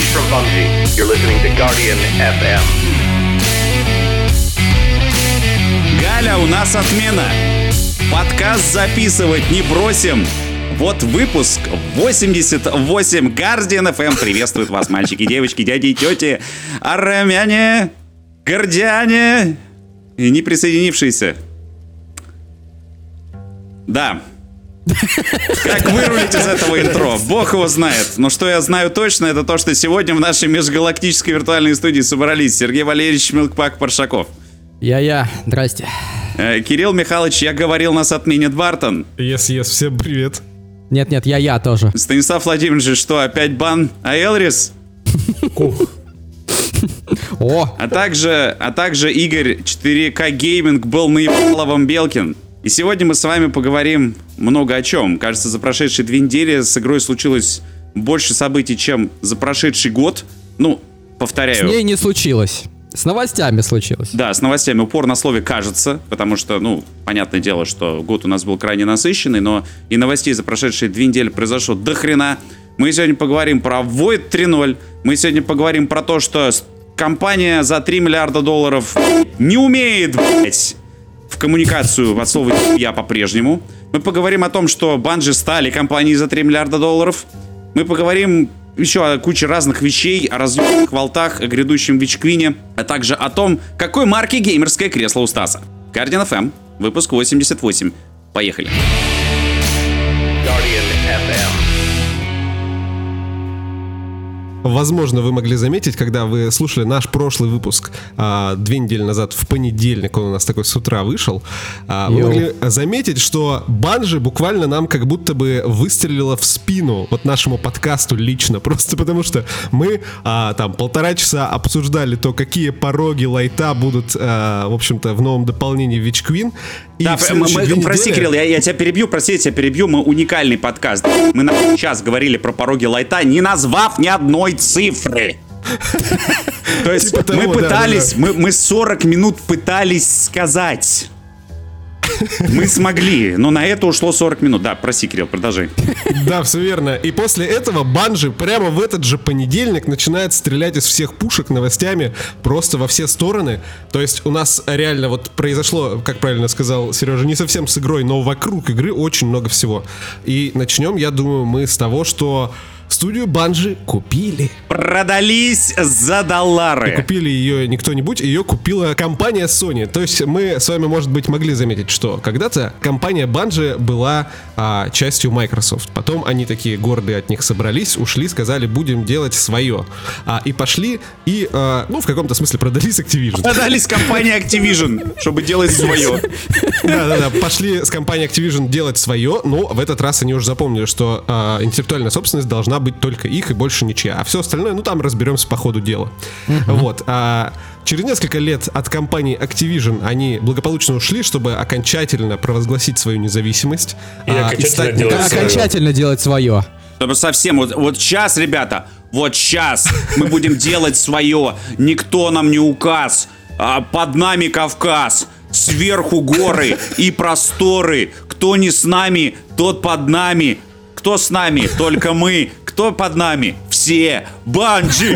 from Bungie. You're listening to Guardian FM. Галя, у нас отмена. Подкаст записывать не бросим. Вот выпуск 88. Guardian FM приветствует вас, мальчики, девочки, дяди и тети, армяне, гордяне и не присоединившиеся. Да. Как вырулить из этого интро? Бог его знает. Но что я знаю точно, это то, что сегодня в нашей межгалактической виртуальной студии собрались Сергей Валерьевич Милкпак Паршаков. Я. Здрасте. Кирилл Михайлович, я говорил, нас отменит Бартон. Yes, всем привет. Нет, я тоже. Станислав Владимирович, что, опять бан? А Элрис? О! А также Игорь 4К Гейминг был наебаловым Белкин. И сегодня мы с вами поговорим много о чем. Кажется, за прошедшие 2 недели с игрой случилось больше событий, чем за прошедший год. Ну, повторяю. С ней не случилось. С новостями случилось. Да, с новостями. Упор на слове «кажется», потому что, понятное дело, что год у нас был крайне насыщенный, но и новостей за прошедшие 2 недели произошло до хрена. Мы сегодня поговорим про Void 3.0. Мы сегодня поговорим про то, что компания за $3 миллиарда не умеет, блять, в коммуникацию от слова «я» по-прежнему. Мы поговорим о том, что Bungie стали компанией за $3 миллиарда. Мы поговорим еще о куче разных вещей, о разъемных волтах, о грядущем Вичквине, а также о том, какой марки геймерское кресло у Стаса. Guardian FM, выпуск 88. Поехали. Guardian FM. Возможно, вы могли заметить, когда вы слушали наш прошлый выпуск 2 недели назад, в понедельник, он у нас такой с утра вышел, вы могли заметить, что Bungie буквально нам как будто бы выстрелила в спину вот нашему подкасту лично, просто потому что мы там 1,5 часа обсуждали то, какие пороги лайта будут, в общем-то, в новом дополнении Witch Queen. Да, прости, Кирилл, я тебя перебью, мы уникальный подкаст. Мы на час говорили про пороги лайта, не назвав ни одной цифры. То есть мы пытались, мы 40 минут пытались сказать. Мы смогли, но на это ушло 40 минут. Да, прости, Кирилл, продолжай. Да, все верно. И после этого Bungie прямо в этот же понедельник начинает стрелять из всех пушек новостями просто во все стороны. То есть у нас реально вот произошло, как правильно сказал Сережа, не совсем с игрой, но вокруг игры очень много всего. И начнем, я думаю, мы с того, что студию Bungie купили. Продались за $. И купили ее не кто-нибудь, ее купила компания Sony. То есть мы с вами, может быть, могли заметить, что когда-то компания Bungie была частью Microsoft. Потом они такие гордые от них собрались, ушли, сказали, будем делать свое. И пошли и, в каком-то смысле продались Activision. Продались компании Activision, чтобы делать свое. Да, пошли с компанией Activision делать свое, но в этот раз они уже запомнили, что интеллектуальная собственность должна быть только их и больше ничья. А все остальное, там разберемся по ходу дела. Вот. Через несколько лет от компании Activision они благополучно ушли, чтобы окончательно провозгласить свою независимость. И окончательно делать свое. Чтобы совсем, вот сейчас, ребята, вот сейчас мы будем делать свое. Никто нам не указ. Под нами Кавказ. Сверху горы и просторы. Кто не с нами, тот под нами. Кто с нами? Только мы. Кто под нами? Все. Bungie.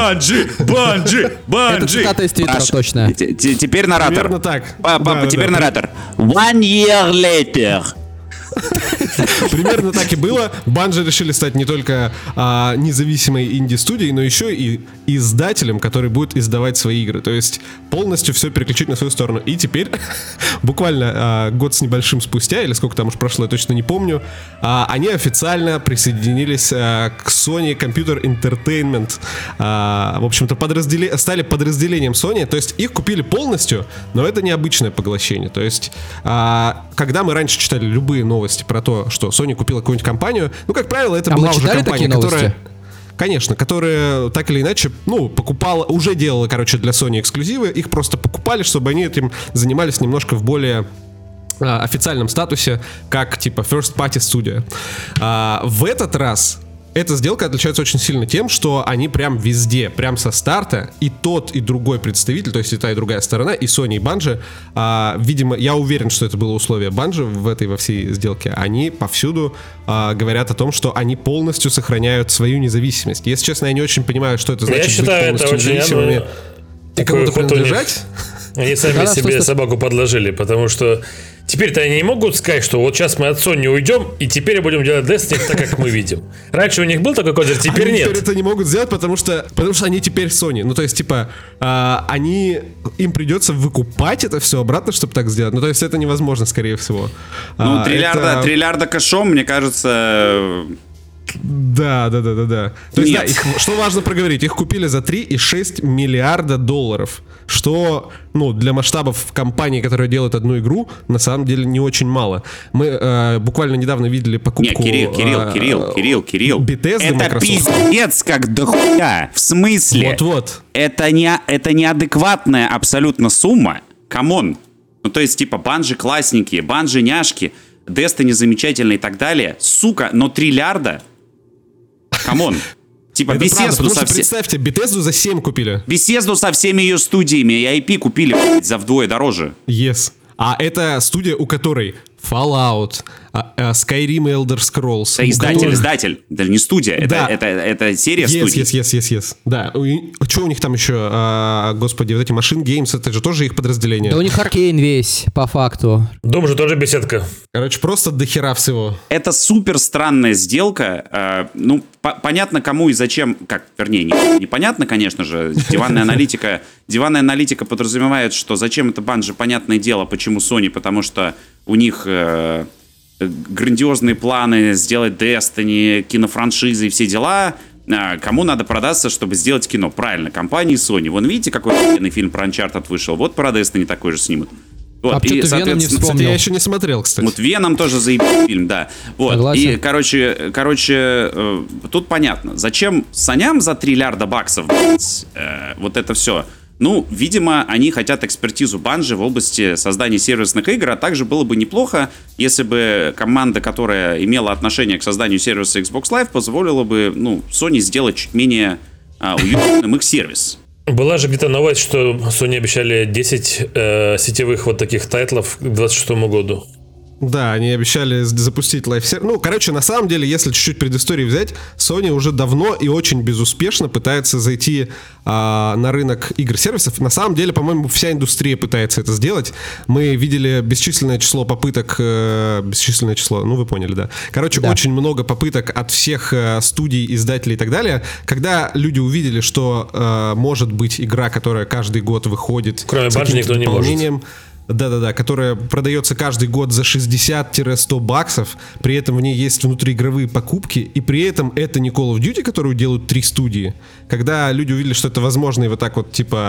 Это цитата из Твиттера, точно. Теперь наратор. Примерно так. Теперь наратор. 1 year later. Примерно так и было. Bungie решили стать не только независимой инди-студией, но еще и издателем, который будет издавать свои игры. То есть полностью все переключить на свою сторону. И теперь, буквально год с небольшим спустя, или сколько там уж прошло, я точно не помню, они официально присоединились к Sony Computer Entertainment. В общем-то, стали подразделением Sony. То есть их купили полностью, но это необычное поглощение. То есть, когда мы раньше читали любые новости про то, что Sony купила какую-нибудь компанию, как правило, это была уже компания, которая... Конечно, которая так или иначе, покупала, уже делала, для Sony эксклюзивы, их просто покупали, чтобы они этим занимались немножко в более официальном статусе, как типа first party студия. В этот раз эта сделка отличается очень сильно тем, что они прям везде, прям со старта, и тот, и другой представитель, то есть и та, и другая сторона, и Sony, и Bungie, видимо, я уверен, что это было условие Bungie во всей сделке, они повсюду говорят о том, что они полностью сохраняют свою независимость. Если честно, я не очень понимаю, что это значит, я считаю, быть полностью независимыми и кому-то принадлежать. Они сами себе собаку подложили, потому что теперь-то они не могут сказать, что вот сейчас мы от Sony уйдем, и теперь будем делать Destiny так, как мы видим. Раньше у них был такой козырь, теперь нет. Теперь это не могут сделать, потому что они теперь Sony. Ну, то есть, типа, им придется выкупать это все обратно, чтобы так сделать. Ну, то есть, это невозможно, скорее всего. Ну, триллиарда кэшом, мне кажется... Да. То есть, да, что важно проговорить, их купили за 3,6 миллиарда долларов, что, для масштабов компании, которая делает одну игру, на самом деле не очень мало. Мы буквально недавно видели покупку... Кирилл. Bethesda, это Microsoft. пиздец как дохуя. В смысле? Вот. Это неадекватная абсолютно сумма. Камон. Ну, то есть, типа, Bungie классненькие, Bungie няшки, Destiny замечательный и так далее. Сука, но триллиарда? Камон. Типа Bethesda представьте, Bethesda за 7 купили. Bethesda со всеми ее студиями и IP купили за вдвое дороже. Yes. А это студия, у которой Fallout, Skyrim и Elder Scrolls. Издатель. Да не студия, это серия студий. Yes. Да. Что у них там еще? Господи, вот эти Machine Games, это же тоже их подразделение. Да у них Arcane весь, по факту. Дом же тоже беседка. Короче, просто дохера всего. Это супер странная сделка. Понятно, кому и зачем, непонятно, конечно же. Диванная аналитика подразумевает, что зачем это Bungie, понятное дело, почему Sony, потому что у них грандиозные планы сделать Destiny, кинофраншизы и все дела. Кому надо продаться, чтобы сделать кино? Правильно, компании Sony. Вон видите, какой охуенный фильм про Uncharted вышел? Вот про Destiny такой же снимут. Вот. И, соответственно, не кстати, я еще не смотрел, кстати. Вот Веном тоже заебал фильм, да. Вот. Согласен. И, короче, тут понятно, зачем Соням за $3 триллиарда вот это все. Видимо, они хотят экспертизу Bungie в области создания сервисных игр, а также было бы неплохо, если бы команда, которая имела отношение к созданию сервиса Xbox Live, позволила бы, Sony сделать чуть менее уютным их сервис. Была же где-то новость, что Sony обещали 10 сетевых вот таких тайтлов к 2026 году. Да, они обещали запустить лайв-сервис. На самом деле, если чуть-чуть предыстории взять, Sony уже давно и очень безуспешно пытается зайти на рынок игр-сервисов. На самом деле, по-моему, вся индустрия пытается это сделать. Мы видели бесчисленное число попыток, вы поняли, да. Очень много попыток от всех студий, издателей и так далее. Когда люди увидели, что может быть игра, которая каждый год выходит, кроме Bungie никто не может. Да, которая продается каждый год за $60-100, при этом в ней есть внутриигровые покупки, и при этом это не Call of Duty, которую делают 3 студии. Когда люди увидели, что это возможно, и вот так вот,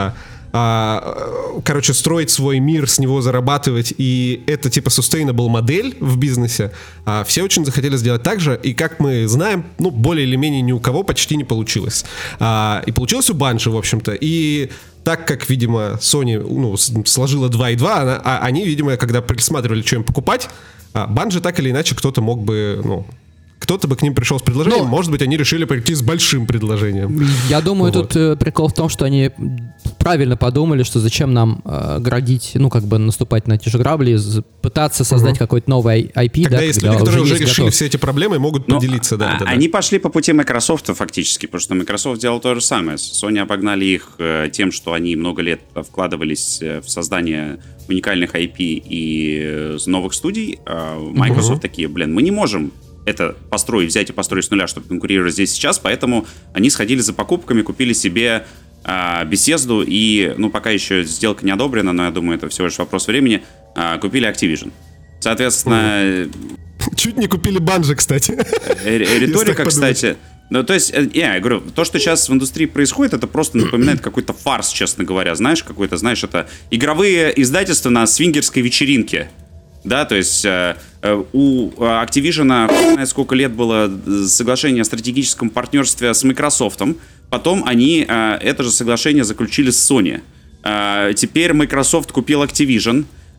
строить свой мир, с него зарабатывать, и это sustainable модель в бизнесе, все очень захотели сделать так же, и как мы знаем, более или менее ни у кого почти не получилось. И получилось у Bungie, в общем-то, и так как, видимо, Sony сложила 2 и 2, они, видимо, когда присматривали, что им покупать, Bungie так или иначе кто-то мог бы, кто-то бы к ним пришел с предложением, может быть, они решили прийти с большим предложением. Я думаю, тут прикол в том, что они правильно подумали, что зачем нам градить, наступать на те же грабли, пытаться создать какой-то новый IP. Когда есть люди, которые уже решили все эти проблемы, могут поделиться. Они пошли по пути Microsoft фактически, потому что Microsoft делал то же самое. Sony обогнали их тем, что они много лет вкладывались в создание уникальных IP и новых студий. Microsoft такие, мы не можем это взять и построить с нуля, чтобы конкурировать здесь сейчас, поэтому они сходили за покупками, купили себе Bethesda и, пока еще сделка не одобрена, но я думаю, это всего лишь вопрос времени, купили Activision. Соответственно... Чуть не купили Bungie, кстати. Риторика, кстати... я говорю, то, что сейчас в индустрии происходит, это просто напоминает какой-то фарс, честно говоря. Это игровые издательства на свингерской вечеринке. Да, то есть у Activision, сколько лет было соглашение о стратегическом партнерстве с Microsoft, потом они это же соглашение заключили с Sony. Теперь Microsoft купил Activision,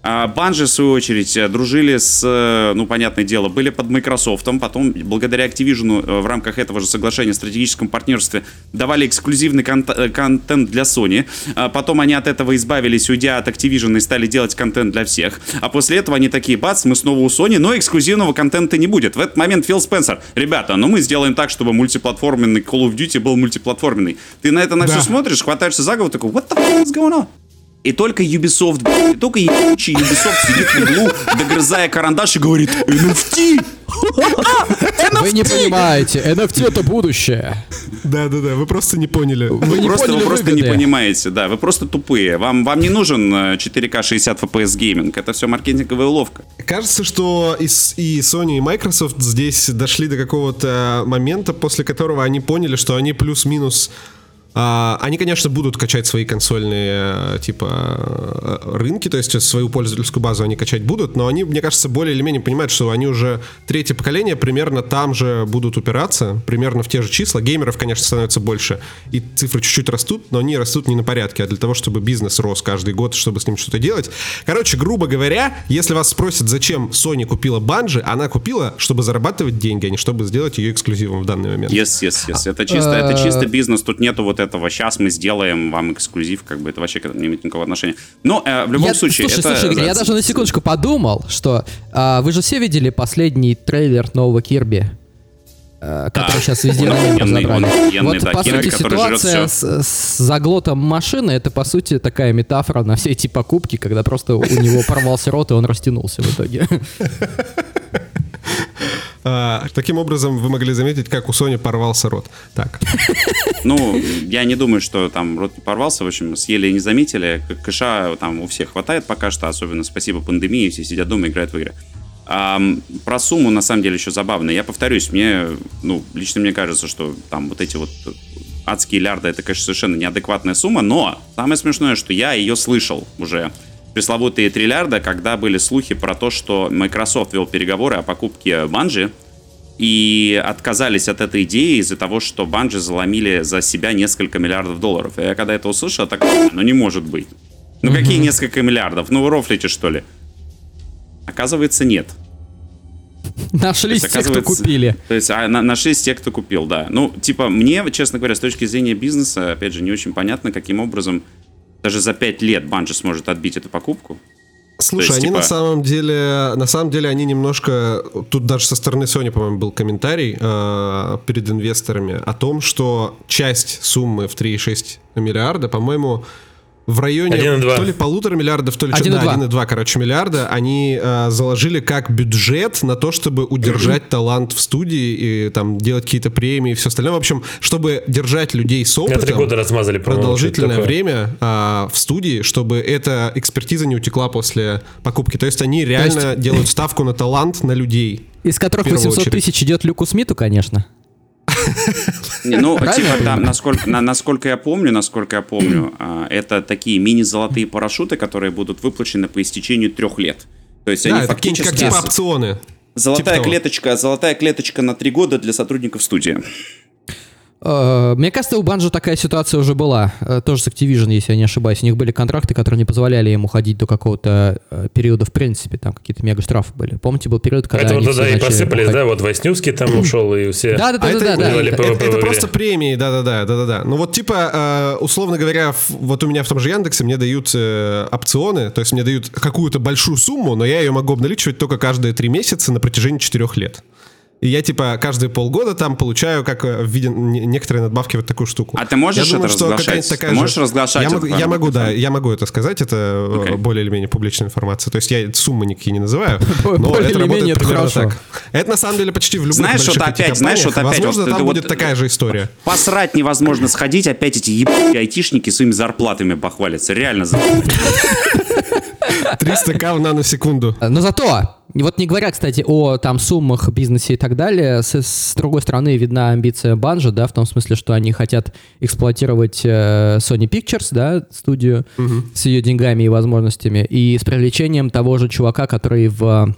Bungie, в свою очередь, дружили с, ну, понятное дело, были под Microsoft, потом, благодаря Activision, в рамках этого же соглашения о стратегическом партнерстве, давали эксклюзивный контент для Sony. Потом они от этого избавились, уйдя от Activision, и стали делать контент для всех. А после этого они такие, бац, мы снова у Sony, но эксклюзивного контента не будет. В этот момент Фил Спенсер: ребята, ну мы сделаем так, чтобы мультиплатформенный Call of Duty был мультиплатформенный. Ты на это все смотришь, хватаешься за голову, такой, what the fuck is going on? И только Ubisoft, только ебучий Ubisoft сидит в углу, догрызая карандаш и говорит: NFT! Вы не понимаете, NFT — это будущее. Да-да-да, вы просто не поняли. Вы просто не понимаете, да, вы просто тупые. Вам не нужен 4К 60 FPS гейминг, это все маркетинговая уловка. Кажется, что и Sony, и Microsoft здесь дошли до какого-то момента, после которого они поняли, что они плюс-минус... Они, конечно, будут качать свои консольные, типа, рынки, то есть свою пользовательскую базу они качать будут, но они, мне кажется, более или менее понимают, что они уже третье поколение примерно там же будут упираться, примерно в те же числа. Геймеров, конечно, становится больше, и цифры чуть-чуть растут, но они растут не на порядке, а для того, чтобы бизнес рос каждый год, чтобы с ним что-то делать. Короче, грубо говоря, если вас спросят, зачем Sony купила Bungie, она купила, чтобы зарабатывать деньги, а не чтобы сделать ее эксклюзивом в данный момент. Yes. Это чисто бизнес, тут нету вот этого. Сейчас мы сделаем вам эксклюзив, как бы это вообще не имеет никакого отношения. Но в любом случае... Слушай, я даже на секундочку подумал, что вы же все видели последний трейлер нового Кирби, который сейчас везде на мемы забрали. Вот, по сути, ситуация с заглотом машины — это, по сути, такая метафора на все эти покупки, когда просто у него порвался рот, и он растянулся в итоге. Таким образом, вы могли заметить, как у Sony порвался рот. Так. Ну, я не думаю, что там рот не порвался. В общем, съели и не заметили. Кэша там у всех хватает пока что, особенно спасибо пандемии. Все сидят дома и играют в игры. Про сумму, на самом деле, еще забавно. Я повторюсь, лично мне кажется, что там вот эти вот адские лярды — это, конечно, совершенно неадекватная сумма, но самое смешное, что я ее слышал уже. Пресловутые 3 лярда, когда были слухи про то, что Microsoft вел переговоры о покупке Bungie и отказались от этой идеи из-за того, что Bungie заломили за себя несколько миллиардов долларов. И я когда это услышал, я так, не может быть. Какие несколько миллиардов? Вы рофлите, что ли? Оказывается, нет. Нашлись те, кто купили. То есть нашлись те, кто купил, да. Мне, честно говоря, с точки зрения бизнеса, опять же, не очень понятно, каким образом даже за 5 лет Bungie сможет отбить эту покупку. Слушай, они на самом деле они немножко... Тут даже со стороны Sony, по-моему, был комментарий перед инвесторами о том, что часть суммы в 3,6 миллиарда, по-моему, в районе 1,2. То ли 1,5 миллиарда, то ли 1,2, миллиарда они заложили как бюджет на то, чтобы удержать талант в студии и там делать какие-то премии и все остальное. В общем, чтобы держать людей с опытом 3 года размазали, продолжительное время в студии, чтобы эта экспертиза не утекла после покупки. То есть они реально делают ставку на талант, на людей. Из которых 800 тысяч идет Люку Смиту, конечно. Насколько я помню, это такие мини-золотые парашюты, которые будут выплачены по истечению 3 лет. То есть они фактически... как типа опционы. Золотая клеточка на 3 года для сотрудников студии. Мне кажется, у Bungie такая ситуация уже была. Тоже с Activision, если я не ошибаюсь. У них были контракты, которые не позволяли им уходить до какого-то периода в принципе. Там какие-то мега-штрафы были. Помните, был период, когда они все и посыпались, уходить. Да? Вот Васнюцкий там ушел, и все... Да. Это просто премии, да. Ну вот типа, условно говоря, вот у меня в том же Яндексе мне дают опционы, то есть мне дают какую-то большую сумму, но я ее могу обналичивать только каждые 3 месяца на протяжении 4 лет. И я, типа, каждые полгода там получаю, как в виде некоторые надбавки, вот такую штуку. А ты можешь это разглашать? Ты можешь разглашать? Я могу это сказать, это более или менее публичная информация. То есть я суммы никакие не называю, но это работает примерно так. Это, на самом деле, почти в любых больших IT-компаниях. Возможно, там будет такая же история. Посрать невозможно сходить, опять эти ебаные айтишники своими зарплатами похвалятся. Реально. 300к в наносекунду. Но зато... Вот не говоря, кстати, о там суммах, бизнесе и так далее, с другой стороны видна амбиция Bungie, да, в том смысле, что они хотят эксплуатировать Sony Pictures, да, студию с ее деньгами и возможностями, и с привлечением того же чувака, который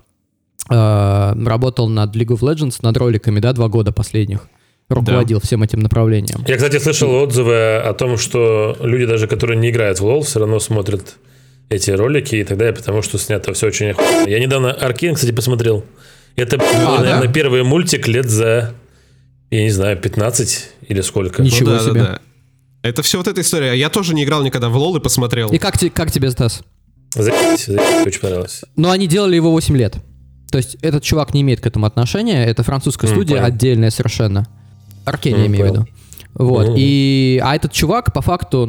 работал над League of Legends, над роликами, да, 2 года последних. Руководил всем этим направлением. Я, кстати, слышал отзывы о том, что люди, даже которые не играют в LoL, все равно смотрят эти ролики и так далее, потому что снято все очень охуенно. Я недавно Аркейн, кстати, посмотрел. Это, наверное, первый мультик лет за, я не знаю, 15 или сколько. Ничего себе. Да. Это все вот эта история. Я тоже не играл никогда в лол и посмотрел. И как тебе, Стас? Очень понравилось. Но они делали его 8 лет. То есть этот чувак не имеет к этому отношения. Это французская студия, отдельная совершенно. Аркейн, я имею в виду. Вот. А этот чувак, по факту,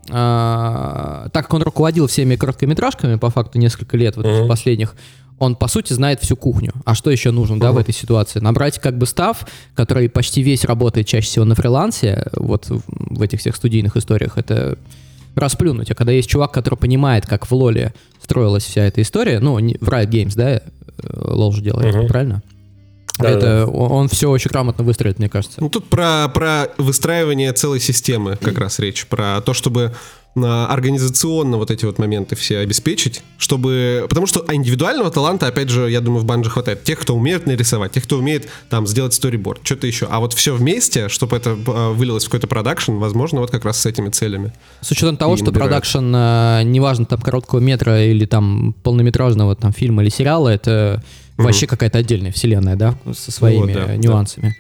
так как он руководил всеми короткометражками, по факту, несколько лет вот этих последних, он, по сути, знает всю кухню. А что еще нужно, в этой ситуации? Набрать как бы стаф, который почти весь работает чаще всего на фрилансе, вот в этих всех студийных историях, это расплюнуть. А когда есть чувак, который понимает, как в лоле строилась вся эта история, в Riot Games, да, лол же делает, правильно? Да, он все очень грамотно выстроит, мне кажется. Тут про выстраивание целой системы как раз речь. Про то, чтобы организационно вот эти вот моменты все обеспечить, чтобы... Потому что индивидуального таланта, опять же, я думаю, в Bungie хватает. Тех, кто умеет нарисовать, тех, кто умеет там сделать сториборд, что-то еще. А вот все вместе, чтобы это вылилось в какой-то продакшн, возможно, вот как раз с этими целями. С учетом того, что продакшн, неважно, там, короткого метра или там полнометражного там фильма или сериала, это вообще какая-то отдельная вселенная, да, со своими нюансами.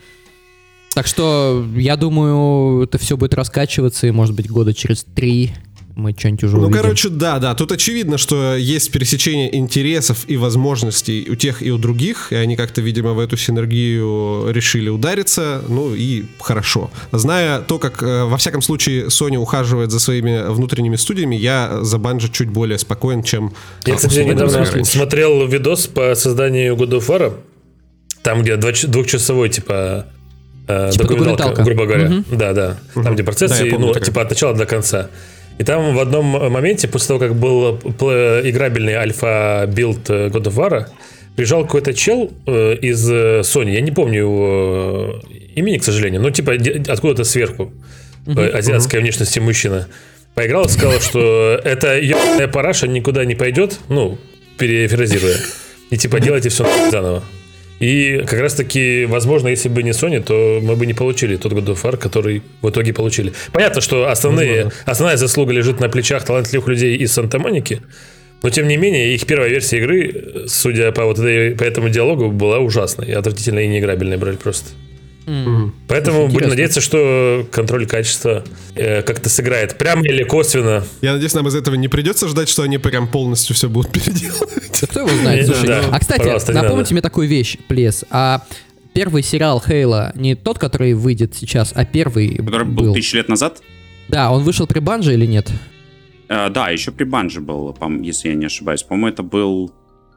Так что, я думаю, это все будет раскачиваться, и, может быть, года через 3 мы что-нибудь уже увидим. Короче, да, тут очевидно, что есть пересечение интересов и возможностей у тех и у других, и они как-то, видимо, в эту синергию решили удариться, и хорошо. Зная то, как, во всяком случае, Sony ухаживает за своими внутренними студиями, я за Bungie чуть более спокоен, чем... Я, кстати, недавно смотрел видос по созданию God of War, там, где двухчасовой, типа документалка, грубо говоря. Да. Там, где процессы, от начала до конца. И там в одном моменте, после того, как был играбельный альфа-билд God of War, приезжал какой-то чел из Sony, я не помню его имени, к сожалению, откуда-то сверху, азиатской внешности мужчина. Поиграл и сказал, что эта ебаная параша никуда не пойдет, перефразируя, и делайте все заново. И как раз таки, возможно, если бы не Sony, то мы бы не получили тот God of War, который в итоге получили. Понятно, что основная заслуга лежит на плечах талантливых людей из Санта-Моники, но тем не менее, их первая версия игры, судя по по этому диалогу, была ужасной, отвратительной и неиграбельной брали просто. Поэтому будем надеяться, что контроль качества как-то сыграет прямо или косвенно. Я надеюсь, нам из этого не придется ждать, что они прям полностью все будут переделывать. Да кто его знает, слушай. Кстати, напомните мне такую вещь, Плес. А первый сериал Хейла не тот, который выйдет сейчас, а первый который был 1000 лет назад? Да, он вышел при Bungie или нет? Да, еще при Bungie был, если я не ошибаюсь. По-моему, это был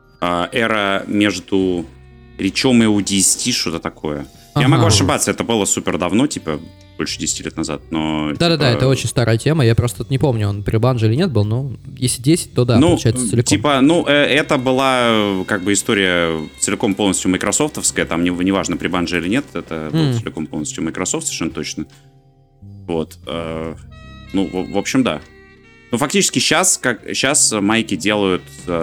эра между Ричом и ODST, что-то такое. Я могу ошибаться, это было супер давно, больше 10 лет назад, но... Да-да-да, это очень старая тема, я просто не помню, он при Bungie или нет был, но если 10, то да, получается целиком. Это была история целиком полностью майкрософтовская, там неважно, при Bungie или нет, это был целиком полностью Microsoft, совершенно точно. Вот. В общем, да. Фактически сейчас майки делают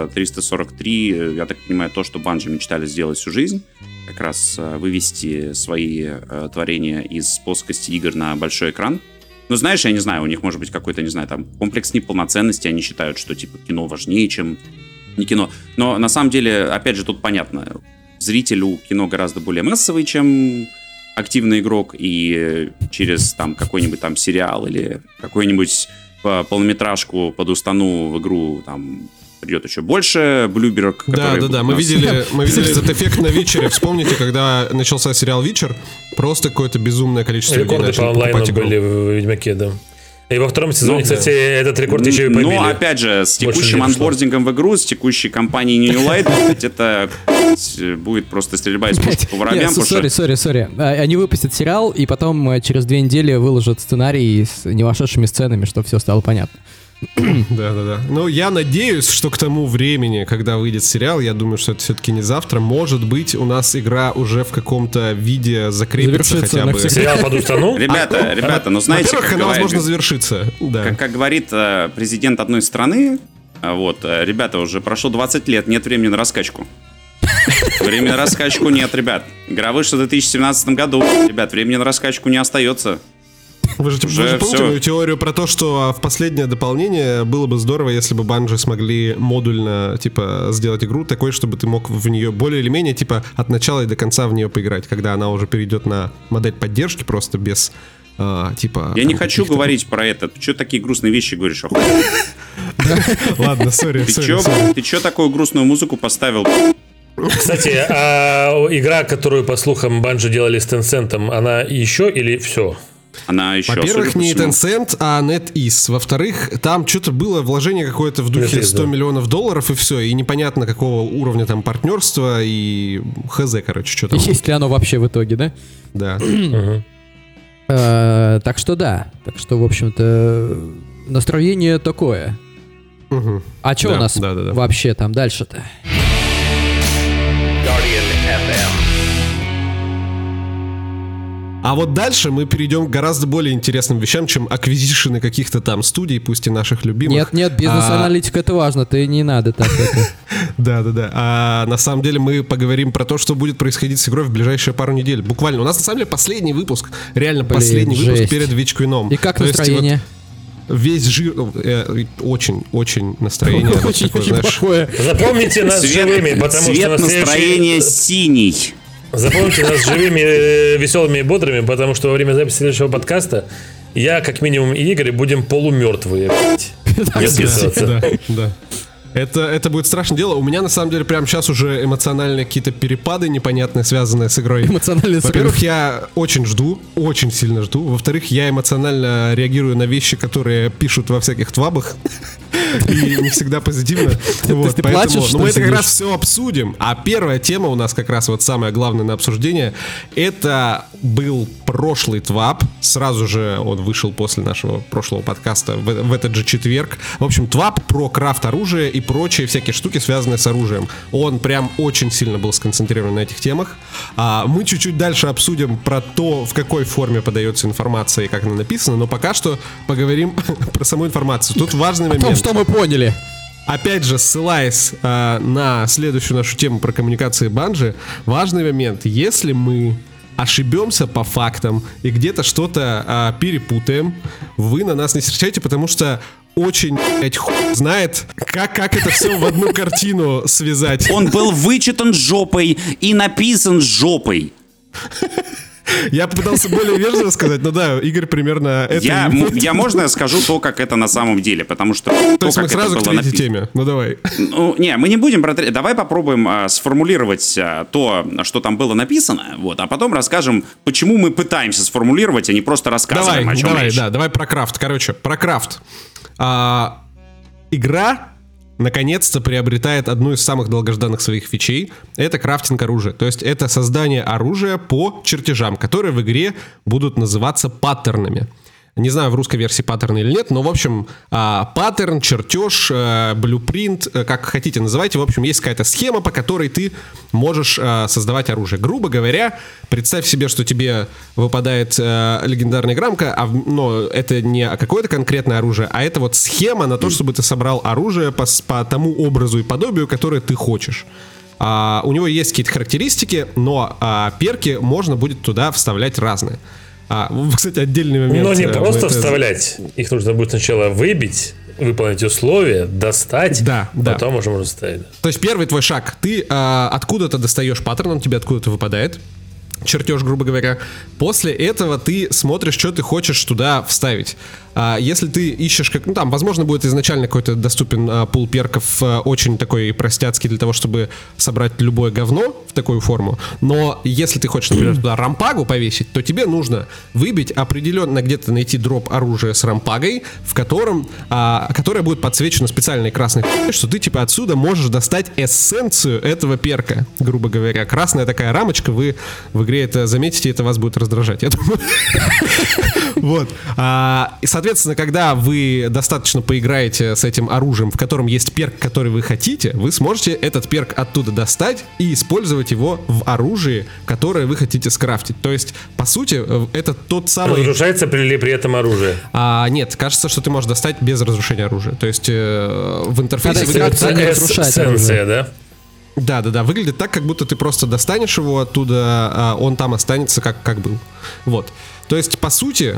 343, я так понимаю, то, что Bungie мечтали сделать всю жизнь. Как раз вывести свои творения из плоскости игр на большой экран. Знаешь, я не знаю, у них может быть какой-то, не знаю, там комплекс неполноценности, они считают, что кино важнее, чем не кино. Но на самом деле, опять же, тут понятно, зритель у кино гораздо более массовый, чем активный игрок, и через какой-нибудь там сериал или какой-нибудь полнометражку под устану в игру придет еще больше блюберок. Да. Мы видели этот эффект на Вичере. Вспомните, когда начался сериал Вичер, просто какое-то безумное количество людей начали покупать игру. Рекорды по онлайну были в Ведьмаке, да. И во втором сезоне, кстати, этот рекорд еще и побили. Опять же, с текущим анбордингом в игру, с текущей компанией New Light, это будет просто стрельба из пушки по воробьям. Сори. Они выпустят сериал, и потом через 2 недели выложат сценарий с не вошедшими сценами, чтобы все стало понятно. Да. Я надеюсь, что к тому времени, когда выйдет сериал, я думаю, что это все-таки не завтра, может быть, у нас игра уже в каком-то виде закрепится хотя бы. Сериал под устану? Ребята, знаете, во-первых, она, возможно, завершится. Да. Как говорит президент одной страны, ребята, уже прошло 20 лет, нет времени на раскачку. Времени на раскачку нет, ребят. Игра вышла в 2017 году. Ребят, времени на раскачку не остается. Вы же помните мою теорию про то, что в последнее дополнение было бы здорово, если бы Bungie смогли модульно, типа, сделать игру такой, чтобы ты мог в нее более или менее, типа, от начала и до конца в нее поиграть, когда она уже перейдет на модель поддержки, просто без, типа... Я не хочу говорить про это. Ты что такие грустные вещи говоришь? Ладно, сори. Ты что такую грустную музыку поставил? Кстати, а игра, которую, по слухам, Bungie делали с Tencent, она еще или все? Она еще, во-первых, не Tencent, а NetEase. Во-вторых, там что-то было вложение какое-то в духе $100 миллионов и все, и непонятно какого уровня там партнерства, и хз, короче, что там. Есть ли оно вообще в итоге, да? Да. Так что да. Так что, в общем-то, настроение такое. А что у нас вообще там дальше-то? Guardian FM. А вот дальше мы перейдем к гораздо более интересным вещам, чем аквизишены каких-то там студий, пусть и наших любимых. Нет, бизнес-аналитика это важно, ты не надо так это. Да. А на самом деле мы поговорим про то, что будет происходить с игрой в ближайшие пару недель. Буквально. У нас на самом деле последний выпуск, реально последний выпуск перед Вичквином. И как настроение? Весь жир... Очень настроение. Очень плохое. Запомните нас живыми, потому что настроение синий. Запомните нас живыми, веселыми и бодрыми, потому что во время записи следующего подкаста я, как минимум, и Игорь будем полумертвые. Да. Это будет страшное дело. У меня, на самом деле, прямо сейчас уже эмоциональные какие-то перепады непонятные, связанные с игрой. Во-первых, я очень сильно жду. Во-вторых, я эмоционально реагирую на вещи, которые пишут во всяких твабах. И не всегда позитивно. Вот, ты плачешь, что мы это как сидишь? раз все обсудим. А первая тема у нас как раз вот самое главное на обсуждение. Это был прошлый тваб. Сразу же он вышел после нашего прошлого подкаста в этот же четверг. В общем, тваб про крафт оружия и прочие всякие штуки, связанные с оружием. Он прям очень сильно был сконцентрирован на этих темах. Мы чуть-чуть дальше обсудим про то, в какой форме подается информация и как она написана, но пока что поговорим про саму информацию. Тут важный момент. О том, что мы поняли. Опять же, ссылаясь на следующую нашу тему про коммуникации Bungie, важный момент. Если мы ошибемся по фактам и где-то что-то перепутаем, вы на нас не серчайте, потому что очень, хуй знает, как это все в одну картину связать. Он был вычитан жопой и написан жопой. Я попытался более вежливо сказать, но да, Игорь примерно это... Я можно я скажу то, как это на самом деле, потому что... То есть мы сразу к третьей теме, ну давай. Ну, не, мы не будем про... Давай попробуем сформулировать то, что там было написано, вот, а потом расскажем, почему мы пытаемся сформулировать, а не просто рассказываем, о чем речь. Давай про крафт. Короче, про крафт. Игра наконец-то приобретает одну из самых долгожданных своих фичей. Это крафтинг оружия. То есть это создание оружия по чертежам, которые в игре будут называться паттернами. Не знаю, в русской версии паттерн или нет, но, в общем, паттерн, чертеж, блюпринт, как хотите называйте. В общем, есть какая-то схема, по которой ты можешь создавать оружие. Грубо говоря, представь себе, что тебе выпадает легендарная грамка, но это не какое-то конкретное оружие, а это вот схема на то, чтобы ты собрал оружие по тому образу и подобию, которое ты хочешь. У него есть какие-то характеристики, но перки можно будет туда вставлять разные. Кстати, отдельный момент. Но не просто вставлять. Их нужно будет сначала выбить, выполнить условия, достать, потом уже можно ставить. То есть первый твой шаг. Ты откуда-то достаешь паттерн, он тебе откуда-то выпадает. Чертеж, грубо говоря. После этого ты смотришь, что ты хочешь туда вставить. Если ты ищешь, там, возможно, будет изначально какой-то доступен пул перков очень такой простяцкий для того, чтобы собрать любое говно в такую форму. Но если ты хочешь, например, туда рампагу повесить, то тебе нужно выбить определенно где-то найти дроп оружия с рампагой, которая будет подсвечена специальной красной, что ты типа отсюда можешь достать эссенцию этого перка, грубо говоря. Красная такая рамочка, вы в игре это заметите, это вас будет раздражать, я думаю. Вот. И, соответственно, когда вы достаточно поиграете с этим оружием, в котором есть перк, который вы хотите, вы сможете этот перк оттуда достать и использовать его в оружии, которое вы хотите скрафтить. То есть, по сути, это тот самый... Разрушается при этом оружие? Нет, кажется, что ты можешь достать без разрушения оружия. То есть, в интерфейсе... Эссенция, да? Да, выглядит так, как будто ты просто достанешь его оттуда, а он там останется как был. Вот. То есть, по сути,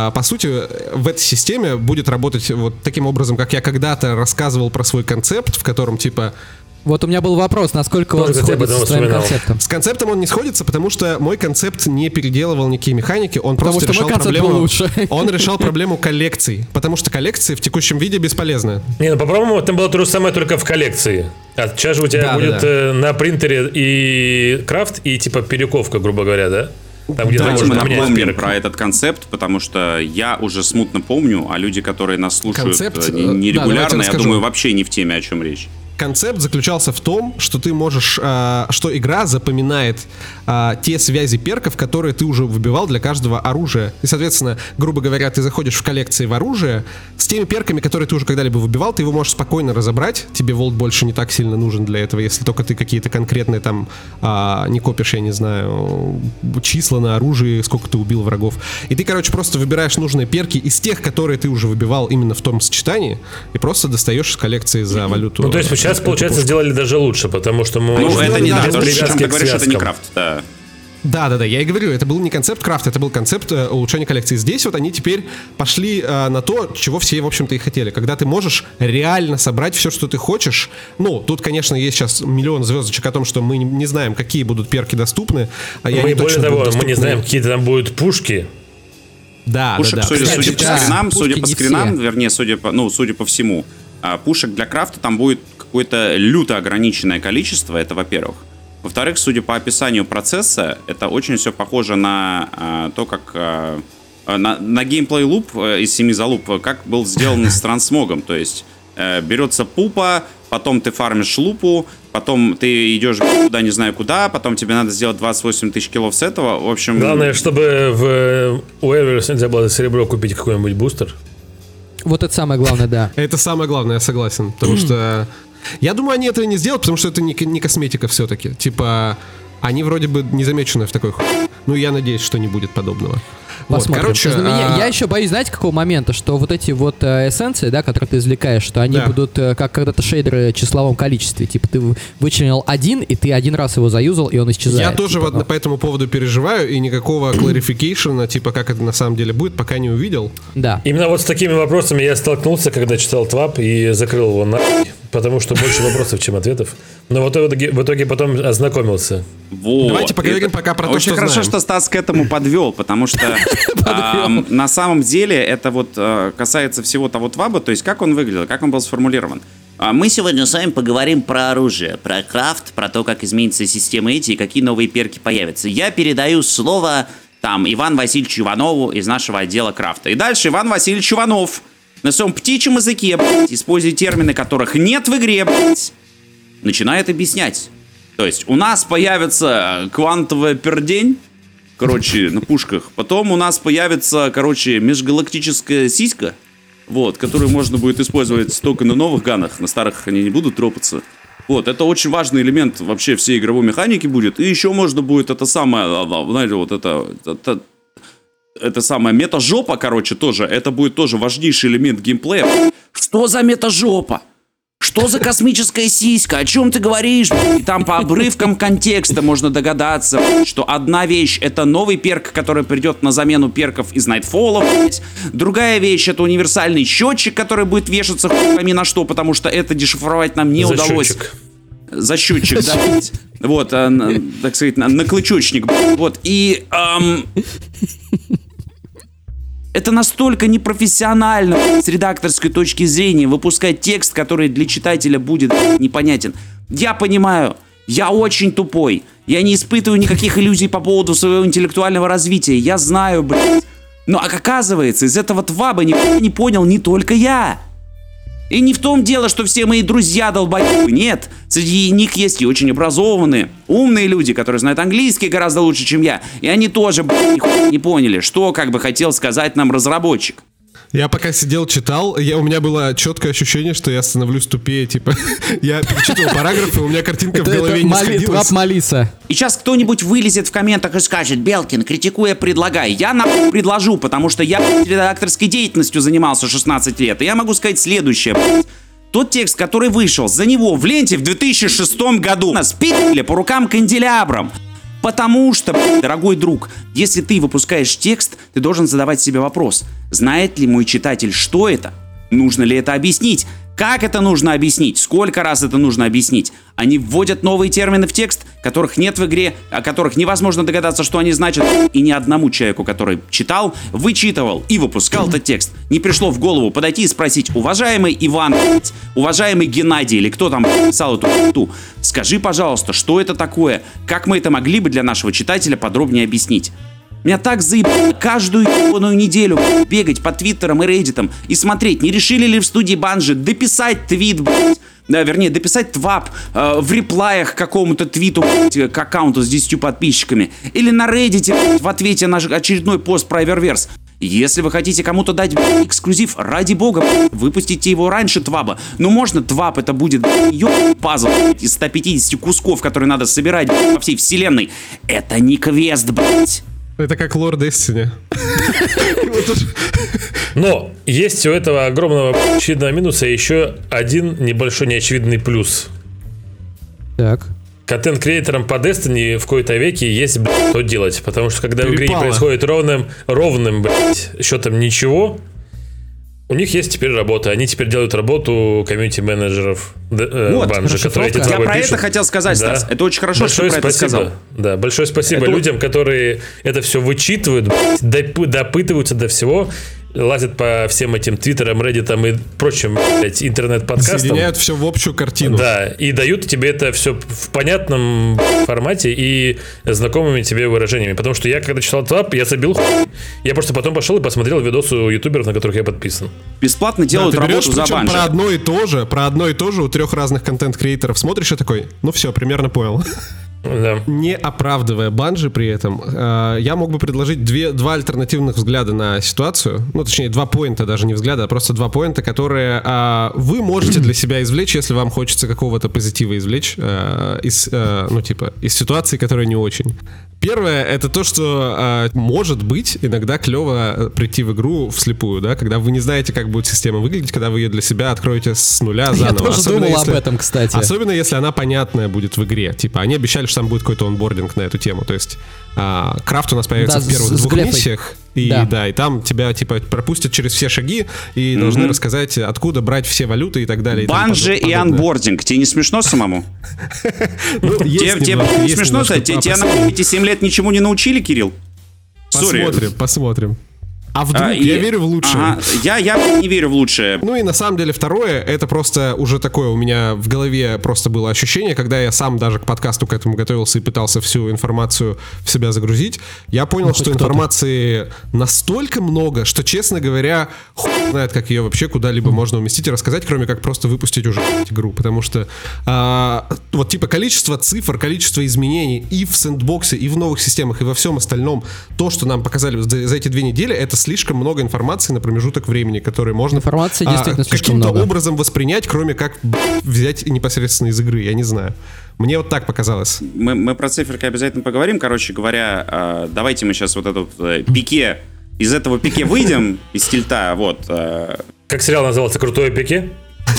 в этой системе будет работать вот таким образом, как я когда-то рассказывал про свой концепт, в котором, типа... Вот у меня был вопрос, насколько он сходится с твоим концептом. С концептом он не сходится, потому что мой концепт не переделывал никакие механики, он просто решал проблему. Он решал проблему коллекций, потому что коллекции в текущем виде бесполезны. Не, ну по-моему, там было то же самое, только в коллекции. А сейчас же у тебя будет на принтере и крафт, и типа перековка, грубо говоря, да? Там, где давайте мы напомним про этот концепт, потому что я уже смутно помню, а люди, которые нас слушают нерегулярно, я думаю, вообще не в теме, о чем речь. Концепт заключался в том, что ты можешь, что игра запоминает те связи перков, которые ты уже выбивал для каждого оружия. И, соответственно, грубо говоря, ты заходишь в коллекции в оружие, с теми перками, которые ты уже когда-либо выбивал, ты его можешь спокойно разобрать. Тебе волт больше не так сильно нужен для этого, если только ты какие-то конкретные там не копишь, я не знаю, числа на оружии, сколько ты убил врагов. И ты, короче, просто выбираешь нужные перки из тех, которые ты уже выбивал именно в том сочетании, и просто достаешь из коллекции за валюту. Ну, то есть сейчас, получается, сделали даже лучше, потому что мы... Ну, это не то, что ты говоришь, это не крафт, да. Да, я и говорю, это был не концепт крафта, это был концепт улучшения коллекции. Здесь вот они теперь пошли на то, чего все, в общем-то, и хотели. Когда ты можешь реально собрать все, что ты хочешь. Ну, тут, конечно, есть сейчас миллион звездочек о том, что мы не знаем, какие будут перки доступны. Мы, более того, мы не знаем, какие там будут пушки. Пушек, судя по скринам, вернее, судя по всему, пушек для крафта там будет какое-то люто ограниченное количество, это во-первых. Во-вторых, судя по описанию процесса, это очень все похоже на то, как... на геймплей-луп из 7 залуп, как был сделан с трансмогом. То есть берется пупа, потом ты фармишь лупу, потом ты идешь куда не знаю куда, потом тебе надо сделать 28 тысяч киллов с этого. В общем... Главное, чтобы у Эверс нельзя было за серебро купить какой-нибудь бустер. Вот это самое главное, да. Это самое главное, я согласен. Потому что... Я думаю, они этого не сделают, потому что это не косметика все-таки. Типа, они вроде бы не замечены в такой... Ну, я надеюсь, что не будет подобного. Посмотрим. Вот, короче, я еще боюсь, знаете, какого момента, что вот эти вот эссенции, да, которые ты извлекаешь, что они будут как когда-то шейдеры в числовом количестве. Типа ты вычленил один, и ты один раз его заюзал, и он исчезает. Я тоже типа, по этому поводу переживаю, и никакого кларификейшена, типа как это на самом деле будет, пока не увидел. Да. Именно вот с такими вопросами я столкнулся, когда читал ТВАП и закрыл его нахуй, потому что больше вопросов, чем ответов. Но в итоге потом ознакомился. Вот. Давайте поговорим пока про то, что знаем. Очень хорошо, что Стас к этому подвел, потому что на самом деле это вот касается всего того ТВАБа, то есть как он выглядел, как он был сформулирован. Мы сегодня с вами поговорим про оружие, про крафт, про то, как изменится система эти и какие новые перки появятся. Я передаю слово Ивану Васильевичу Иванову из нашего отдела крафта. И дальше Иван Васильевич Иванов на своем птичьем языке, используя термины, которых нет в игре, начинает объяснять. То есть у нас появится квантовая пердень, на пушках. Потом у нас появится, межгалактическая сиська, которую можно будет использовать только на новых ганах, на старых они не будут дропаться. Это очень важный элемент вообще всей игровой механики будет. И еще можно будет это самое, знаете, это самая мета-жопа, тоже. Это будет тоже важнейший элемент геймплея. Что за мета-жопа? Что за космическая сиська? О чем ты говоришь? И там по обрывкам контекста можно догадаться, что одна вещь — это новый перк, который придет на замену перков из Nightfall. Другая вещь — это универсальный счетчик, который будет вешаться хуй на что, потому что это дешифровать нам не удалось. За счетчик, да. Так сказать, наклычочник. И... Это настолько непрофессионально с редакторской точки зрения выпускать текст, который для читателя будет непонятен. Я понимаю, я очень тупой. Я не испытываю никаких иллюзий по поводу своего интеллектуального развития. Я знаю, Но оказывается, из этого ТВАБа никто не понял не только я. И не в том дело, что все мои друзья долбоебы. Нет, среди них есть и очень образованные, умные люди, которые знают английский гораздо лучше, чем я. И они тоже, не поняли, что хотел сказать нам разработчик. Я пока сидел, читал, у меня было четкое ощущение, что я становлюсь тупее, типа, я перечитывал параграфы, у меня картинка в голове не сходилась. Малиса. И сейчас кто-нибудь вылезет в комментах и скажет: Белкин, критикуя, предлагай. Я предложу, потому что я редакторской деятельностью занимался 16 лет, и я могу сказать следующее. Тот текст, который вышел, за него в ленте в 2006 году нас пи***ли по рукам канделябром. Потому что, дорогой друг, если ты выпускаешь текст, ты должен задавать себе вопрос: знает ли мой читатель, что это? Нужно ли это объяснить? Как это нужно объяснить? Сколько раз это нужно объяснить? Они вводят новые термины в текст, которых нет в игре, о которых невозможно догадаться, что они значат. И ни одному человеку, который читал, вычитывал и выпускал этот текст, не пришло в голову подойти и спросить: уважаемый Иван, уважаемый Геннадий, или кто там писал эту хуйту, скажи, пожалуйста, что это такое? Как мы это могли бы для нашего читателя подробнее объяснить? Меня так заебало каждую ебаную неделю бегать по твиттерам и рейдитам и смотреть, не решили ли в студии Bungie дописать твит, блядь, да, вернее, дописать твап в реплаях к какому-то твиту, блядь, к аккаунту с 10 подписчиками, или на рейдите, блядь, в ответе на очередной пост про Eververse. Если вы хотите кому-то дать, блядь, эксклюзив, ради бога, блядь, выпустите его раньше тваба. Ну, можно твап, это будет, блядь, пазл, блядь, из 150 кусков, которые надо собирать, блядь, по всей вселенной. Это не квест, блядь. Это как Lord Destiny. Но есть у этого огромного очевидного минуса еще один небольшой неочевидный плюс. Так. Контент-креаторам по Destiny в кои-то веке есть, блядь, что делать. Потому что когда в игре не происходит ровным, блядь, счетом ничего, у них есть теперь работа. Они теперь делают работу комьюнити-менеджеров Bungie, которые эти твабы Я про пишут. это хотел сказать, да. Стас. Это очень хорошо, большое что ты про это сказал. Да, большое спасибо людям, которые это все вычитывают, допытываются до всего, лазят по всем этим твиттерам, реддитам и прочим, блядь, интернет-подкастам. Соединяют все в общую картину. Да, и дают тебе это все в понятном формате и знакомыми тебе выражениями. Потому что я, когда читал твап, я забил хуй. Я просто потом пошел и посмотрел видосы у ютуберов, на которых я подписан. Бесплатно делают работу за Bungie. Про одно и то же у 3 разных контент-креаторов смотришь и такой: ну все, примерно понял. Да. Не оправдывая Bungie при этом, я мог бы предложить два альтернативных взгляда на ситуацию. Ну, точнее, 2 поинта, даже не взгляда, а просто 2 поинта, которые вы можете для себя извлечь, если вам хочется какого-то позитива извлечь из ситуации, которая не очень. Первое — это то, что может быть иногда клево прийти в игру вслепую, да, когда вы не знаете, как будет система выглядеть, когда вы ее для себя откроете с нуля заново. Я тоже думал об этом, кстати. Особенно если она понятная будет в игре. Типа, они обещали, что там будет какой-то онбординг на эту тему. То есть крафт у нас появится в первых 2 миссиях. И и там тебя типа пропустят через все шаги и должны рассказать, откуда брать все валюты и так далее. Банжи и анбординг. Тебе не смешно самому? Тебе не смешно? Тебя на эти 7 лет ничему не научили, Кирилл? Посмотрим. А вдруг? Я верю в лучшее. Я не верю в лучшее. Ну и на самом деле второе, это просто уже такое у меня в голове просто было ощущение, когда я сам даже к подкасту к этому готовился и пытался всю информацию в себя загрузить, я понял, что информации настолько много, что, честно говоря, хуй знает, как ее вообще куда-либо можно уместить и рассказать, кроме как просто выпустить уже игру. Потому что вот типа количество цифр, количество изменений и в сэндбоксе, и в новых системах, и во всем остальном, то, что нам показали за эти 2 недели, это слишком много информации на промежуток времени, который можно каким-то образом воспринять, кроме как взять непосредственно из игры, я не знаю. Мне вот так показалось. Мы про циферки обязательно поговорим. Короче говоря, давайте мы сейчас вот этот пике, из этого пике выйдем, из тильта, вот. Как сериал назывался «Крутое пике»?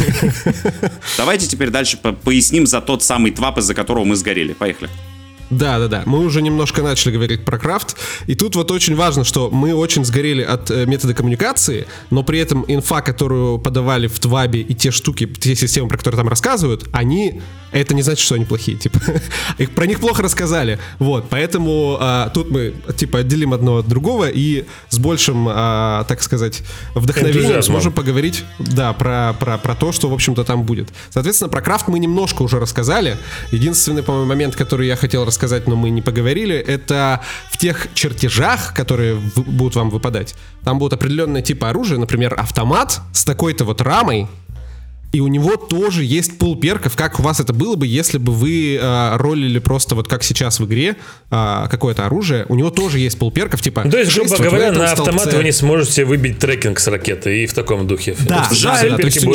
Давайте теперь дальше поясним за тот самый твап, из-за которого мы сгорели. Поехали. Да. Мы уже немножко начали говорить про крафт. И тут вот очень важно, что мы очень сгорели от метода коммуникации, но при этом инфа, которую подавали в твабе, и те штуки, те системы, про которые там рассказывают, это не значит, что они плохие. Типа, про них плохо рассказали. Вот, поэтому тут мы типа отделим одно от другого и с большим, так сказать, вдохновением сможем поговорить, да, про то, что, в общем-то, там будет. Соответственно, про крафт мы немножко уже рассказали. Единственный, по-моему, момент, который я хотел рассказать, но мы не поговорили, это в тех чертежах, которые будут вам выпадать, там будут определенные типы оружия, например, автомат с такой-то вот рамой, и у него тоже есть пул перков, как у вас это было бы, если бы вы роллили просто вот как сейчас в игре какое-то оружие, у него тоже есть пул перков, типа... Ну, то есть, грубо говоря, на автомат вы не сможете выбить трекинг с ракеты и в таком духе. Да, жаль,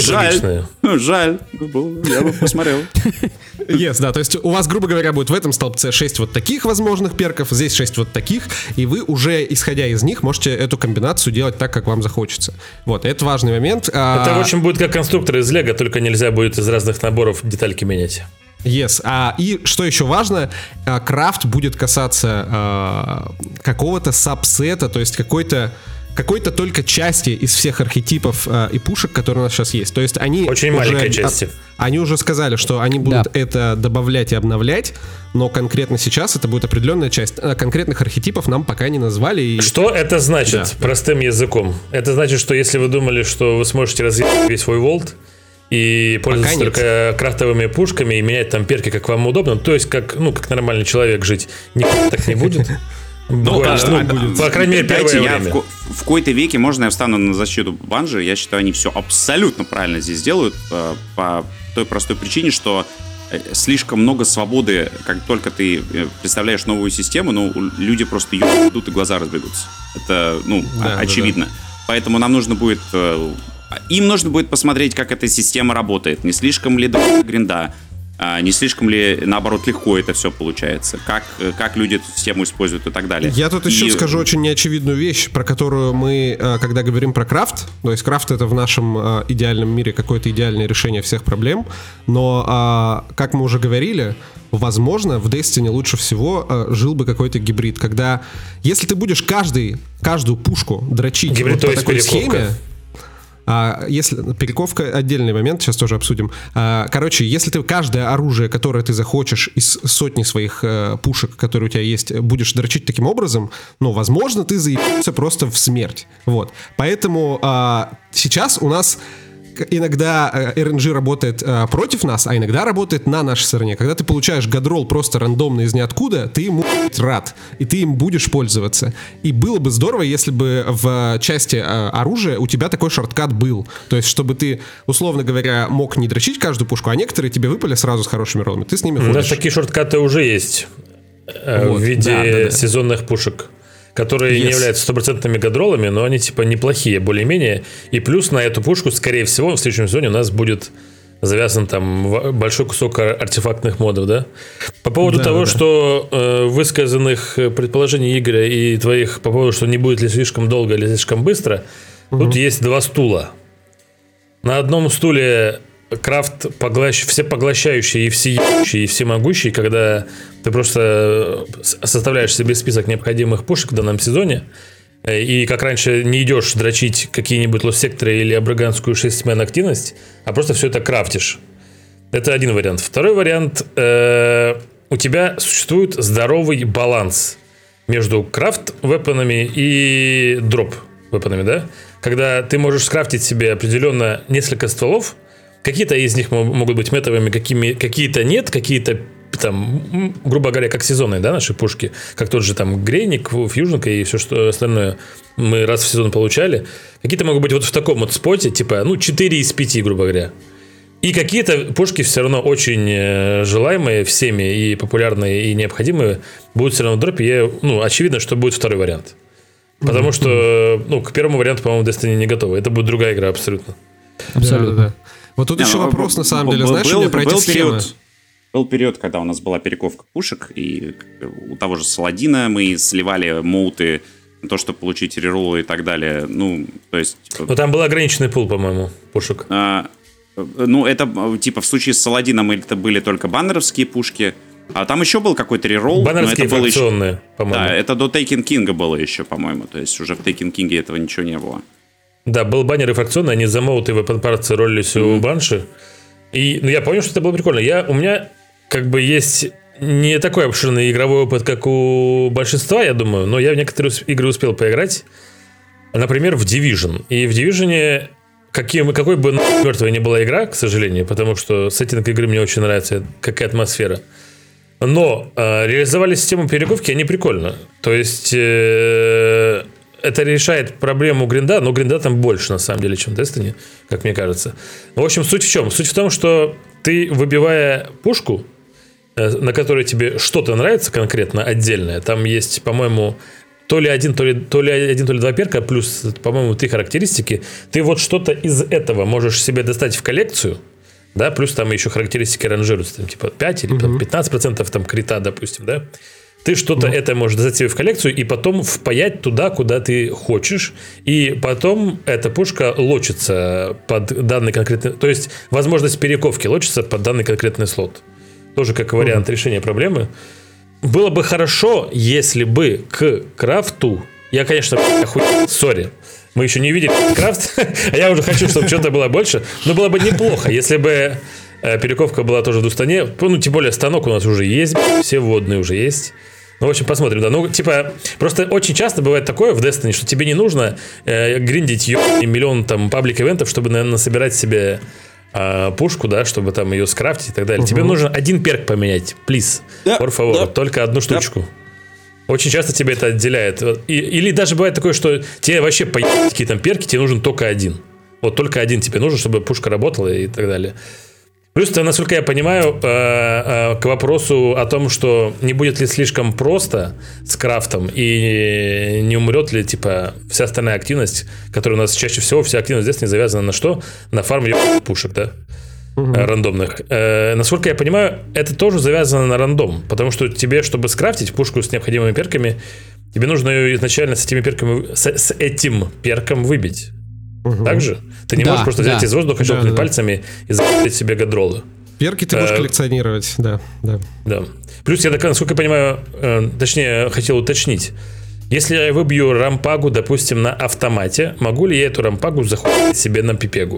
я бы посмотрел. Да, то есть у вас, грубо говоря, будет в этом столбце 6 вот таких возможных перков, здесь 6 вот таких, и вы уже, исходя из них, можете эту комбинацию делать так, как вам захочется. Вот, это важный момент. Это, в общем, будет как конструктор из Лего, только нельзя будет из разных наборов детальки менять. Yes. И что еще важно, крафт будет касаться какого-то сабсета, то есть какой-то только части из всех архетипов и пушек, которые у нас сейчас есть. То есть они очень маленькой части. Они уже сказали, что они будут это добавлять и обновлять, но конкретно сейчас это будет определенная часть. Конкретных архетипов нам пока не назвали. Что это значит простым языком? Это значит, что если вы думали, что вы сможете развить весь свой волд и пользоваться только крафтовыми пушками и менять там перки, как вам удобно, то есть как нормальный человек жить, никто так не будет. По крайней мере, первое время. В какой-то веке, можно я встану на защиту Bungie, я считаю, они все абсолютно правильно здесь делают, по той простой причине, что слишком много свободы, как только ты представляешь новую систему, люди просто ее идут и глаза разбегутся. Это, очевидно. Поэтому нам нужно будет... Им нужно будет посмотреть, как эта система работает, не слишком ли гринда, не слишком ли, наоборот, легко это все получается, как люди эту систему используют и так далее. Я тут еще скажу очень неочевидную вещь, про которую мы, когда говорим про крафт, то есть крафт — это в нашем идеальном мире какое-то идеальное решение всех проблем, но, как мы уже говорили, возможно, в Destiny лучше всего жил бы какой-то гибрид, когда, если ты будешь каждую пушку дрочить гибрид, по такой схеме, если перековка — отдельный момент, сейчас тоже обсудим. Короче, если ты каждое оружие, которое ты захочешь из сотни своих пушек, которые у тебя есть, будешь дрочить таким образом, возможно, ты заебешься просто в смерть. Вот. Поэтому сейчас у нас иногда RNG работает против нас, а иногда работает на нашей стороне. Когда ты получаешь гадролл просто рандомно из ниоткуда, ты ему рад, и ты им будешь пользоваться. И было бы здорово, если бы в части оружия у тебя такой шорткат был. То есть, чтобы ты, условно говоря, мог не дрочить каждую пушку, а некоторые тебе выпали сразу с хорошими роллами. Ты с ними ходишь. У нас такие шорткаты уже есть в виде сезонных пушек, которые не являются стопроцентными гадролами, но они типа неплохие, более-менее. И плюс на эту пушку, скорее всего, в следующем сезоне у нас будет завязан там большой кусок артефактных модов, да? По поводу того, что высказанных предположений Игоря и твоих по поводу, что не будет ли слишком долго или слишком быстро, тут есть два стула. На одном стуле крафт всепоглощающий и всеющий и всемогущий, когда ты просто составляешь себе список необходимых пушек в данном сезоне, и как раньше не идешь дрочить какие-нибудь лос-секторы или абраганскую 6-мен активность, а просто все это крафтишь. Это один вариант. Второй вариант, у тебя существует здоровый баланс между крафт-вепонами и дроп-вепонами, да? Когда ты можешь скрафтить себе определенно несколько стволов. Какие-то из них могут быть метовыми, какие-то нет, какие-то там, грубо говоря, как сезонные, да, наши пушки, как тот же там Грейник, Фьюжнка и все что остальное мы раз в сезон получали. Какие-то могут быть вот в таком вот споте, типа, 4 из 5, грубо говоря. И какие-то пушки все равно очень желаемые всеми и популярные, и необходимые будут все равно в дропе. Очевидно, что будет второй вариант. Потому что, к первому варианту, по-моему, Destiny не готова. Это будет другая игра абсолютно. Абсолютно. Да. Вот тут еще вопрос, на самом деле, знаешь, у меня про эти схемы. Был период, когда у нас была перековка пушек, и у того же Саладина мы сливали моуты на то, чтобы получить рероллы и так далее. То есть... Но там был ограниченный пул, по-моему, пушек. Это, типа, в случае с Саладином это были только баннеровские пушки, а там еще был какой-то реролл. Баннеровские фракционные, еще... по-моему. Да, это до Taken King было еще, по-моему. То есть уже в Taken King этого ничего не было. Да, был баннер и фракционный, они за моуты и вепон-парты ролились у Банши. И я понял, что это было прикольно. У меня как бы есть не такой обширный игровой опыт, как у большинства, я думаю, но я в некоторые игры успел поиграть. Например, в Division. И в Division, какой бы мертвой ни была игра, к сожалению, потому что сеттинг игры мне очень нравится, какая атмосфера. Но реализовали систему перековки они прикольно. То есть... это решает проблему гринда, но гринда там больше, на самом деле, чем в Destiny, как мне кажется. В общем, суть в чем? Суть в том, что ты, выбивая пушку, на которой тебе что-то нравится конкретно, отдельное, там есть, по-моему, то ли один, то ли два перка, плюс, по-моему, 3 характеристики, ты вот что-то из этого можешь себе достать в коллекцию, да, плюс там еще характеристики ранжируются, там, типа 5 или 15% там крита, допустим, да. Ты что-то это можешь дать себе в коллекцию и потом впаять туда, куда ты хочешь. И потом эта пушка лочится под данный конкретный... То есть возможность перековки лочится под данный конкретный слот. тоже как вариант решения проблемы. Было бы хорошо, если бы к крафту... Я, конечно, сори. Мы еще не видели крафт, а я уже хочу, чтобы что-то было больше. Но было бы неплохо, если бы перековка была тоже в Дустане. Ну, тем более, станок у нас уже есть, все вводные уже есть. Ну, в общем, посмотрим, да. Ну, типа, просто очень часто бывает такое в Destiny, что тебе не нужно гриндить миллион там паблик-ивентов, чтобы, наверное, собирать себе пушку, да, чтобы там ее скрафтить и так далее. Тебе нужно один перк поменять, please, por favor, только одну штучку. Очень часто тебе это отделяет. Или даже бывает такое, что тебе вообще какие там перки, тебе нужен только один. Вот только один тебе нужен, чтобы пушка работала и так далее. Плюс, насколько я понимаю, к вопросу о том, что не будет ли слишком просто с крафтом и не умрет ли, типа, вся остальная активность, которая у нас чаще всего, вся активность здесь не завязана на что? На фарм пушек, да? Рандомных. Насколько я понимаю, это тоже завязано на рандом, потому что тебе, чтобы скрафтить пушку с необходимыми перками, тебе нужно ее изначально с этим перком выбить. Так же? Ты не можешь просто взять из воздуха, щелкнуть пальцами и закрыть себе гадролы. Перки ты можешь коллекционировать, да. Плюс я, насколько я понимаю, точнее, хотел уточнить. Если я выбью рампагу, допустим, на автомате, могу ли я эту рампагу захватить себе на пипегу?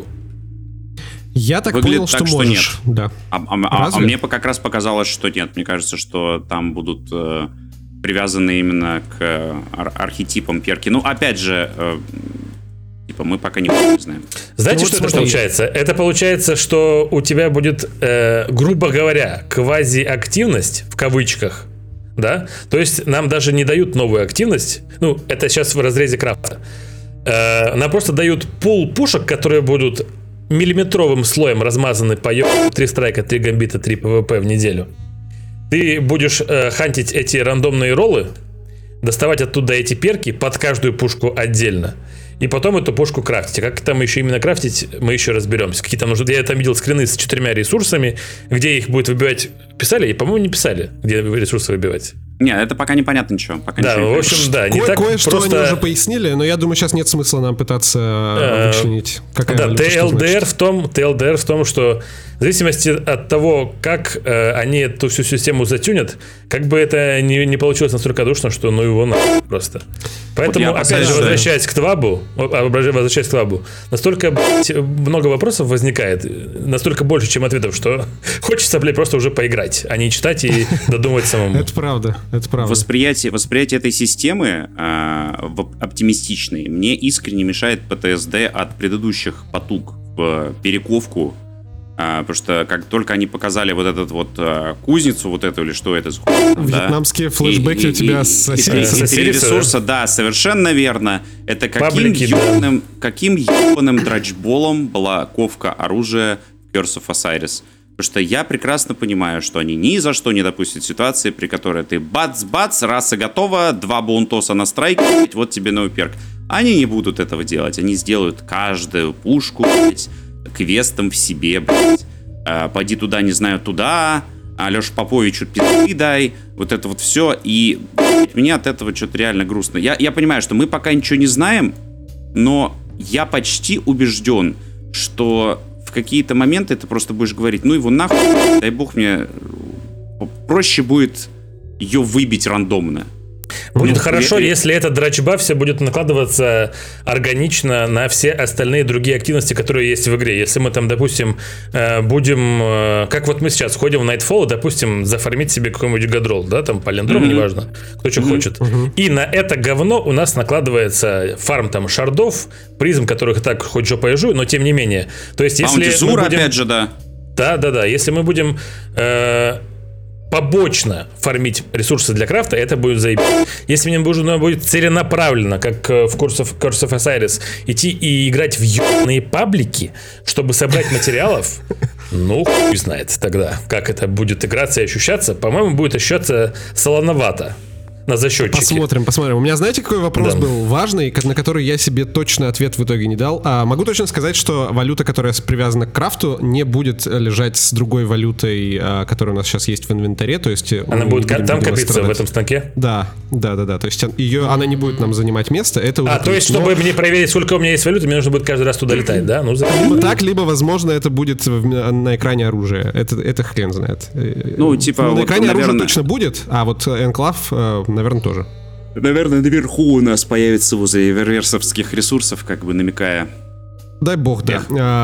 Я так понял, что можешь. Нет. Да. А мне как раз показалось, что нет. Мне кажется, что там будут привязаны именно к архетипам перки. Ну, опять же... Типа мы пока не знаем. Знаете, что это получается? Это получается, что у тебя будет, грубо говоря, квази-активность, в кавычках, да? То есть нам даже не дают новую активность. Ну, это сейчас в разрезе крафта. Нам просто дают пул пушек, которые будут миллиметровым слоем размазаны по 3 страйка, 3 гамбита, 3 ПВП в неделю. Ты будешь хантить эти рандомные роллы, доставать оттуда эти перки под каждую пушку отдельно. И потом эту пушку крафтить. А как там еще именно крафтить, мы еще разберемся. Какие там нужны. Я там видел скрины с 4 ресурсами, где их будет выбивать. Писали? И, по-моему, не писали, где ресурсы выбивать. Нет, это пока непонятно ничего. Пока да, ничего в общем, да. Не так кое-что просто... они уже пояснили, но я думаю, сейчас нет смысла нам пытаться вычленить. Да, TLDR в том, что в зависимости от того, как они эту всю систему затюнят, как бы это не получилось настолько душно, что ну его нахуй просто. Поэтому, вот опять же, возвращаясь к Твабу, настолько много вопросов возникает, настолько больше, чем ответов, что хочется, блядь, просто уже поиграть, а не читать и додумывать самому. Это правда. Восприятие этой системы оптимистичной мне искренне мешает ПТСД от предыдущих потуг в перековку. Потому что как только они показали вот этот вот кузницу, вот эту или что это за хуйня, вьетнамские флешбеки у тебя с ресурса, да, совершенно верно. Это каким ебаным драчболом была ковка оружия Curse of Osiris. Потому что я прекрасно понимаю, что они ни за что не допустят ситуации, при которой ты бац-бац, раса готова, 2 баунтоса на страйк, вот тебе новый перк. Они не будут этого делать. Они сделают каждую пушку, блядь, квестом в себе, блядь. Пойди туда, не знаю, туда, Алёше Поповичу пизды дай, вот это вот все. И, блядь, мне от этого что-то реально грустно. Я понимаю, что мы пока ничего не знаем, но я почти убежден, что в какие-то моменты ты просто будешь говорить, ну его нахуй, дай бог мне проще будет ее выбить рандомно. Будет хорошо, если эта драчба все будет накладываться органично на все остальные другие активности, которые есть в игре. Если мы там, допустим, будем, как вот мы сейчас ходим в Nightfall, допустим, зафармить себе какой-нибудь гадрол, да, там палиндром, неважно, кто что хочет. И на это говно у нас накладывается фарм там шардов, призм, которых и так хоть жопа и жуй, но тем не менее. То есть, если мы будем... опять же, да. Да. Если мы будем... побочно фармить ресурсы для крафта, это будет заебись. Если мне нужно будет целенаправленно, как в Curse of Osiris, идти и играть в ебаные паблики, чтобы собрать материалов, ну, хуй знает тогда, как это будет играться и ощущаться. По-моему, будет ощущаться солоновато. на засчетчике. Посмотрим. У меня, знаете, какой вопрос был важный, на который я себе точно ответ в итоге не дал? Могу точно сказать, что валюта, которая привязана к крафту, не будет лежать с другой валютой, которая у нас сейчас есть в инвентаре. То есть она будет там копиться в этом станке? Да. То есть она не будет нам занимать место. Это уже то есть, чтобы мне проверить, сколько у меня есть валюты, мне нужно будет каждый раз туда летать, да? Либо так, либо, возможно, это будет на экране оружия. Это хрен знает. На экране оружия точно будет, а вот энклав, наверное, тоже. Наверное, наверху у нас появится возле верверсовских ресурсов, как бы намекая. Дай бог, да.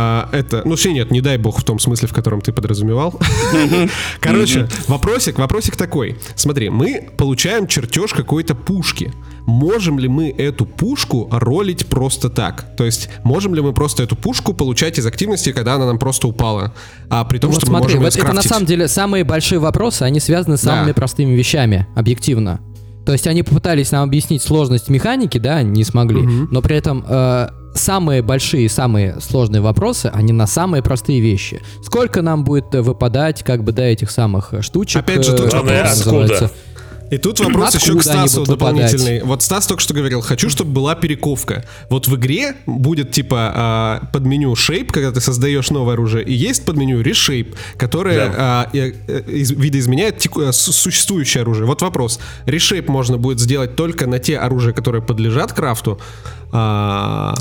Нет, не дай бог в том смысле, в котором ты подразумевал. Короче, вопросик такой. Смотри, мы получаем чертеж какой-то пушки. Можем ли мы эту пушку ролить просто так? То есть, можем ли мы просто эту пушку получать из активности, когда она нам просто упала? При том, что мы можем ее скрафтить. Это на самом деле самые большие вопросы, они связаны с самыми простыми вещами, объективно. То есть они попытались нам объяснить сложность механики, да, не смогли, но при этом самые большие, самые сложные вопросы, они на самые простые вещи. Сколько нам будет выпадать, до этих самых штучек? Опять же, тут вопрос откуда? И тут вопрос еще к Стасу дополнительный. Вот Стас только что говорил, хочу, чтобы была перековка. Вот в игре будет под меню Shape, когда ты создаешь новое оружие, и есть под меню Reshape, которое видоизменяет существующее оружие. Вот вопрос. Reshape можно будет сделать только на те оружия, которые подлежат крафту. 100%, да.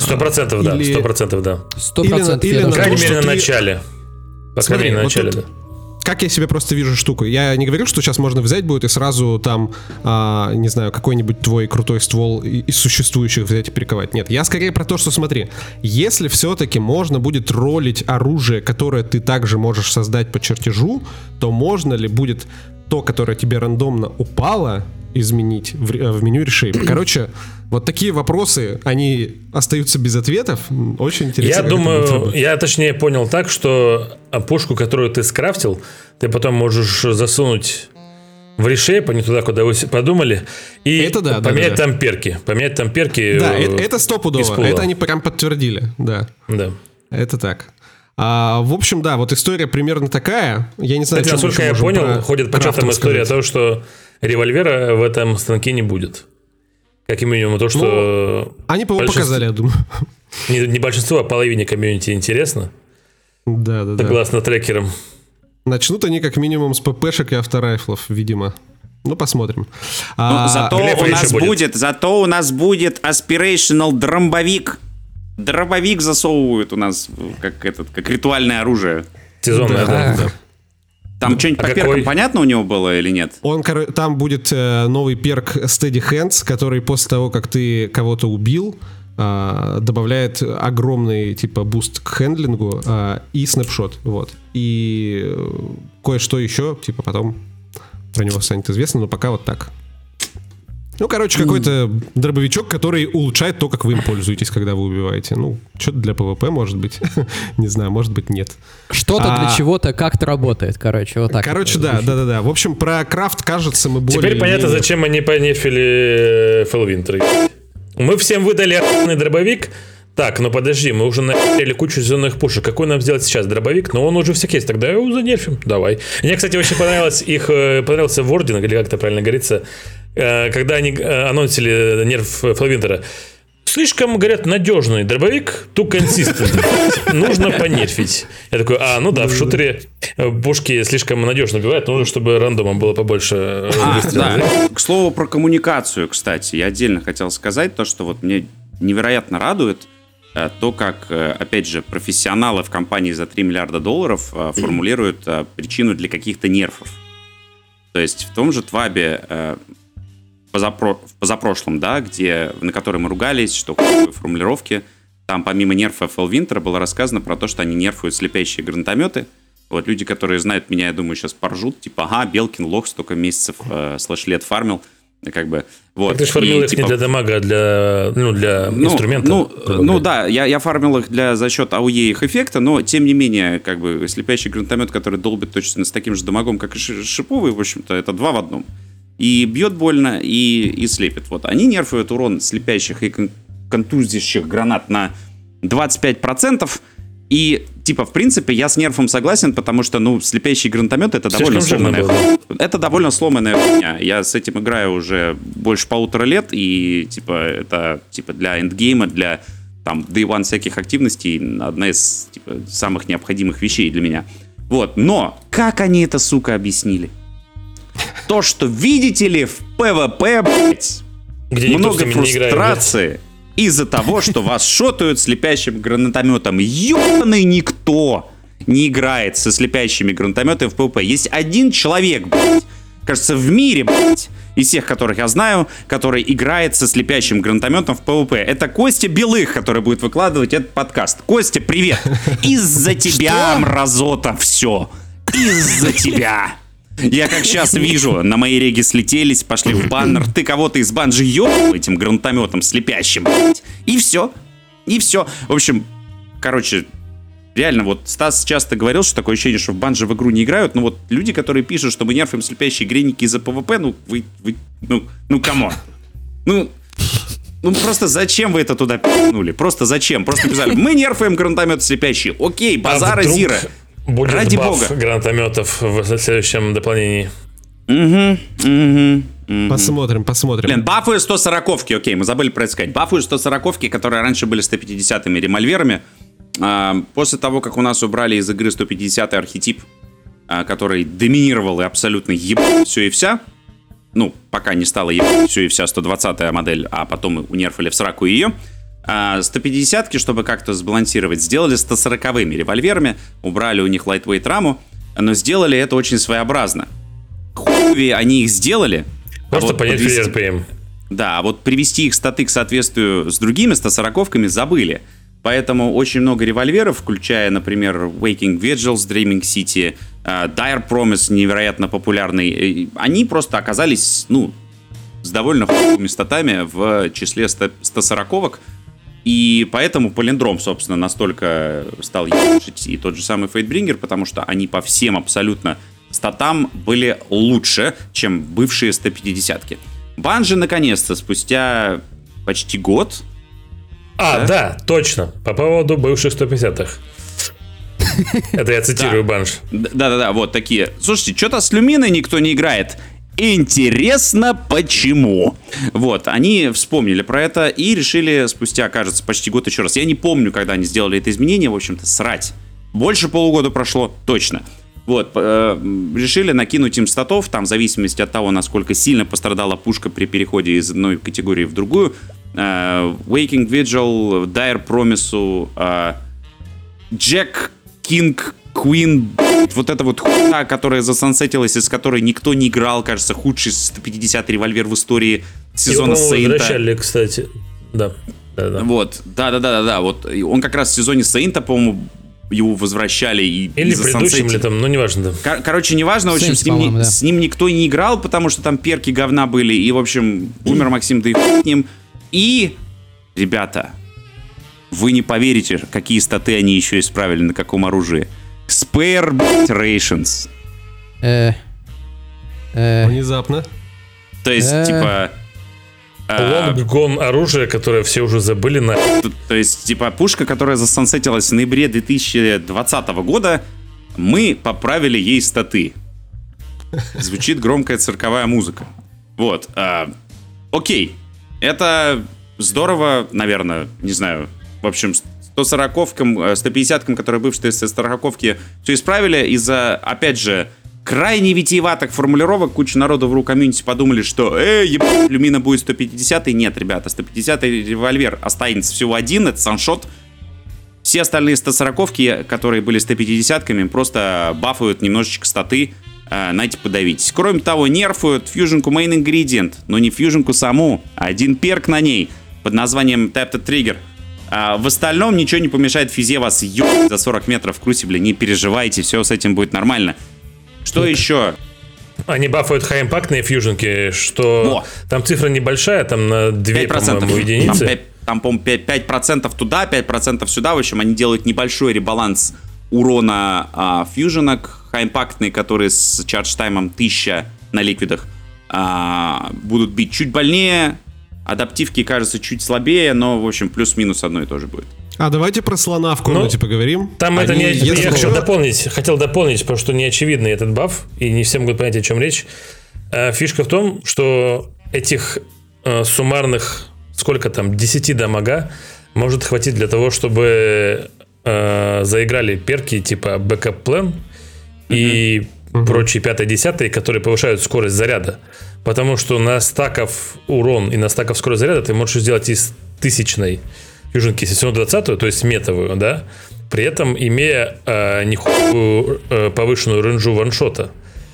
100%, да. 100%. По крайней мере, на начале. По крайней мере, на начале, да. Как я себе просто вижу штуку? Я не говорю, что сейчас можно взять будет и сразу там, не знаю, какой-нибудь твой крутой ствол из существующих взять и перековать. Нет, я скорее про то, что смотри, если все-таки можно будет ролить оружие, которое ты также можешь создать по чертежу, то можно ли будет то, которое тебе рандомно упало, изменить в меню Reshape? Короче, вот такие вопросы, они остаются без ответов. Очень интересно. Я думаю, я точнее понял так, что пушку, которую ты скрафтил, ты потом можешь засунуть в Reshape, а не туда, куда вы подумали, и поменять там перки. Поменять там перки. Да, это стопудово. Это они прям подтвердили. Да. Это так. В общем, да, вот история примерно такая. Я не знаю, насколько я понял, ходит по чатам история о том, что револьвера в этом станке не будет. Как минимум то, что... они по показали, я думаю. Не большинство, а половине комьюнити интересно. Да. Согласно трекерам. Начнут они как минимум с ППшек и авторайфлов, видимо. Посмотрим. Зато у нас будет aspirational дробовик. Дробовик засовывают у нас как ритуальное оружие. Сезонное, да. Там что-нибудь по перкам понятно у него было или нет? Там будет новый перк Steady Hands, который после того, как ты кого-то убил, добавляет огромный буст к хендлингу и снапшот. Вот. И кое-что еще, потом про него станет известно, но пока вот так. Какой-то дробовичок, который улучшает то, как вы им пользуетесь, когда вы убиваете. Что-то для ПВП, может быть. Не знаю, может быть, нет. Что-то для чего-то как-то работает, вот так. Да. В общем, про крафт, кажется, мы более... Теперь понятно, зачем они понефили Фелвинтер. Мы всем выдали охуенный дробовик. Так, подожди, мы уже нафили кучу сезонных пушек. Какой нам сделать сейчас дробовик? Но он уже у всех есть, тогда его занерфим. Давай. Мне, кстати, очень понравился Вординг, или как это правильно говорится, когда они анонсили нерф Фелвинтера. Слишком, говорят, надежный дробовик, too consistent. Нужно понерфить. Я такой, в шутере пушки слишком надежно убивают, нужно, чтобы рандомом было побольше выстрелов. Да. К слову про коммуникацию, кстати, я отдельно хотел сказать то, что мне невероятно радует то, как, опять же, профессионалы в компании за $3 миллиарда формулируют причину для каких-то нерфов. То есть в том же Твабе в позапрошлом, да, на который мы ругались, что формулировки, там помимо нерфа Фелвинтера было рассказано про то, что они нерфуют слепящие гранатометы. Вот люди, которые знают меня, я думаю, сейчас поржут, Белкин лох столько месяцев /лет фармил, вот. Ты же фармил их не для дамага, а для инструмента. Да, я фармил их за счет АОЕ их эффекта, но тем не менее, слепящий гранатомет, который долбит точно с таким же дамагом, как и шиповый, в общем-то, это 2 в 1. И бьет больно, и слепит. Вот. Они нерфуют урон слепящих и контузящих гранат на 25%, и типа, в принципе, я с нерфом согласен, потому что, слепящий гранатомет — это довольно сломанная хуйня. Это довольно сломанная хуйня. Я с этим играю уже больше 1,5 лет, и, типа, это, типа, для эндгейма, для, там, day one всяких активностей одна из, типа, самых необходимых вещей для меня. Вот, но как они это, сука, объяснили? То, что, видите ли, в PvP, блять, много фрустрации из-за того, что вас шотают слепящим гранатометом. Ёбаный никто не играет со слепящими гранатометами в PvP. Есть один человек, блять, кажется, в мире, блять, из всех, которых я знаю, который играет со слепящим гранатометом в PvP. Это Костя Белых, который будет выкладывать этот подкаст. Костя, привет! Из-за тебя, мразота, все. Из-за тебя. Я как сейчас вижу, на моей реге слетелись, пошли в баннер. Ты кого-то из банжи ёбал этим гранатометом слепящим, блядь. И все. И все. В общем, короче, реально, вот Стас часто говорил, что такое ощущение, что в банжи в игру не играют. Но вот люди, которые пишут, что мы нерфим слепящие гренники из-за ПВП, камон. Просто зачем вы это туда пи***нули? Просто зачем? Просто написали, мы нерфаем гранатомет слепящий. Окей, базара зира. Будет ради баф бога. Гранатометов в следующем дополнении. Посмотрим. Блин, бафы 140-ки, окей, мы забыли про это сказать. Бафы 140-ки, которые раньше были 150-ми револьверами. После того, как у нас убрали из игры 150-й архетип, который доминировал и абсолютно ебал все и вся. Пока не стало ебать все и вся 120-я модель, а потом унерфали в сраку ее. 150-ки, чтобы как-то сбалансировать, сделали 140-ми револьверами, убрали у них lightweight раму, но сделали это очень своеобразно. Хуй они их сделали. Просто понять RPM. Да, а вот привести их статы к соответствию с другими 140-ками забыли. Поэтому очень много револьверов, включая, например, Waking Vigils, Dreaming City, Dire Promise, невероятно популярный, они просто оказались, с довольно хуйными статами в числе 140-ок. И поэтому Палиндром, собственно, настолько стал ебашить и тот же самый Fatebringer, потому что они по всем абсолютно статам были лучше, чем бывшие 150-ки. Банжи, наконец-то, спустя почти год... Да, точно, по поводу бывших 150-х. Это я цитирую Банж. Да, вот такие. Слушайте, что-то с Люминой никто не играет. Интересно, почему? Вот, они вспомнили про это и решили спустя, кажется, почти год еще раз. Я не помню, когда они сделали это изменение, в общем-то, срать. Больше полугода прошло, точно. Вот, решили накинуть им статов, там, в зависимости от того, насколько сильно пострадала пушка при переходе из одной категории в другую. Waking Vigil, Dire Promise, Jack King Queen, вот эта вот хуйня, которая засансетилась, из которой никто не играл, кажется, худший 150-й револьвер в истории сезона Сейнта. Возвращали, кстати, да. Вот, да, вот, он как раз в сезоне Сейнта, по-моему, его возвращали и или предыдущим летом, неважно. Да. Короче, неважно, в общем, с ним никто не играл, потому что там перки говна были, и, в общем, умер Максим, да и хуй с ним. И, ребята, вы не поверите, какие статы они еще исправили, на каком оружии. Spare Rations. Внезапно. То есть, типа... Лонггон оружие, которое все уже забыли на... То есть, типа, пушка, которая засансетилась в ноябре 2020 года, мы поправили ей статы. Звучит громкая цирковая музыка. Вот. Окей. Это здорово, наверное, не знаю. В общем, 140-кам, 150-кам, которые бывшие 140-ки, все исправили из-за, опять же, крайне витиеватых формулировок. Куча народу в ру-комьюнити подумали, что Люмина будет 150-й. Нет, ребята, 150-й револьвер останется всего один, это саншот. Все остальные 140-ки, которые были 150-ками, просто бафают немножечко статы, знаете, подавитесь. Кроме того, нерфуют фьюженку Main Ingredient, но не фьюженку саму, а один перк на ней под названием Tapped Trigger. В остальном ничего не помешает физе вас ёбать за 40 метров в крусибле, не переживайте, все с этим будет нормально. Что еще? Они бафают хай-импактные фьюженки, что там цифра небольшая, там на 2, 5%, по-моему, единицы. Там, по-моему, 5% туда, 5% сюда. В общем, они делают небольшой ребаланс урона фьюженок. Хай-импактные, которые с чардж-таймом 1000 на ликвидах, будут бить чуть больнее. Адаптивки, кажется, чуть слабее, но, в общем, плюс-минус одно и то же будет. А давайте про слона в комнате поговорим. Там это не... Я хотел дополнить, потому что не очевидный этот баф, и не все могут понять, о чем речь. Фишка в том, что этих суммарных, сколько там, 10 дамага может хватить для того, чтобы заиграли перки типа Backup Plan и прочие 5-10, которые повышают скорость заряда. Потому что на стаков урон и на стаков скорость заряда ты можешь сделать из 1000-ной фьюжнки 720-ю, то есть метовую, да, при этом имея нихуевую повышенную рейнджу ваншота.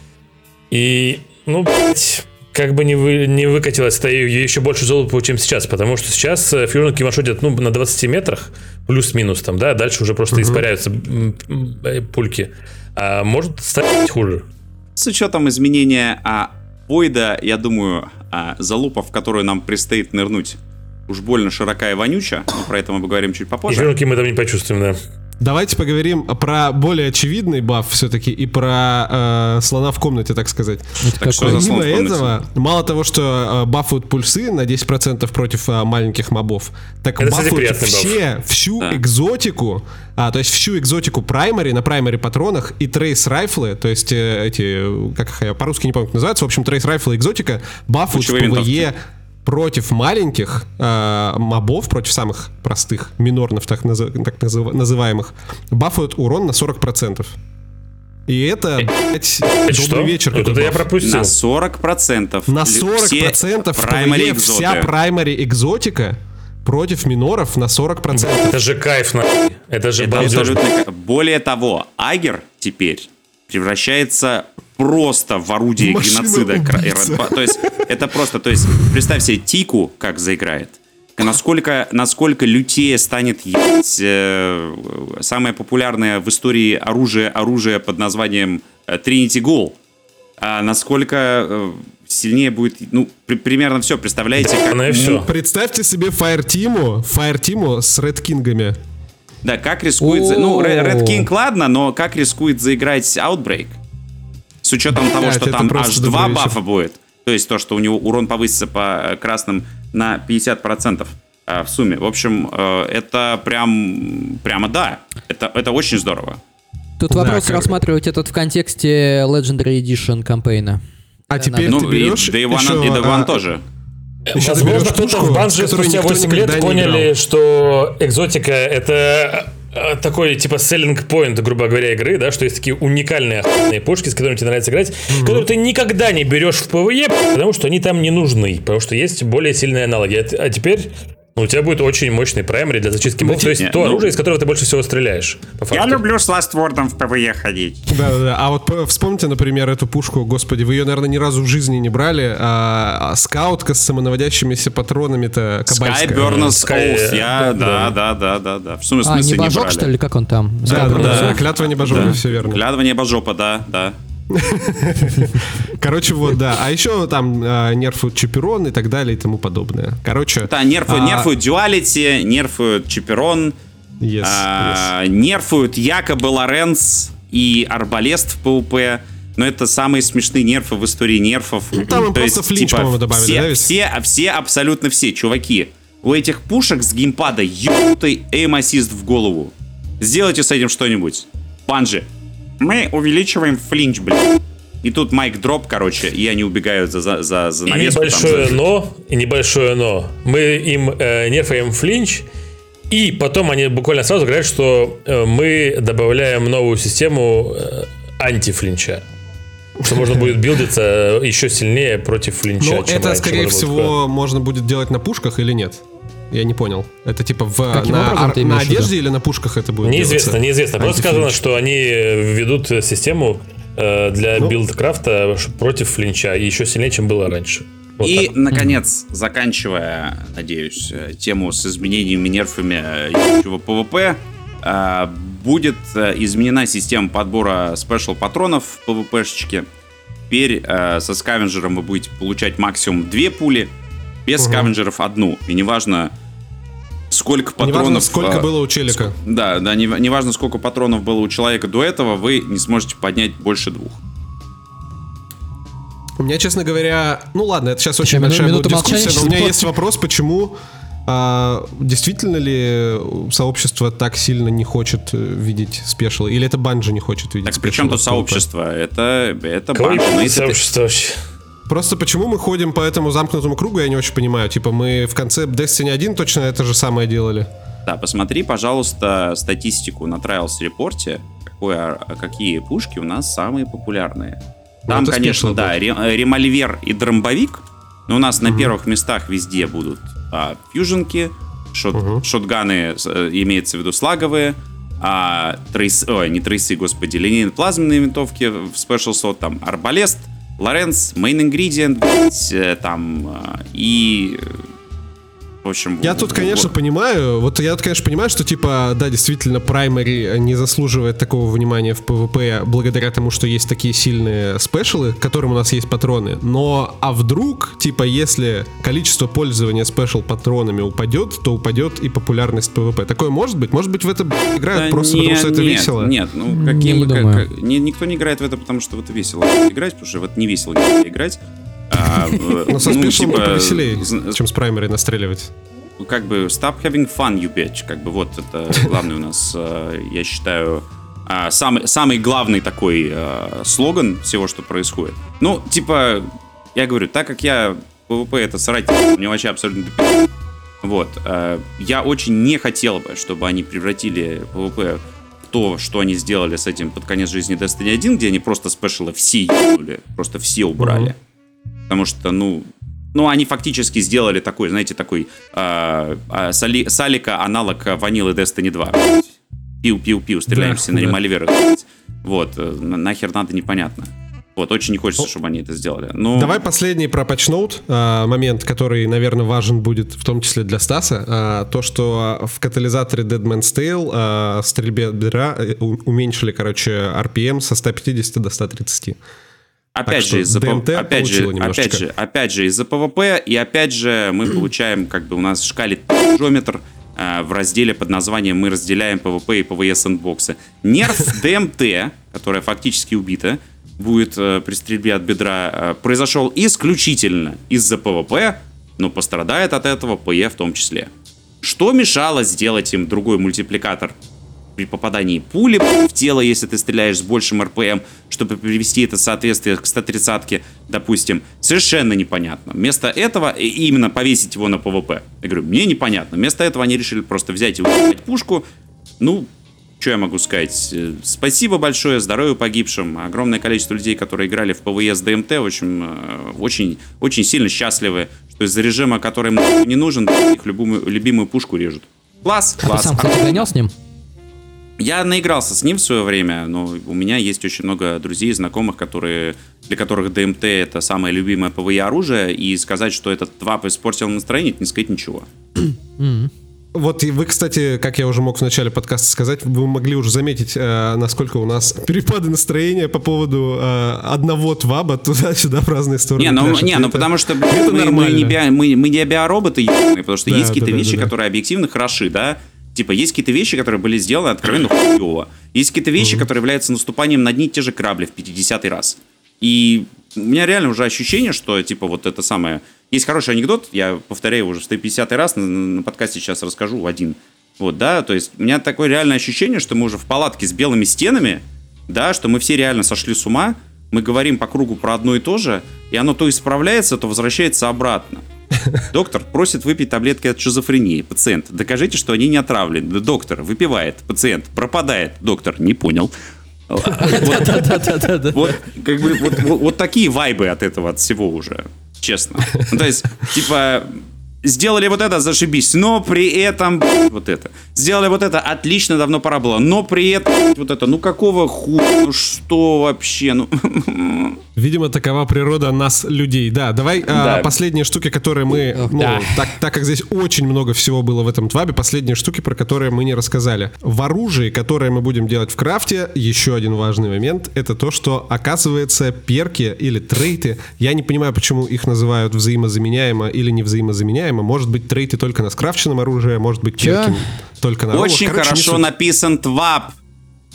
И, как бы не выкатилось это еще больше залупа, чем сейчас, потому что сейчас фьюжнки ваншотят, на 20 метрах, плюс-минус там, да, дальше уже просто испаряются пульки. А может стать хуже. С учетом изменения Войда, я думаю, залупа, в которую нам предстоит нырнуть, уж больно широка и вонюча, но про это мы поговорим чуть попозже. Фьюжнки мы там не почувствуем, да. Давайте поговорим про более очевидный баф все-таки и про слона в комнате, так сказать. Помимо этого, мало того, что бафуют пульсы на 10% против маленьких мобов, так это, бафуют всю экзотику, то есть всю экзотику праймари на праймари патронах и трейс райфлы, то есть эти, как я по-русски не помню, как называется, в общем, трейс райфлы и экзотика бафуют в ПВЕ против маленьких мобов, против самых простых, минорных так называемых, бафуют урон на 40%. И это, добрый вечер. Это я пропустил. На 40%. На 40% в ПВЕ вся праймари экзотика против миноров на 40%. Это же кайф, нахуй. Это же абсолютно. Более того, Агер теперь превращается просто в орудие геноцида. То есть это просто, представь себе Тику, как заиграет. Насколько лютее станет самое популярное в истории оружие под названием Trinity Ghoul. А насколько сильнее будет, примерно все, представляете? Как... Представьте себе Fireteam с Red King'ами. Да, как рискует... Red King, ладно, но как рискует заиграть Outbreak? С учетом того, что там аж 2 бафа будет. То есть то, что у него урон повысится по красным на 50% в сумме. В общем, это прямо да. Это очень здорово. Тут вопрос рассматривать этот в контексте Legendary Edition кампейна. А теперь ты берешь и Day One тоже. Возможно, кто-то в Bungie спустя 8 лет поняли, что экзотика — это такой, типа, selling point, грубо говоря, игры, да, что есть такие уникальные охуенные пушки, с которыми тебе нравится играть, которые ты никогда не берешь в ПВЕ, потому что они там не нужны, потому что есть более сильные аналоги. А теперь... у тебя будет очень мощный праймари для зачистки мобов, то есть то оружие, из которого ты больше всего стреляешь. Я люблю с Last Word'ом в ПВЕ ходить. Да. А вот вспомните, например, эту пушку, господи, вы ее, наверное, ни разу в жизни не брали, скаутка с самонаводящимися патронами-то кабальская. Skyburner's Oath, да. В смысле не небожок, брали? Что ли, как он там? Да, клятва небожопа, все верно. Клятва небожопа, да. Короче, вот, да. А еще там нерфуют Чаперон и так далее и тому подобное. Короче... Да, нерфуют Duality, нерфуют Чаперон, нерфуют якобы Лоренс и Арбалест в ПВП. Но это самые смешные нерфы в истории нерфов. Там им просто флинч, по-моему, добавили, все, абсолютно все, чуваки. У этих пушек с геймпада ебутый эйм-ассист в голову. Сделайте с этим что-нибудь. Bungie. Мы увеличиваем флинч, блин. И тут майк-дроп, короче, и они убегают за навеску. И небольшое но. Мы им нерфаем флинч, и потом они буквально сразу говорят, что мы добавляем новую систему антифлинча. Что можно будет билдиться еще сильнее против флинча. Но это, скорее всего, можно будет делать на пушках или нет? Я не понял. Это типа на одежде или на пушках это будет? Неизвестно. Просто сказано, что они ведут систему для билдкрафта против флинча и еще сильнее, чем было раньше. Вот и, наконец, заканчивая, надеюсь, тему с изменениями, нерфами ПВП, будет изменена система подбора спешл-патронов в ПВПшечке. Теперь со скавенджером вы будете получать максимум 2 пули, без скавенджеров 1. И неважно, сколько патронов... Неважно, сколько было у челика. Да, неважно, сколько патронов было у человека до этого, вы не сможете поднять больше 2. У меня, честно говоря... Ну ладно, это сейчас очень большая будет дискуссия, но у меня есть вопрос, почему действительно ли сообщество так сильно не хочет видеть спешалы? Или это Bungie не хочет видеть спешалы? Так при чем тут сообщество? Это Bungie. Сообщество вообще. Просто почему мы ходим по этому замкнутому кругу, я не очень понимаю. Типа мы в конце Destiny 1 точно это же самое делали. Да, посмотри, пожалуйста, статистику на Trials Report, какие пушки у нас самые популярные. Там, конечно, да, ремольвер и дромбовик, но у нас на первых местах везде будут фьюженки, шотганы, имеется в виду слаговые, не трейсы, господи, линейно-плазменные винтовки в Special Slot, там арбалест, Лоренц, Main Ingredient, там и... В общем, я тут, конечно, понимаю, что, типа, да, действительно, Primary не заслуживает такого внимания в PvP благодаря тому, что есть такие сильные спешалы, к которым у нас есть патроны, но, а вдруг, типа, если количество пользования спешл патронами упадет, то упадет и популярность PvP. Такое может быть? Может быть, в это играют просто потому, что это весело? Нет, никто не играет в это, потому что в это весело играть, потому что в это не весело играть. Но со спешалом повеселее, чем с праймери настреливать. Как бы stop having fun, you bitch. Как бы вот это главный у нас, я считаю, самый главный такой слоган всего, что происходит. Ну, типа, я говорю, так как я PvP это срать, мне вообще абсолютно вот. Я очень не хотел бы, чтобы они превратили PvP в то, что они сделали с этим под конец жизни Destiny 1, где они просто спешалы все ебнули, просто все убрали. Потому что, они фактически сделали такой, знаете, такой Салика аналог ванилы Destiny 2. Пиу-пиу-пиу, стреляемся на ремольверах. Вот, нахер надо, непонятно. Вот, очень не хочется, чтобы они это сделали. Давай последний про патчноут момент, который, наверное, важен будет, в том числе для Стаса. То, что в катализаторе Dead Man's Tale стрельбе бедра уменьшили, RPM со 150 до 130. Опять же, из-за ПВП, и опять же мы получаем, как бы у нас шкалит пижометр в разделе под названием «Мы разделяем ПВП и ПВЕ сэндбоксы». Нерф ДМТ, которая фактически убита, будет при стрельбе от бедра, произошел исключительно из-за ПВП, но пострадает от этого ПЕ в том числе. Что мешало сделать им другой мультипликатор при попадании пули в тело, если ты стреляешь с большим РПМ, чтобы привести это в соответствие к 130-ке, допустим, совершенно непонятно. Вместо этого именно повесить его на ПВП. Я говорю, мне непонятно. Вместо этого они решили просто взять и убить пушку. Что я могу сказать? Спасибо большое, здоровья погибшим. Огромное количество людей, которые играли в ПВЕ с ДМТ, очень сильно счастливы, что из-за режима, который им не нужен, их любимую пушку режут. Класс. Ты сам, кстати, гонял с ним? Я наигрался с ним в свое время, но у меня есть очень много друзей и знакомых, для которых ДМТ — это самое любимое ПВЕ оружие, и сказать, что этот твап испортил настроение, это не сказать ничего. Вот и вы, кстати, как я уже мог в начале подкаста сказать, вы могли уже заметить, насколько у нас перепады настроения по поводу одного тваба туда-сюда в разные стороны. Потому что мы не биороботы, потому что есть какие-то вещи, которые объективно хороши, да? Типа, есть какие-то вещи, которые были сделаны откровенно хуёво. Есть какие-то вещи, которые являются наступанием на одни и те же грабли в 50-й раз. И у меня реально уже ощущение, что, типа, вот это самое... Есть хороший анекдот, я повторяю его уже в 150-й раз, на подкасте сейчас расскажу один. Вот, да, то есть у меня такое реальное ощущение, что мы уже в палатке с белыми стенами, да, что мы все реально сошли с ума, мы говорим по кругу про одно и то же, и оно то исправляется, то возвращается обратно. Доктор просит выпить таблетки от шизофрении. Пациент, докажите, что они не отравлены. Доктор выпивает. Пациент пропадает. Доктор, не понял. Вот такие вайбы от этого, от всего уже. Честно. То есть, типа... Сделали вот это, зашибись, но при этом вот это. Сделали вот это, отлично, давно пора было, но при этом вот это, какого хуя, что вообще, Видимо, такова природа нас, людей. Да, давай последние штуки, которые мы, так как здесь очень много всего было в этом твабе, последние штуки, про которые мы не рассказали. В оружии, которое мы будем делать в крафте, еще один важный момент, это то, что, оказывается, перки или трейты, я не понимаю, почему их называют взаимозаменяемо или не взаимозаменяемо. Может быть, трейты только на скрафченном оружии, может быть, перки только на Очень хорошо написан тваб.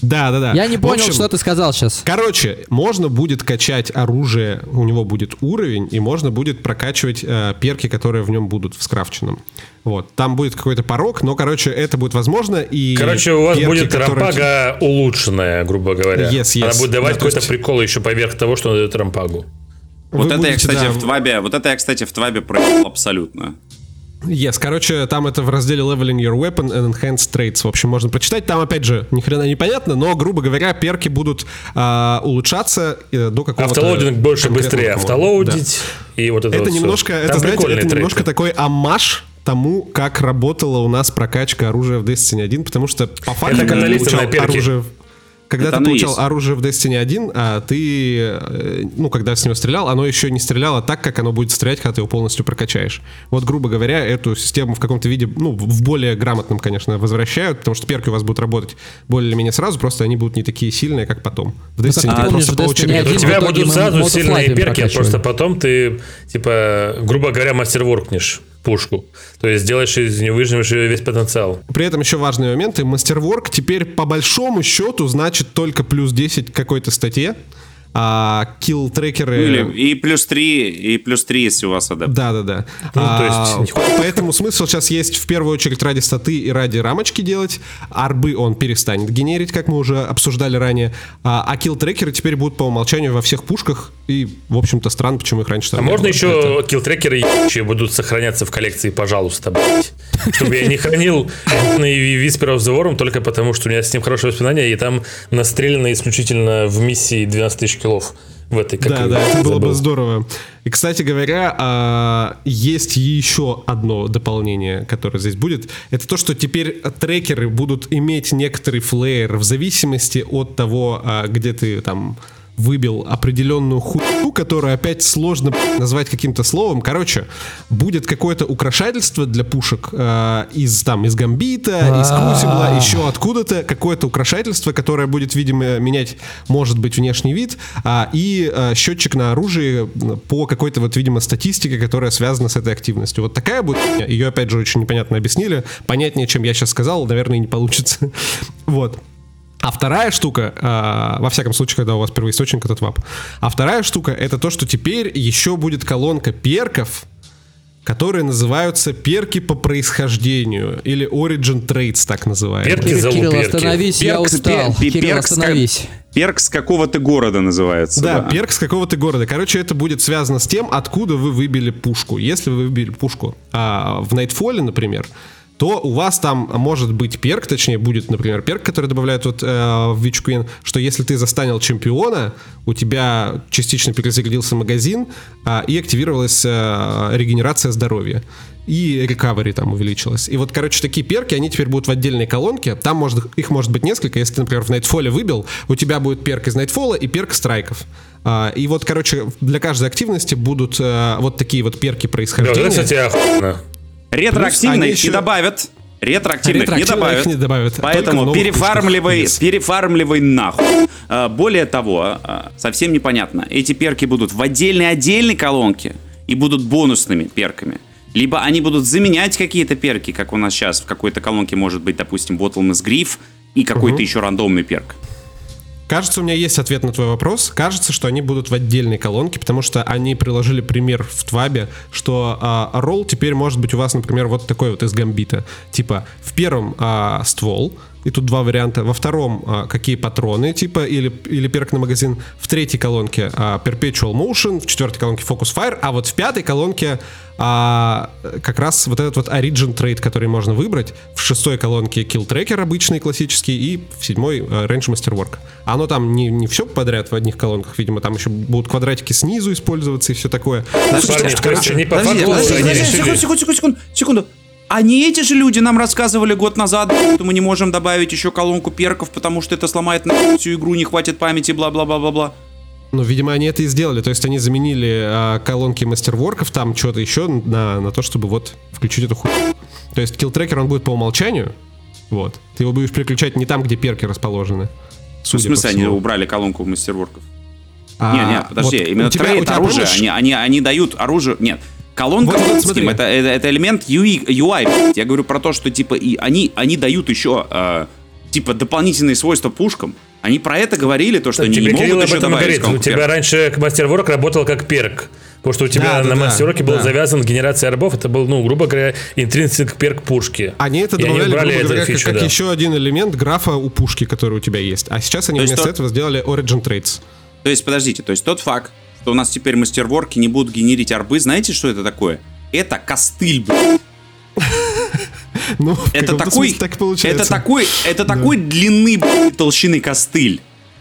Да. Я не понял, что ты сказал сейчас. Короче, можно будет качать оружие, у него будет уровень, и можно будет прокачивать перки, которые в нем будут в скрафченном. Вот. Там будет какой-то порог, но, короче, это будет возможно. И короче, у вас будет рампага улучшенная, грубо говоря. Yes. Она будет давать какой-то прикол еще поверх того, что она дает рампагу. Вот это я, кстати, в Твабе проехал абсолютно. Короче, там это в разделе Leveling Your Weapon and Enhanced Traits. В общем, можно прочитать. Там, опять же, ни хрена не понятно, но, грубо говоря, перки будут улучшаться до какого-то... Автолоудинг больше, быстрее автолоудить. Да. И вот это немножко, это, знаете, это немножко такой амаш тому, как работала у нас прокачка оружия в Destiny 1, потому что по факту это катализм на перки. Оружие... Когда ты получал оружие в Destiny 1, а ты, когда с него стрелял, оно еще не стреляло так, как оно будет стрелять, когда ты его полностью прокачаешь. Вот, грубо говоря, эту систему в каком-то виде, в более грамотном, конечно, возвращают, потому что перки у вас будут работать более-менее сразу, просто они будут не такие сильные, как потом. В Destiny просто по очереди. У тебя будут сразу сильные перки, просто потом ты, грубо говоря, мастерворкнешь пушку. То есть делаешь из нее, выжимешь ее весь потенциал. При этом еще важный момент. И мастерворк теперь по большому счету значит только плюс 10 к какой-то статье. А килл-трекеры... И плюс 3, если у вас адепт. Да. Поэтому смысл сейчас есть в первую очередь ради статы и ради рамочки делать. Арбы он перестанет генерить, как мы уже обсуждали ранее. А килл-трекеры теперь будут по умолчанию во всех пушках. И, в общем-то, странно, почему их раньше там не было. Можно еще килл-трекеры будут сохраняться в коллекции, пожалуйста, блядь. Чтобы я не хранил Whisper of the Worm только потому, что у меня с ним хорошие воспоминания, и там настреляно исключительно в миссии 12 тысяч киллов в этой. Да, это было бы здорово. И, кстати говоря, есть еще одно дополнение, которое здесь будет. Это то, что теперь трекеры будут иметь некоторый флеер в зависимости от того, где ты там выбил определенную хуйню, которую опять сложно назвать каким-то словом. Короче, будет какое-то украшательство для пушек из гамбита, из крусибла, еще откуда-то. Какое-то украшательство, которое будет, видимо, менять, может быть, внешний вид, и счетчик на оружие по какой-то, видимо, статистике, которая связана с этой активностью. Вот такая будет. Ее, опять же, очень непонятно объяснили. Понятнее, чем я сейчас сказал, наверное, не получится. Вот. А вторая штука, во всяком случае, когда у вас первоисточник этот вап, а вторая штука, это то, что теперь еще будет колонка перков, которые называются перки по происхождению, или Origin Traits, так называемые. Перки зовут Кирилл, перки. остановись, я устал. Кирилл, остановись. Перк с какого-то города называется. Да, перк с какого-то города. Короче, это будет связано с тем, откуда вы выбили пушку. Если вы выбили пушку в Nightfall, например, то у вас там может быть перк, точнее будет, например, перк, который добавляют в Witch Queen, что если ты застанил чемпиона, у тебя частично перезарядился магазин и активировалась регенерация здоровья. И рекавери там увеличилась. И вот, короче, такие перки, они теперь будут в отдельной колонке. Там их может быть несколько. Если ты, например, в Nightfall выбил, у тебя будет перк из Nightfall и перк страйков. И вот, короче, для каждой активности будут вот такие вот перки происхождения. Да, кстати, охуенно. Ретроактивных не добавят. Ретроактивных не добавят. Поэтому перефармливай нахуй. Более того, совсем непонятно. Эти перки будут в отдельной колонке и будут бонусными перками. Либо они будут заменять какие-то перки, как у нас сейчас в какой-то колонке может быть, допустим, Bottleness Grief и какой-то еще рандомный перк. Кажется, у меня есть ответ на твой вопрос. Кажется, что они будут в отдельной колонке, потому что они приложили пример в Твабе, что ролл теперь может быть у вас, например, вот такой вот из гамбита. Типа в первом ствол, и тут два варианта. Во втором какие патроны, типа, или перк на магазин. В третьей колонке Perpetual Motion, в четвертой колонке Focus Fire, а вот в пятой колонке как раз вот этот вот Origin Trait, который можно выбрать. В шестой колонке Kill Tracker обычный, классический, и в седьмой Range Masterwork. Оно там не все подряд в одних колонках, видимо, там еще будут квадратики снизу использоваться и все такое. Секунду. А не эти же люди нам рассказывали год назад, что мы не можем добавить еще колонку перков, потому что это сломает всю игру, не хватит памяти, бла-бла-бла-бла-бла. Ну, видимо, они это и сделали. То есть они заменили колонки мастерворков, там что-то еще на то, чтобы вот включить эту хуйню. То есть килл-трекер, он будет по умолчанию. Вот. Ты его будешь переключать не там, где перки расположены. В смысле, они убрали колонку мастерворков? Нет, подожди. Вот именно трейд, оружие. Они дают оружие. Нет. Колонка, вот, смотри, это элемент UI. Я говорю про то, что типа и они дают еще типа, дополнительные свойства пушкам. Они про это говорили, то, что они не могут еще добавить. У тебя раньше Мастерворк работал как перк. Потому что у тебя на Мастерворке был завязан генерация арбов. Это был, грубо говоря, интринсик перк пушки. Они это добавляли, грубо говоря, как еще один элемент графа у пушки, который у тебя есть. А сейчас они вместо этого сделали Origin Traits. То есть, подождите, то есть тот факт, что у нас теперь мастерворки не будут генерить арбы, знаете, что это такое? Это костыль, блядь. Ну, это такой, так получается. Это такой длины, блядь, толщины костыль.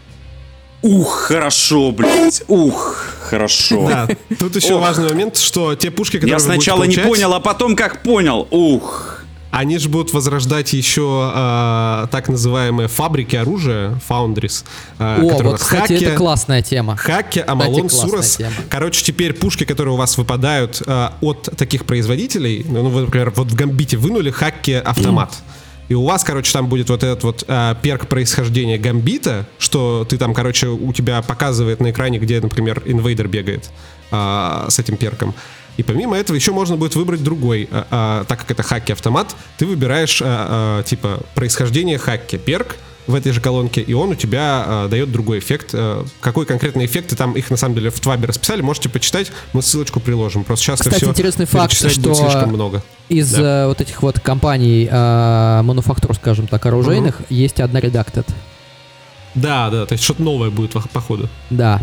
Хорошо, блядь. Хорошо. Да, тут еще важный момент, что те пушки, которые я сначала не понял, а потом как понял. Они же будут возрождать еще так называемые фабрики оружия, Foundries. Вот, кстати, это классная тема. Хаки, Амалон, Сурос. Короче, теперь пушки, которые у вас выпадают от таких производителей, ну, вы, например, вот в Гамбите вынули Хаки автомат. И у вас, короче, там будет вот этот вот перк происхождения Гамбита, что ты там, короче, у тебя показывает на экране, где, например, инвейдер бегает с этим перком. И помимо этого еще можно будет выбрать другой, так как это хаки-автомат, ты выбираешь типа происхождение хаки, перк в этой же колонке, и он у тебя дает другой эффект. Какой конкретный эффект, и там их на самом деле в твабе расписали, можете почитать, мы ссылочку приложим. Просто сейчас кстати, все интересный факт, что слишком много. Из вот этих вот компаний мануфактур, скажем так, оружейных, есть одна Redacted. Да, то есть что-то новое будет по ходу. Да.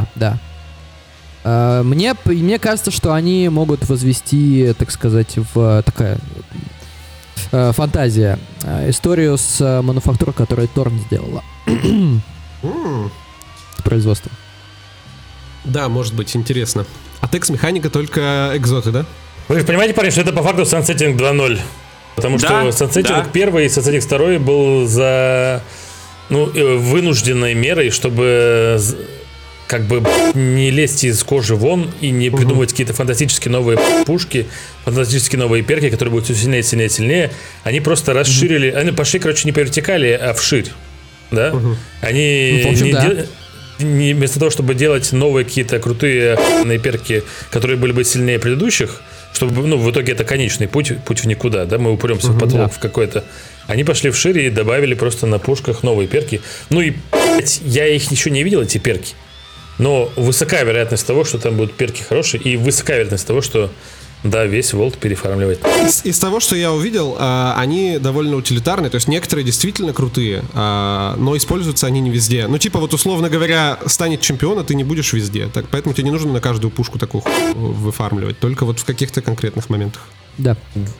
Мне кажется, что они могут возвести, так сказать, в такая фантазия историю с мануфактурой, которую Торн сделала. С производством. Да, может быть, интересно. А текст-механика только экзоты, да? Вы же понимаете, парень, что это по факту Sunsetting 2.0. Потому что Sunsetting 1 и Sunsetting 2 был за вынужденной мерой, чтобы как бы не лезть из кожи вон и не придумывать какие-то фантастически новые пушки, фантастически новые перки, которые будут все сильнее, сильнее, сильнее. Они просто расширили, они пошли, короче, не по вертикали, а вширь. Да? Они вместо того, чтобы делать новые какие-то крутые перки, которые были бы сильнее предыдущих, чтобы, в итоге это конечный путь в никуда, да, мы упремся в потолок в какой-то. Они пошли вширь и добавили просто на пушках новые перки. Я их еще не видел, эти перки. Но высока вероятность того, что там будут перки хорошие, и высока вероятность того, что весь Волт переформливает. Из того, что я увидел, они довольно утилитарные, то есть некоторые действительно крутые, но используются они не везде. Вот условно говоря, станет чемпион, а ты не будешь везде, поэтому тебе не нужно на каждую пушку такую выфармливать, только вот в каких-то конкретных моментах. Да.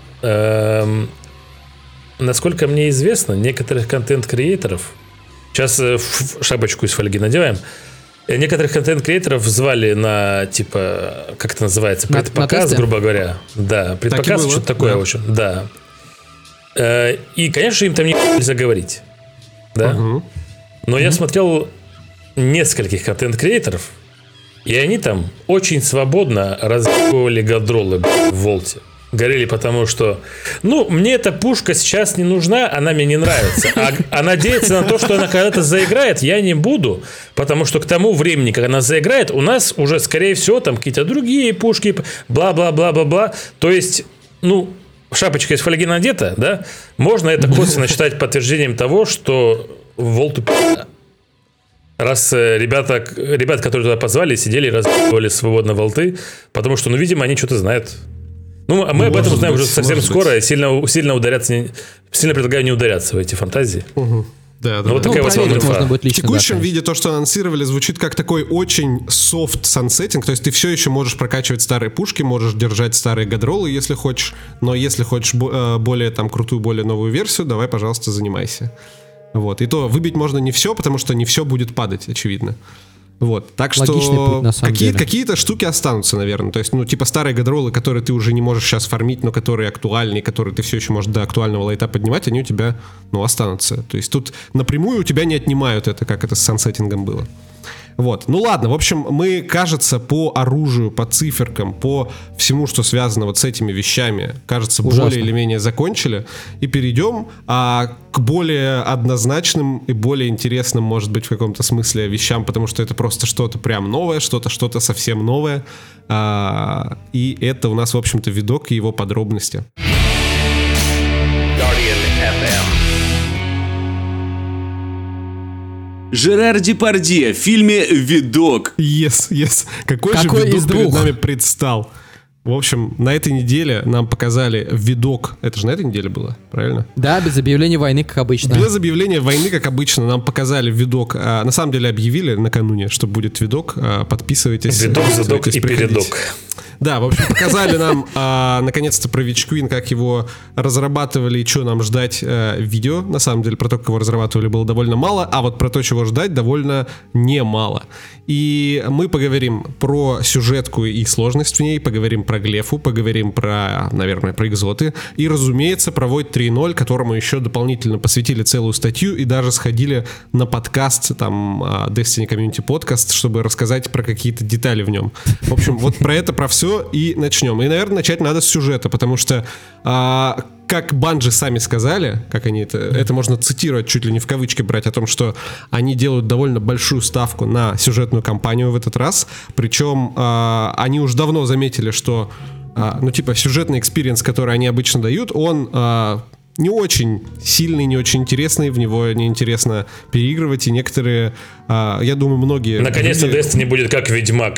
Насколько мне известно, некоторых контент-креаторов, сейчас шапочку из фольги надеваем, некоторых контент-креаторов звали на, как это называется, предпоказ, грубо говоря. Да, предпоказ, что-то такое, в общем, да. И, конечно, им там нельзя говорить. Да? Но я смотрел нескольких контент-креаторов, и они там очень свободно разъебывали гадролы в Волте. Горели, потому что, мне эта пушка сейчас не нужна, она мне не нравится. А надеяться на то, что она когда-то заиграет, я не буду, потому что к тому времени, как она заиграет, у нас уже, скорее всего, там какие-то другие пушки, бла-бла-бла-бла-бла. То есть, шапочка из фольги надета, да, можно это косвенно считать подтверждением того, что Волту раз ребят, которые туда позвали, сидели и разъебывали свободно волты, потому что, видимо, они что-то знают. Мы об этом узнаем уже совсем скоро, и сильно предлагаю не ударяться в эти фантазии. Да. Такая вот инфа. В текущем виде то, что анонсировали, звучит как такой очень софт сансеттинг, то есть ты все еще можешь прокачивать старые пушки, можешь держать старые гадролы, если хочешь, но если хочешь более крутую, более новую версию, давай, пожалуйста, занимайся. И то выбить можно не все, потому что не все будет падать, очевидно. Так что какие-то штуки останутся, наверное. То есть, старые гадролы, которые ты уже не можешь сейчас фармить, но которые актуальны, которые ты все еще можешь до актуального лайта поднимать, они у тебя, останутся. То есть тут напрямую у тебя не отнимают это, как это с сансеттингом было. Ладно, в общем, мы, кажется, по оружию, по циферкам, по всему, что связано с этими вещами, кажется, более или менее закончили. И перейдем к более однозначным и более интересным, может быть, в каком-то смысле вещам, потому что это просто что-то прям новое, что-то совсем новое. И это у нас, в общем-то, видок и его подробности. Guardian FM. Жерар Депардье в фильме «Видок». Yes. Какой же видок перед нами предстал? В общем, на этой неделе нам показали видок. Это же на этой неделе было, правильно? Да, без объявления войны, как обычно. Без объявления войны, как обычно, нам показали видок. На самом деле объявили накануне, что будет видок. Подписывайтесь. Видок, задок и передок. Да, в общем, показали нам наконец-то про Witch Queen, как его разрабатывали и что нам ждать видео. На самом деле, про то, как его разрабатывали, было довольно мало, а вот про то, чего ждать, довольно немало. И мы поговорим про сюжетку и сложность в ней, поговорим про Глефу, поговорим про, наверное, про экзоты и, разумеется, про Void 3.0, которому еще дополнительно посвятили целую статью и даже сходили на подкаст, там, Destiny Community Podcast, чтобы рассказать про какие-то детали в нем. В общем, вот про это, про все и начнем. И, наверное, начать надо с сюжета, потому что как Bungie сами сказали, как они это можно цитировать, чуть ли не в кавычки брать, о том, что они делают довольно большую ставку на сюжетную кампанию в этот раз. Причем они уж давно заметили, что сюжетный экспириенс, который они обычно дают, он не очень сильный, не очень интересный, в него неинтересно переигрывать, и некоторые, я думаю, многие... Наконец-то Destiny будет как Ведьмак,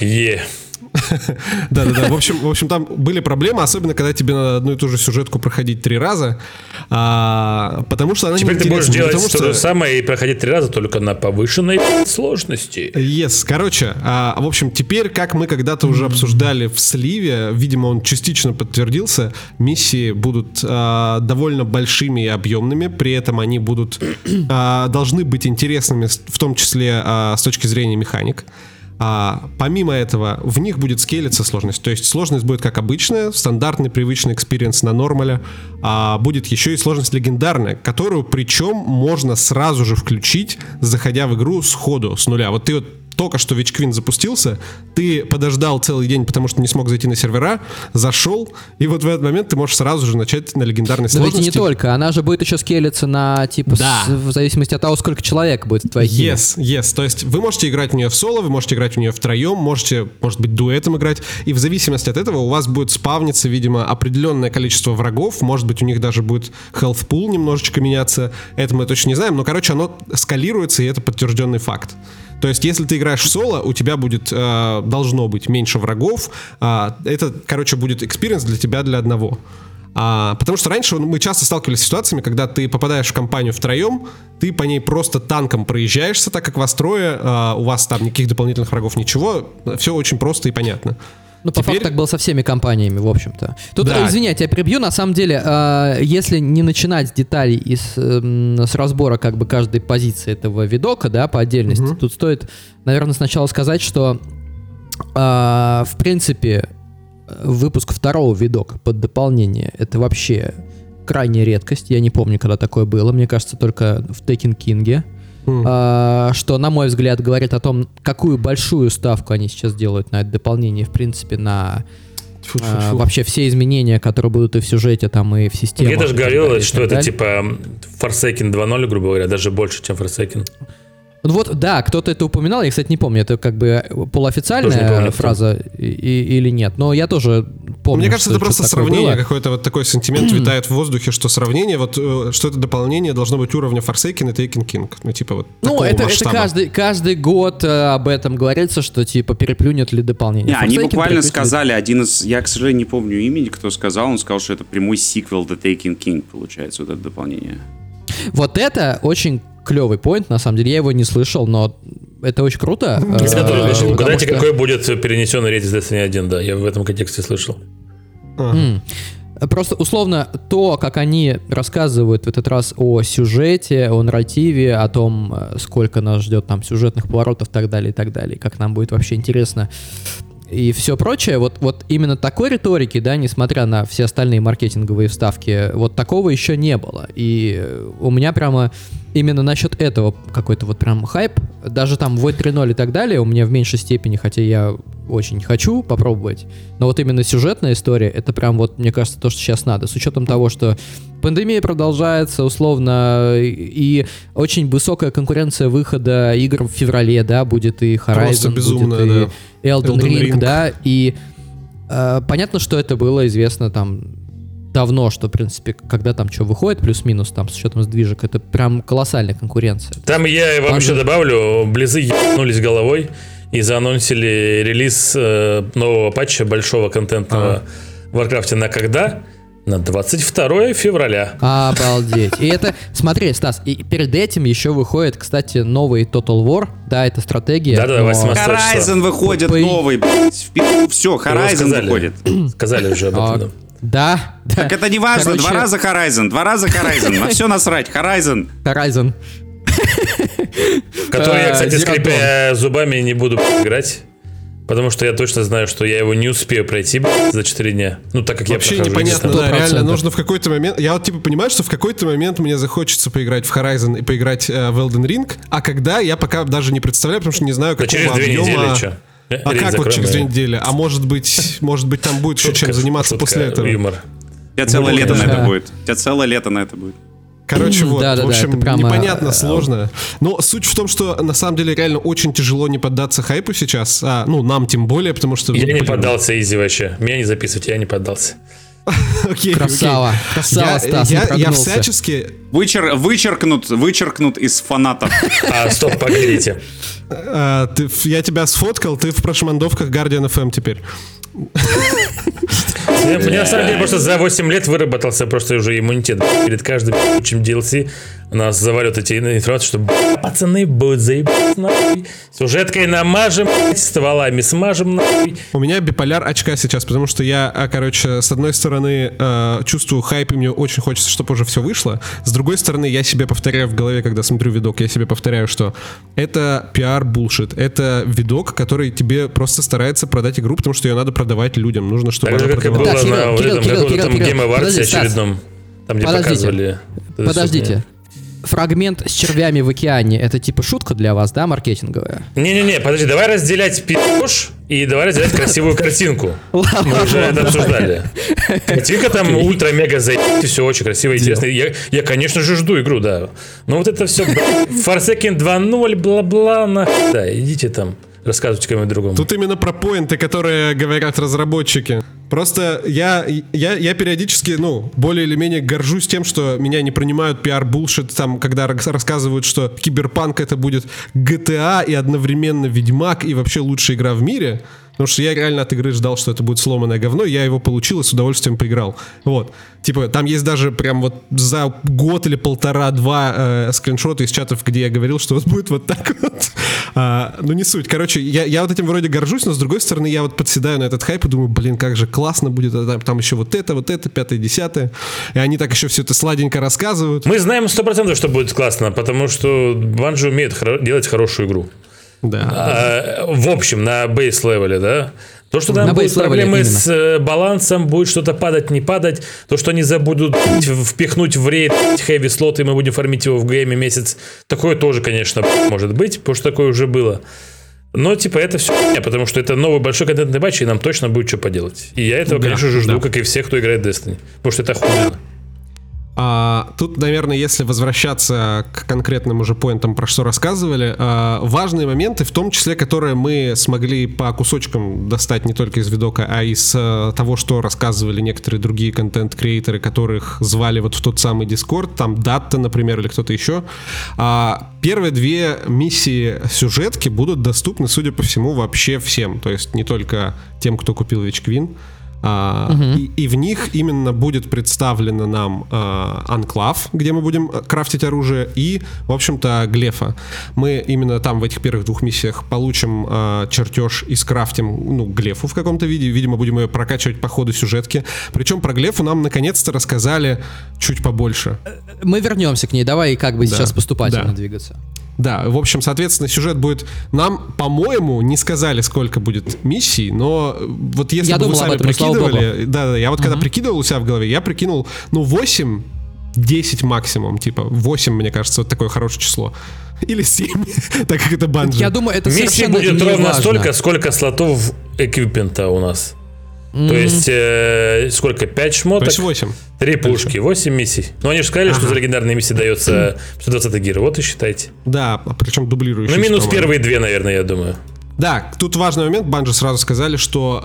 Да. В общем, там были проблемы, особенно когда тебе надо одну и ту же сюжетку проходить 3 раза, потому что она теперь ты будешь делать то же самое и проходить 3 раза, только на повышенной сложности. Yes, короче, в общем, теперь, как мы когда-то уже обсуждали в сливе, видимо, он частично подтвердился, миссии будут довольно большими и объемными, при этом они будут должны быть интересными, в том числе с точки зрения механик. Помимо этого, в них будет скейлиться сложность. То есть сложность будет как обычная, стандартный, привычный экспириенс на нормале. Будет еще и сложность легендарная, которую причем можно сразу же включить, заходя в игру сходу, с нуля. Вот ты вот только что Witch Queen запустился, ты подождал целый день, потому что не смог зайти на сервера, зашел, и вот в этот момент ты можешь сразу же начать на легендарной сложности. Но ведь не только, она же будет еще скейлиться на, в зависимости от того, сколько человек будет в твоей теме. Yes, то есть вы можете играть в нее в соло, вы можете играть в нее втроем, можете, может быть, дуэтом играть, и в зависимости от этого у вас будет спавниться, видимо, определенное количество врагов, может быть, у них даже будет health pool немножечко меняться, это мы точно не знаем, но, короче, оно скалируется, и это подтвержденный факт. То есть, если ты играешь в соло, у тебя будет, должно быть меньше врагов. Это, короче, будет экспириенс для тебя для одного. Потому что раньше мы часто сталкивались с ситуациями, когда ты попадаешь в компанию втроем, ты по ней просто танком проезжаешься, так как вас трое, у вас там никаких дополнительных врагов, ничего. Все очень просто и понятно. Ну, по факту так было со всеми компаниями, в общем-то. Тут, извини, я тебя перебью, на самом деле, если не начинать с деталей и с разбора как бы каждой позиции этого видока, да, по отдельности, тут стоит, наверное, сначала сказать, что, в принципе, выпуск второго видока под дополнение — это вообще крайняя редкость. Я не помню, когда такое было. Мне кажется, только в Taken King. Что, на мой взгляд, говорит о том, какую большую ставку они сейчас делают на это дополнение, в принципе, на вообще все изменения, которые будут и в сюжете, там, и в системе. Я даже говорил, что это типа Forsaken 2.0, грубо говоря, даже больше, чем Forsaken. Вот, да, кто-то это упоминал, я, кстати, не помню, это как бы полуофициальная фраза или нет, но я тоже помню. Мне кажется, это просто сравнение, какой-то вот такой сентимент витает в воздухе, что сравнение, вот, что это дополнение должно быть уровня Forsaken и Taken King, ну, типа вот такого масштаба. Это каждый год об этом говорится, что, типа, переплюнет ли дополнение. Они буквально сказали, один из, я, к сожалению, не помню имени, кто сказал, он сказал, что это прямой сиквел The Taken King, получается, вот это дополнение. Вот это очень клевый поинт, на самом деле, я его не слышал, но это очень круто. Угадайте, какой будет перенесенный рейд из Destiny 1, да, я в этом контексте слышал. Просто, условно, то, как они рассказывают в этот раз о сюжете, о нарративе, о том, сколько нас ждет там сюжетных поворотов и так далее, как нам будет вообще интересно и все прочее, вот именно такой риторики, да, несмотря на все остальные маркетинговые вставки, вот такого еще не было. И у меня прямо именно насчет этого какой-то вот прям хайп. Даже там Void 3.0 и так далее у меня в меньшей степени, хотя я очень хочу попробовать. Но вот именно сюжетная история, это прям вот, мне кажется, то, что сейчас надо. С учетом того, что пандемия продолжается, условно, и очень высокая конкуренция выхода игр в феврале, да, будет и Horizon, будет и Elden Ring, да, и понятно, что это было известно там давно, что, в принципе, когда там что выходит, плюс-минус, там, с учетом сдвижек, это прям колоссальная конкуренция. Там я вам еще добавлю, Близы ебнулись головой и заанонсили релиз нового патча большого контентного в Warcraft на когда? На 22 февраля. Обалдеть. И это, смотри, Стас, и перед этим еще выходит, кстати, новый Total War. Да, это стратегия. Да-да, 18 Horizon выходит новый. Все, Horizon выходит. Сказали уже об этом. Да. Так это не важно, два раза Horizon. На все насрать, Horizon. Который я, кстати, скрипя зубами, не буду играть. Потому что я точно знаю, что я его не успею пройти за 4 дня. Ну, так как вообще я прохожу. Вообще непонятно, да, реально нужно в какой-то момент... Я вот типа понимаю, что в какой-то момент мне захочется поиграть в Horizon и поиграть в Elden Ring, а когда, я пока даже не представляю, потому что не знаю, какого через 2 недели, что? А как вот через 2 недели? А может быть там будет еще чем заниматься после этого? Юмор. У тебя целое лето на это будет. Короче, вот, в общем, непонятно, сложно. Но суть в том, что на самом деле реально очень тяжело не поддаться хайпу сейчас. Нам тем более, потому что... Я не поддался, изи вообще. Меня не записывать, я не поддался. Красава, Стас, я всячески... Вычеркнут из фанатов. Стоп, погодите. Я тебя сфоткал, ты в прошмандовках Guardian FM теперь. Мне на самом деле просто за 8 лет выработался просто уже иммунитет. Перед каждым DLC нас завалят эти информации, что пацаны будут заебать нахуй. Сюжеткой намажем, стволами смажем нахуй. У меня биполяр очка сейчас, потому что я, с одной стороны чувствую хайп, и мне очень хочется, чтобы уже все вышло. С другой стороны, я себе повторяю в голове, когда смотрю видок, я себе повторяю, что это пиар-булшит. Это видок, который тебе просто старается продать игру, потому что ее надо продавать людям. Нужно, чтобы она продавалась. Так же, как и было на этом Game Awards очередном, там, где показывали... Подождите. Фрагмент с червями в океане — это типа шутка для вас, да, маркетинговая? Не-не-не, подожди, давай разделять пи***ш и давай разделять красивую картинку. Мы уже это обсуждали. Картинка там ультра-мега заебись, все очень красиво и интересно. Я, конечно же, жду игру, да. Но вот это все, Forsaken 2.0, бла-бла, нахуй. Да, идите там. Рассказывайте кому-нибудь другому. Тут именно про поинты, которые говорят разработчики. Просто я периодически, более или менее горжусь тем, что меня не принимают пиар-булшит, там, когда рассказывают, что Киберпанк это будет GTA и одновременно Ведьмак и вообще лучшая игра в мире. Потому что я реально от игры ждал, что это будет сломанное говно, я его получил и с удовольствием поиграл. Вот. Типа, там есть даже прям вот за год или полтора-два скриншоты из чатов, где я говорил, что вот будет вот так вот. Не суть. Короче, я вот этим вроде горжусь, но с другой стороны, я вот подседаю на этот хайп и думаю, блин, как же классно будет, там еще вот это, 5-е, 10-е. И они так еще все это сладенько рассказывают. Мы знаем 100%, что будет классно, потому что Bungie умеет делать хорошую игру. Да. В общем, на бейс-левеле, да? То, что там будут проблемы с балансом, будет что-то падать, не падать. То, что они забудут впихнуть в рейд хэви слот, и мы будем фармить его в гейме месяц. Такое тоже, конечно, может быть, потому что такое уже было. Но, это все потому что это новый большой контентный батч, и нам точно будет что поделать. И я этого, конечно же, жду, как и все, кто играет в Destiny. Потому что это охуенно. Тут, наверное, если возвращаться к конкретным уже поинтам, про что рассказывали, важные моменты, в том числе, которые мы смогли по кусочкам достать не только из видока, а из того, что рассказывали некоторые другие контент-креаторы, которых звали вот в тот самый Discord, там Датта, например, или кто-то еще. Первые 2 миссии сюжетки будут доступны, судя по всему, вообще всем, то есть не только тем, кто купил Witch Queen. И в них именно будет представлено нам анклав, где мы будем крафтить оружие, и, в общем-то, глефа. Мы именно там в этих первых 2 миссиях получим чертеж и скрафтим глефу в каком-то виде. Видимо, будем ее прокачивать по ходу сюжетки. Причем про глефу нам наконец-то рассказали чуть побольше. Мы вернемся к ней. Давай сейчас поступательно двигаться. Да, в общем, соответственно, сюжет будет... Нам, по-моему, не сказали, сколько будет миссий, но вот если бы вы сами прикидывали... Да, я вот когда прикидывал у себя в голове, я прикинул, 8-10 максимум, 8, мне кажется, вот такое хорошее число. Или 7, так как это Bungie. Я думаю, это миссий будет ровно столько, сколько слотов эквипмента у нас. То есть, сколько? 5 шмоток? 8. 3 пушки, 8 миссий. Но они же сказали, что за легендарные миссии дается 120 гир. Вот и считайте. Да, причем дублирующие. Минус первые 2, наверное, я думаю. Да, тут важный момент. Bungie сразу сказали, что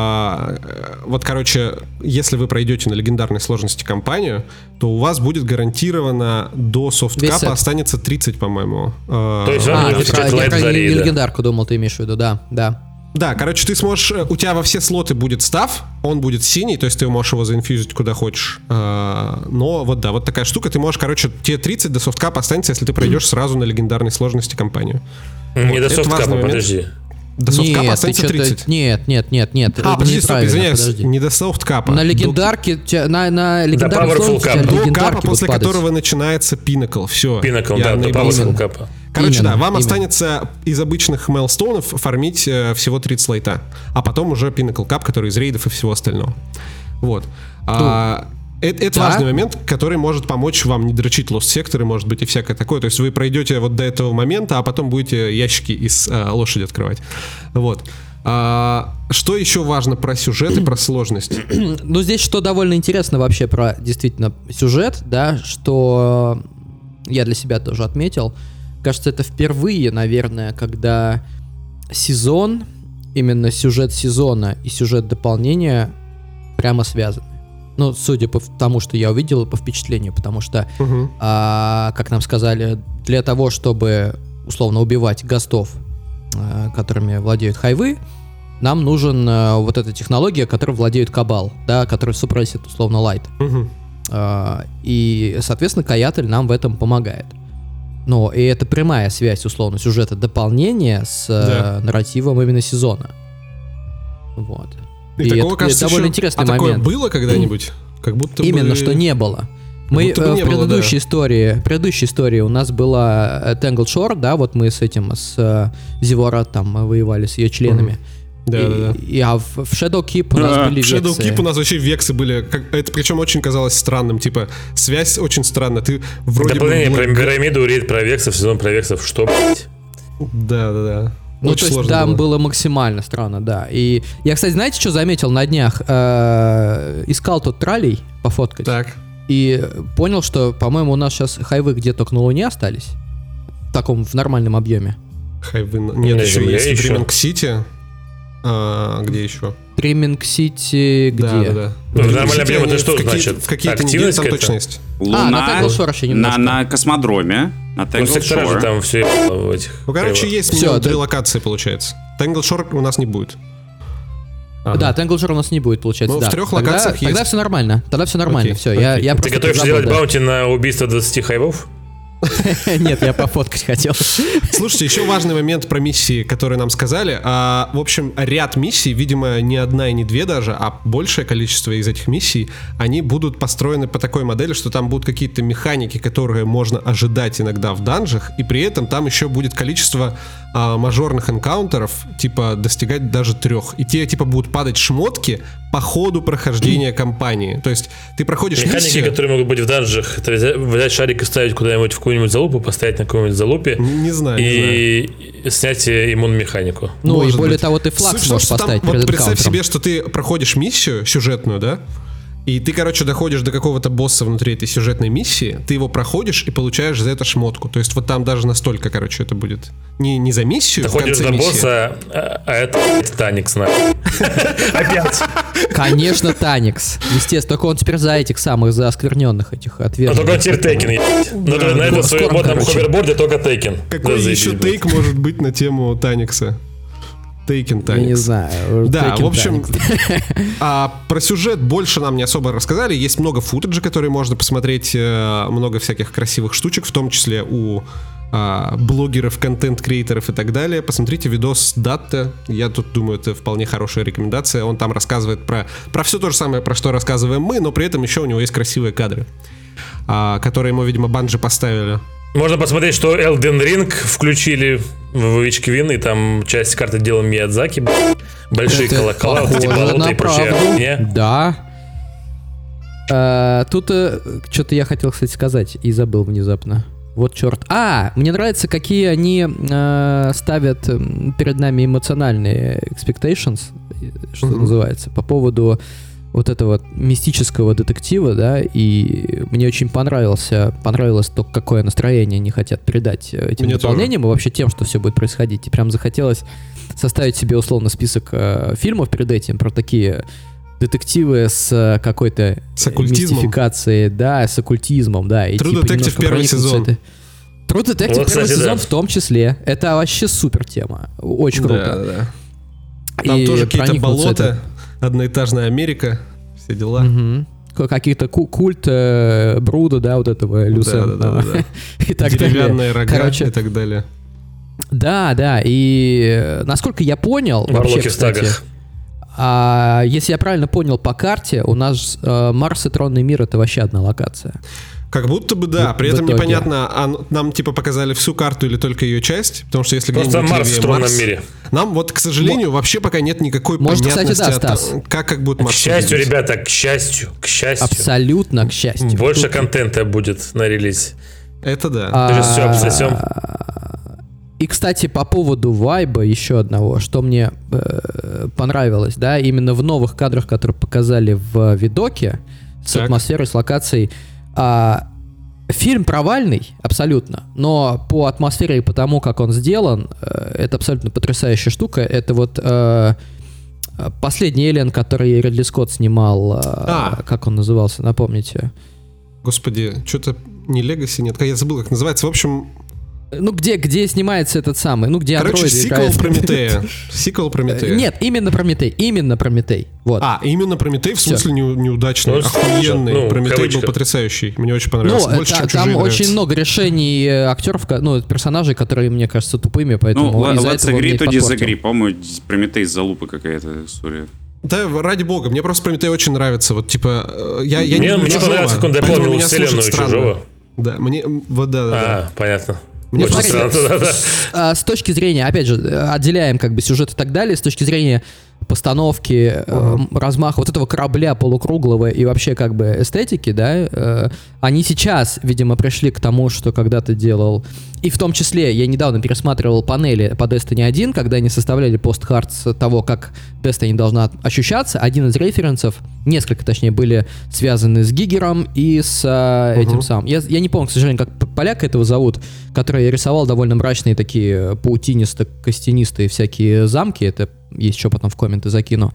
если вы пройдете на легендарной сложности кампанию, то у вас будет гарантированно до софткапа останется 30, по-моему. То есть я про легендарку думал, ты имеешь в виду, да. Да, короче, ты сможешь... У тебя во все слоты будет став, он будет синий, то есть ты можешь его заинфьюзить куда хочешь. Но вот такая штука, ты можешь, тебе 30 до софткапа останется, если ты пройдешь сразу на легендарной сложности кампанию. Не до софткапа, подожди. До софткапа останется 30. Нет. Подожди, стоп, извиняюсь, не до софткапа. На легендарке, на легендарной сложности до капа, после которого начинается Pinnacle. Все. Pinnacle, да, до Powerful капа. Короче, вам останется из обычных мейлстоунов фармить всего 30 лайта, а потом уже Pinnacle Cup, который из рейдов и всего остального. Вот. Это важный момент, который может помочь вам не дрочить лост-секторы, может быть, и всякое такое. То есть вы пройдете вот до этого момента, а потом будете ящики из лошади открывать. Вот. Что еще важно про сюжет и про сложность? Ну, здесь что довольно интересно вообще про действительно сюжет, да, что я для себя тоже отметил. Кажется, это впервые, наверное, когда сезон, именно сюжет сезона и сюжет дополнения прямо связаны. Ну, судя по тому, что я увидел, по впечатлению, потому что, как нам сказали, для того, чтобы условно убивать гостов, которыми владеют хайвы, нам нужен вот эта технология, которой владеют Кабал, да, которая супрессит условно лайт. И, соответственно, Каятель нам в этом помогает. Но и это прямая связь, условно, сюжета дополнения с нарративом именно сезона. Вот. И такого, кажется, довольно интересный момент. Такое было когда-нибудь? Как будто именно, что не было. Мы в предыдущей истории у нас была Tangled Shore, да, вот мы с Зевора там воевали с ее членами. А в Shadow Keep у нас были вексы. В Shadow Keep у нас вообще вексы были. Это причем очень казалось странным. Типа, связь очень странная. Ты вроде дополнение про пирамиду, рейд про вексов, сезон про вексов. Что, блядь? Да. Ну, то есть там было максимально странно, да. И я, кстати, знаете, что заметил на днях? Искал тут траллей пофоткать. Так. И понял, что, по-моему, у нас сейчас хайвы где только на Луне остались. В нормальном объеме. Хайвы... Нет, еще есть Дриминг-Сити. Где еще? Дриминг-Сити где? Да. Нормальный объем это что значит? В какие-то недели там точно есть. Луна, на Tangled Shore еще немножко. На космодроме. На Tangled Shore. Там все в этих... Ну, короче, есть минимум 3 локации, получается. Tangled Shore у нас не будет. Да, Tangled Shore у нас не будет, получается. Но в 3 локациях есть. Тогда все нормально. Все, я Ты готовишься делать баунти на убийство 20 хайвов? Нет, я пофоткать хотел. Слушайте, еще важный момент про миссии, которые нам сказали. В общем, ряд миссий, видимо, не одна и не две даже, а большее количество из этих миссий, они будут построены по такой модели, что там будут какие-то механики, которые можно ожидать иногда в данжах, и при этом там еще будет количество мажорных энкаунтеров, типа достигать даже 3. И те, типа, будут падать шмотки по ходу прохождения кампании. То есть ты проходишь миссию... Механики, которые могут быть в данжах, это взять шарик и ставить куда-нибудь в какую-нибудь залупу, поставить на какой-нибудь залупе. Не знаю. И снять иммун-механику. Ну, и более того, ты флаг можешь поставить перед энкаунтером. Представь себе, что ты проходишь миссию сюжетную, да? И ты, доходишь до какого-то босса внутри этой сюжетной миссии, ты его проходишь и получаешь за это шмотку. То есть вот там даже настолько, это будет не за миссию. Доходишь до босса, а это Таникс, опять. Конечно, Таникс. Естественно, только он теперь за этих самых, за оскверненных этих отвергнутых. А только он теперь Тейкен. На этом своем модном ховерборде только Тейкен. Какой еще тейк может быть на тему Таникса? Taken Tanix. Я не знаю. Да, в общем, про сюжет больше нам не особо рассказали. Есть много футажа, которые можно посмотреть, много всяких красивых штучек, в том числе у блогеров, контент-креаторов и так далее. Посмотрите видос Датта. Я тут думаю, это вполне хорошая рекомендация. Он там рассказывает про все то же самое, про что рассказываем мы, но при этом еще у него есть красивые кадры, которые ему, видимо, Bungie поставили. Можно посмотреть, что Elden Ring включили в Witch-Queen, и там часть карты делал Миядзаки. Большие колокола, вот эти болота и прочее. Да. Тут что-то я хотел, кстати, сказать и забыл внезапно. Вот черт. Мне нравится, какие они ставят перед нами эмоциональные expectations, что называется, по поводу вот этого мистического детектива, да, и мне очень понравилось то, какое настроение они хотят передать этим дополнением и вообще тем, что все будет происходить. И прям захотелось составить себе условно список фильмов перед этим про такие детективы с какой-то мистификацией, да, с оккультизмом, да. True Detective первый сезон. True Detective первый сезон в том числе. Это вообще супер тема. Очень круто. Да. Там тоже какие-то болота, одноэтажная Америка, все дела. Какие-то культ Бруда, да, вот этого Люсенна. И так деревянные рога и так далее. Да, и насколько я понял, вообще, кстати, если я правильно понял по карте, у нас Марс и Тронный мир — это вообще одна локация. Как будто бы да, при этом непонятно, нам типа показали всю карту или только ее часть, потому что если просто Марс в Тронном мире. Нам вот, к сожалению, вообще пока нет никакой понятности, кстати, да, как будет Марс. К счастью, ребята, к счастью. Абсолютно к счастью. Больше контента будет на релизе. Это да. Ты же все обсосем. И, кстати, по поводу вайба еще одного, что мне понравилось, да, именно в новых кадрах, которые показали в видоке, с атмосферой, с локацией. Фильм провальный, абсолютно, но по атмосфере и по тому, как он сделан, это абсолютно потрясающая штука. Это вот последний Alien, который Ридли Скотт снимал, как он назывался, напомните? Господи, что-то не Legacy, нет, я забыл, как называется. В общем... Ну, где снимается этот самый, где короче, сиквел Прометея. Сиквел Прометея. Нет, именно Прометей. Вот. Именно Прометей, в смысле неудачный, охуенный. Прометей был потрясающий, мне очень понравился. Больше, чем там очень много решений актеров, персонажей, которые, мне кажется, тупыми, поэтому let's agree to disagree. По-моему, Прометей залупа какая-то история. Да, ради бога, мне просто Прометей очень нравится. Вот, типа, я не люблю Мне понравится, как он дополнил вселенную Чужого. Да, мне, вот да. Понятно. Мне с точки зрения, опять же, отделяем как бы сюжет и так далее, с точки зрения постановки, размаха вот этого корабля полукруглого и вообще как бы эстетики, да, они сейчас, видимо, пришли к тому, что когда-то делал, и в том числе я недавно пересматривал панели по Destiny 1, когда они составляли пост-хардс того, как Destiny должна ощущаться. Один из референсов, несколько точнее, были связаны с Гигером и с этим самым. Я не помню, к сожалению, как поляка этого зовут, который рисовал довольно мрачные такие паутинисто-костянистые всякие замки. Это есть еще потом в комменты закину.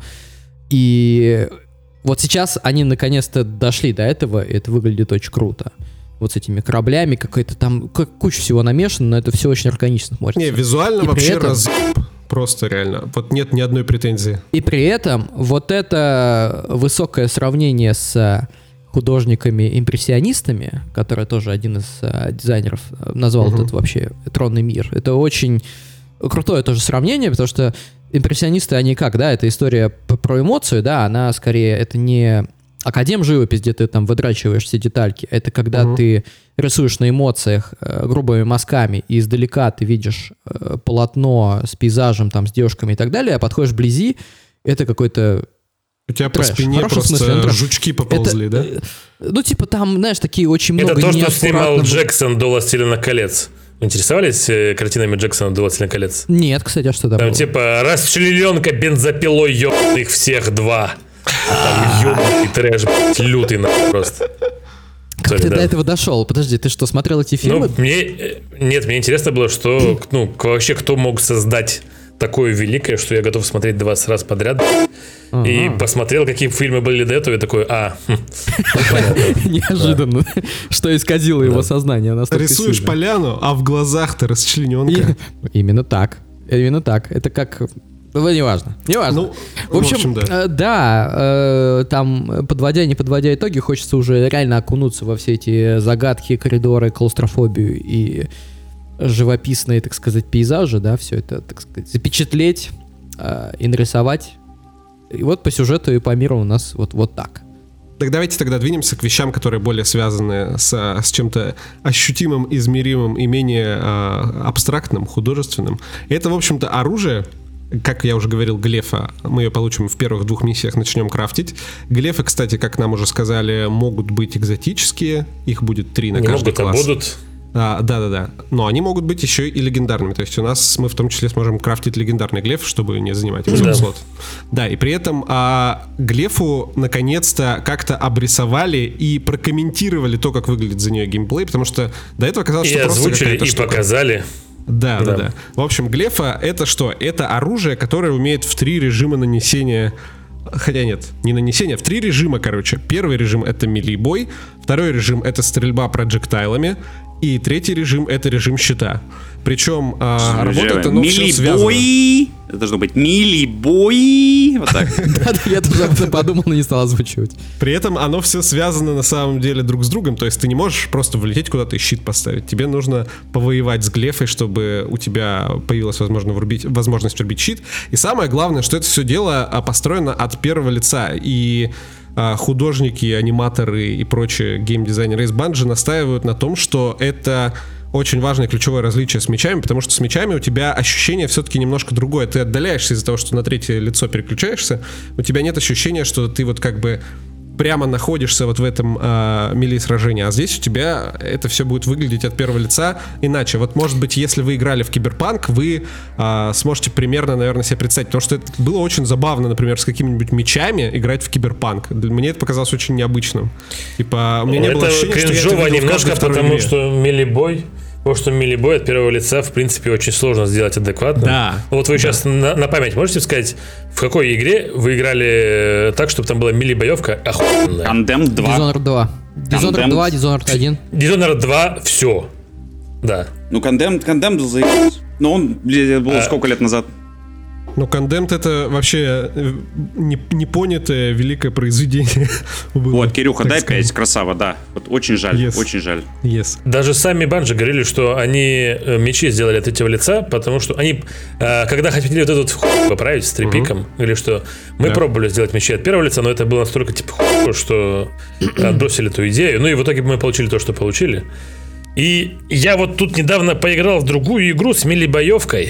И вот сейчас они наконец-то дошли до этого, и это выглядит очень круто. Вот с этими кораблями, какая-то там куча всего намешано, но это все очень органично смотрится. Не, визуально и вообще просто реально. Вот нет ни одной претензии. И при этом вот это высокое сравнение с художниками-импрессионистами, который тоже один из дизайнеров назвал этот вообще «Тронный мир», это очень крутое тоже сравнение, потому что импрессионисты, они как, да, это история про эмоцию, да, она скорее, это не академ-живопись, где ты там выдрачиваешь все детальки, это когда ты рисуешь на эмоциях грубыми мазками, и издалека ты видишь полотно с пейзажем, там, с девушками и так далее, а подходишь вблизи, это какой-то у тебя по спине просто жучки поползли, да? Ну, типа там, знаешь, такие очень много... Это то, что снимал Джексон до «Властелина колец». Интересовались картинами Джексона до «Властелина колец»? Нет, кстати, а что там было? Типа расчлененка бензопилой ёбаных их всех два. Там ёбаный трэш, лютый нахуй просто. Как ты до этого дошел? Подожди, ты что, смотрел эти фильмы? Мне интересно было, что, вообще кто мог создать такое великое, что я готов смотреть 20 раз подряд. И посмотрел, какие фильмы были до этого, и такой, неожиданно, что исказило его сознание. Рисуешь поляну, а в глазах-то расчлененка. Именно так. Это как... Ну, неважно. В общем, да, там, подводя, не подводя итоги, хочется уже реально окунуться во все эти загадки, коридоры, клаустрофобию и живописные, так сказать, пейзажи, да, все это, так сказать, запечатлеть и нарисовать. И вот по сюжету и по миру у нас вот так. Так давайте тогда двинемся к вещам, которые более связаны с чем-то ощутимым, измеримым и менее абстрактным, художественным. И это, в общем-то, оружие. Как я уже говорил, глефа, мы ее получим в первых 2 миссиях, начнем крафтить. Глефы, кстати, как нам уже сказали, могут быть экзотические, их будет 3 на каждый класс. Будут. Да. Но они могут быть еще и легендарными. То есть мы в том числе сможем крафтить легендарный глеф, чтобы не занимать слот. Да, и при этом глефу наконец-то как-то обрисовали и прокомментировали то, как выглядит за нее геймплей, потому что до этого казалось, что просто какая-то штука. И показали. Да. В общем, глефа — это что? Это оружие, которое умеет в 3 режима нанесения... Хотя нет, не нанесение, в 3 режима, короче. Первый режим — это мили-бой, второй режим — это стрельба проджектайлами, и третий режим — это режим щита. Причем работает оно все связано. Это должно быть мили-бой. Вот так. Да, я тоже об этом подумал, но не стал озвучивать. При этом оно все связано на самом деле друг с другом. То есть ты не можешь просто влететь куда-то и щит поставить. Тебе нужно повоевать с глефой, чтобы у тебя появилась возможность рубить щит. И самое главное, что это все дело построено от первого лица. И художники, аниматоры и прочие геймдизайнеры из Bungie настаивают на том, что это очень важное ключевое различие с мечами, потому что с мечами у тебя ощущение все-таки немножко другое. Ты отдаляешься из-за того, что на третье лицо переключаешься, у тебя нет ощущения, что ты вот как бы прямо находишься вот в этом мили-сражении, а здесь у тебя это все будет выглядеть от первого лица иначе. Вот, может быть, если вы играли в Киберпанк, вы сможете примерно, наверное, себе представить, потому что это было очень забавно, например, с какими-нибудь мечами играть в Киберпанк. Мне это показалось очень необычным. Типа, у меня не было ощущения, что я это видел немножко, потому что мили-бой... Потому что мили-бой от первого лица, в принципе, очень сложно сделать адекватно. Да. Вот вы сейчас на память можете сказать, в какой игре вы играли так, чтобы там была мили-боевка охуенная? Condemned 2. Dishonored 2. Dishonored 2, Dishonored 1. Dishonored 2, все. Да. Ну, Condemned заебался. Но он был сколько лет назад? Ну, Condemned — это вообще непонятое великое произведение. Вот, Кирюха, дай 5, красава, да. Вот очень жаль, очень жаль. Даже сами Bungie говорили, что они мечи сделали от третьего лица, потому что они, когда хотели вот этот поправить с трипиком, говорили, что мы пробовали сделать мечи от первого лица, но это было настолько типа что отбросили эту идею. Ну и в итоге мы получили то, что получили. И я вот тут недавно поиграл в другую игру с мили-боевкой.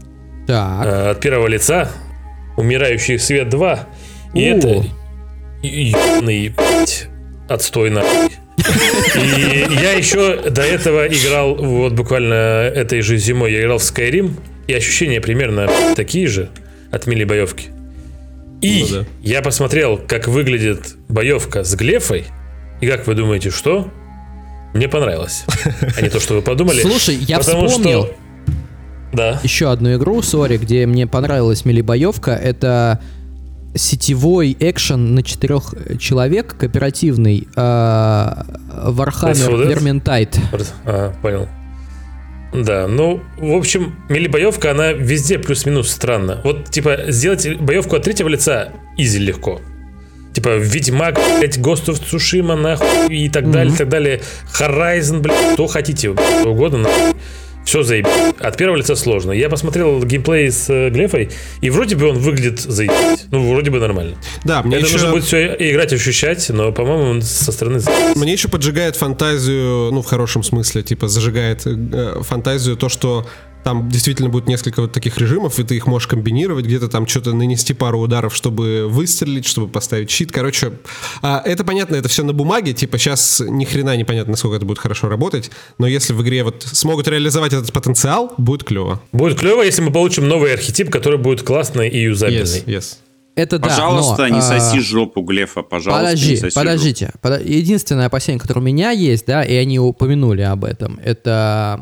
От первого лица, «Умирающий свет 2», и это ебаный отстой нахуй. И я еще до этого играл, вот буквально этой же зимой я играл в Skyrim, и ощущения примерно такие же от мили-боевки. И я посмотрел, как выглядит боевка с глефой, и как вы думаете, что? Мне понравилось. А не то, что вы подумали. Слушай, я вспомнил. Да. Еще одну игру, где мне понравилась мили-боевка. Это сетевой экшен на 4 человек, кооперативный, Warhammer Vermintide. Понял. Да, ну, в общем, мили-боевка, она везде плюс-минус странно. Вот, типа, сделать боевку от третьего лица изи легко. Типа, Ведьмак, блять, Ghost of Tsushima, нахуй, и так далее, и так далее. Horizon, блядь, что хотите, что угодно, нахуй. Все заебись. От первого лица сложно. Я посмотрел геймплей с глефой, и вроде бы он выглядит заебись. Ну, вроде бы нормально. Да, мне это еще... нужно будет все играть, ощущать, но, по-моему, он со стороны заебись. Мне еще поджигает фантазию, ну, в хорошем смысле, типа, зажигает фантазию то, что там действительно будет несколько вот таких режимов, и ты их можешь комбинировать, где-то там что-то нанести пару ударов, чтобы выстрелить, чтобы поставить щит. Короче, это понятно, это все на бумаге, типа сейчас ни хрена непонятно, насколько это будет хорошо работать, но если в игре вот смогут реализовать этот потенциал, будет клево. Будет клево, если мы получим новый архетип, который будет классный и юзабельный. Yes. Это пожалуйста, да, но, не соси жопу глефа, пожалуйста. Подождите. Единственное опасение, которое у меня есть, да, и они упомянули об этом, это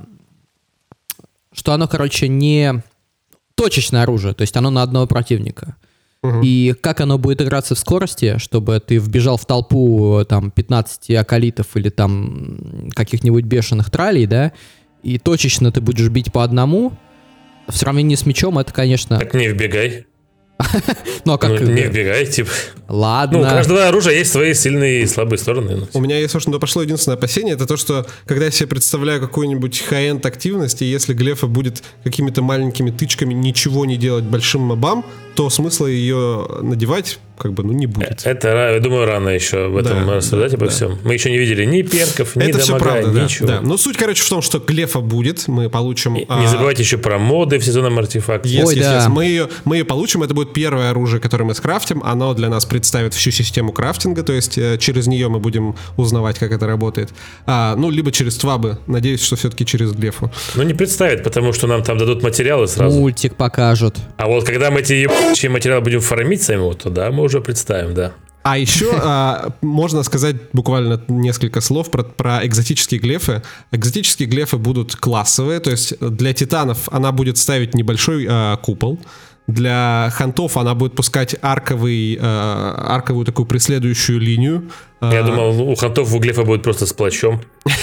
что оно, короче, не точечное оружие, то есть оно на одного противника. И как оно будет играться в скорости, чтобы ты вбежал в толпу там 15 акалитов или там каких-нибудь бешеных тралей, да, и точечно ты будешь бить по одному, в сравнении с мечом это, конечно... Так не вбегай. Ну, а как... не вбегай, типа. Ладно. Ну, у каждого оружия есть свои сильные и слабые стороны. У меня есть, собственно, пошло единственное опасение, это то, что когда я себе представляю какую-нибудь хай-энд активность, и если глефа будет какими-то маленькими тычками ничего не делать большим мобам, то смысла ее надевать не будет. Это, я думаю, рано еще в этом рассуждать обо всем. Мы еще не видели ни перков, ни это дамага, правда, ничего. Да. Но суть, в том, что глефа будет, мы получим... Не забывайте еще про моды в сезонном артефакте. Yes. Мы ее получим, это будет первое оружие, которое мы скрафтим, оно для нас представит всю систему крафтинга, то есть через нее мы будем узнавать, как это работает. Либо через твабы, надеюсь, что все-таки через глефу. Не представит, потому что нам там дадут материалы сразу. Мультик покажут. А вот когда мы эти ебучие материалы будем фармить сами, то да, мы уже представим, да. А еще можно сказать буквально несколько слов про экзотические глефы. Экзотические глефы будут классовые, то есть для титанов она будет ставить небольшой купол. Для хантов она будет пускать арковую такую преследующую линию. Я думал, у хантов у глефа будет просто с плащом.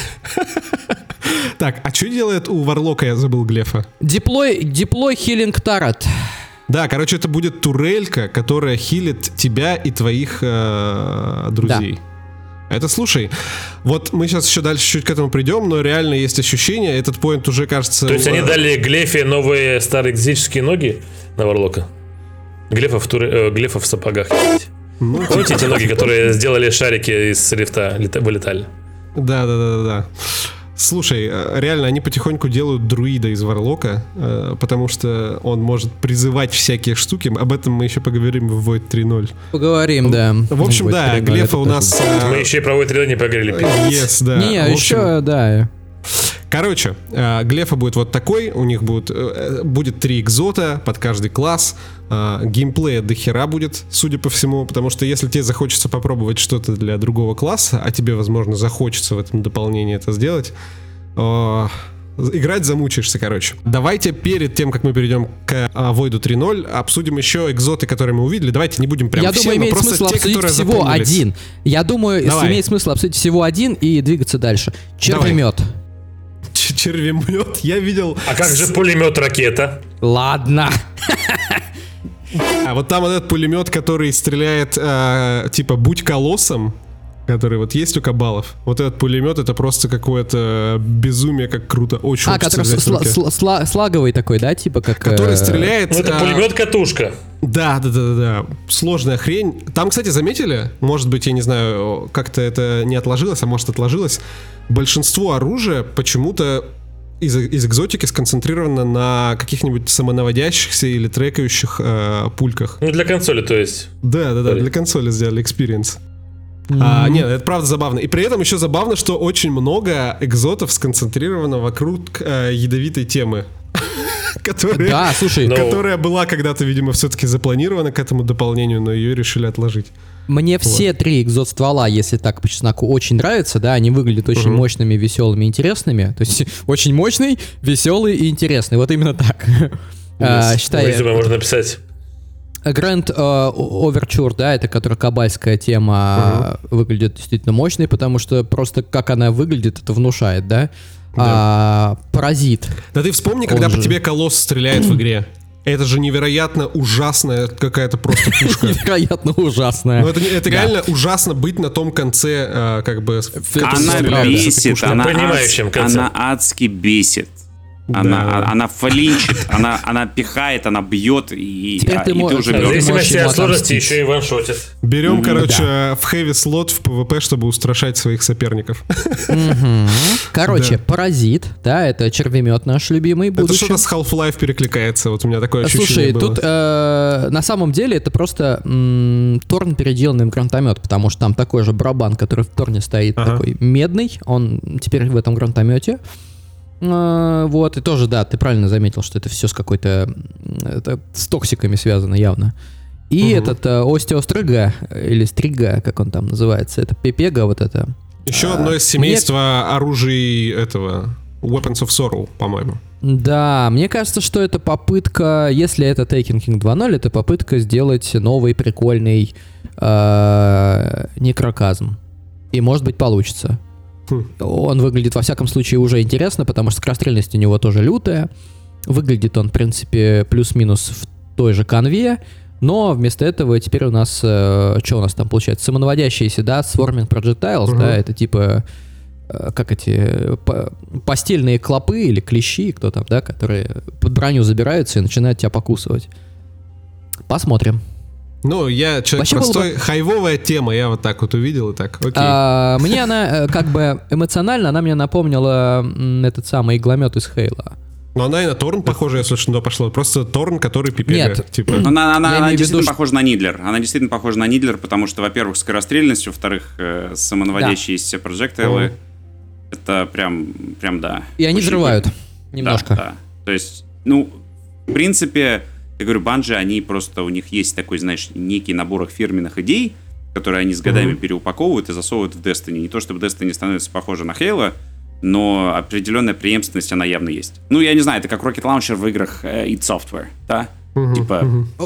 Так, а что делает у варлока, я забыл, глефа? Деплой хилинг тарат. Да, это будет турелька, которая хилит тебя и твоих друзей. Да. Это, слушай, вот мы сейчас еще дальше чуть к этому придем, но реально есть ощущение, этот поинт уже кажется... То есть они дали глефе новые старые экзотические ноги на варлока? Глефа в сапогах. Помните эти ноги, которые сделали шарики из лифта, вылетали? Да. Слушай, реально, они потихоньку делают друида из варлока, потому что он может призывать всякие штуки. Об этом мы еще поговорим в Void 3.0. Поговорим, да. В общем, да, глефа у нас... Мы еще и про Void 3.0 не поговорили. Yes, да. Не, еще, да. Короче, глефа будет вот такой, у них будет 3 экзота под каждый класс, геймплея до хера будет, судя по всему, потому что если тебе захочется попробовать что-то для другого класса, а тебе, возможно, захочется в этом дополнении это сделать, играть замучаешься, Давайте перед тем, как мы перейдем к Void 3.0, обсудим еще экзоты, которые мы увидели. Давайте не будем прям все, но просто те, которые всего один. Я думаю, имеет смысл обсудить всего один и двигаться дальше. Червемет. Червемет, я видел... А как же пулемет-ракета? Ладно. А вот там этот пулемет, который стреляет, будь колоссом, который вот есть у кабалов. Вот этот пулемет, это просто какое-то безумие, как круто. Очень который слаговый такой, да, как... Который стреляет... это пулемет-катушка. Да. Сложная хрень. Там, кстати, заметили, может быть, я не знаю, как-то это не отложилось, а может отложилось, большинство оружия почему-то из экзотики сконцентрировано на каких-нибудь самонаводящихся или трекающих пульках. Для консоли, то есть. Да, для консоли сделали experience. Нет, это правда забавно. И при этом еще забавно, что очень много экзотов сконцентрировано вокруг ядовитой темы. Которая была когда-то, видимо, все-таки запланирована к этому дополнению, но ее решили отложить. Мне все 3 экзот-ствола, если так по чесноку, очень нравятся, да, они выглядят очень мощными, веселыми, интересными. То есть очень мощный, веселый и интересный. Вот именно так. Считай. Можно написать. Grand Overture, да, это которая кабальская тема, выглядит действительно мощной, потому что просто как она выглядит, это внушает, да? Паразит. Да ты вспомни, когда по тебе колосс стреляет в игре. Это же невероятно ужасная какая-то просто пушка. Невероятно ужасная. Но это реально ужасно быть на том конце, Она бесит, она адски бесит. Она флинчит, она пихает, она бьет, и ты уже в зависимости от сложности еще и ваншотит. Берем, в heavy слот в PvP, чтобы устрашать своих соперников. Короче, паразит, да, это червемет наш любимый будущий. Это что-то с Half-Life перекликается, вот у меня такое ощущение было. Слушай, тут на самом деле это просто Торн, переделанный в гранатомет, потому что там такой же барабан, который в Торне стоит, такой медный, он теперь в этом гранатомете. Вот, и тоже, да, ты правильно заметил, что это все с какой-то... Это с токсиками связано явно. И этот остеострига, или стрига, как он там называется, это пепега вот это. Еще одно из семейства оружий этого Weapons of Sorrow, по-моему. Да, мне кажется, что это попытка, если это Taken King 2.0, это попытка сделать новый прикольный некроказм. И, может быть, получится. Он выглядит, во всяком случае, уже интересно, потому что скорострельность у него тоже лютая. Выглядит он, в принципе, плюс-минус в той же канве, но вместо этого теперь у нас... что у нас там получается? Самонаводящиеся, да, Swarming Projectiles, да, это типа... Как эти... Постельные клопы или клещи, кто там, да, которые под броню забираются и начинают тебя покусывать. Посмотрим. Ну, я человек вообще простой, хайвовая тема, я вот так вот увидел и так, окей. Мне она, как бы, эмоционально, она мне напомнила этот самый игломет из Хейла. Но она и на Торн похожа, если что-то пошло. Просто Торн, который пипега. Нет. Типа. Она действительно похожа на Нидлер. Она действительно похожа на Нидлер, потому что, во-первых, скорострельность, во-вторых, самонаводящиеся прожекторы. Это прям да. И они взрывают немножко. Да. То есть, ну, в принципе, я говорю, Bungie, они просто, у них есть такой, знаешь, некий набор их фирменных идей, которые они с годами переупаковывают и засовывают в Destiny. Не то, чтобы Destiny становится похоже на Halo, но определенная преемственность, она явно есть. Ну, я не знаю, это как Rocket Launcher в играх id Software, да? Типа...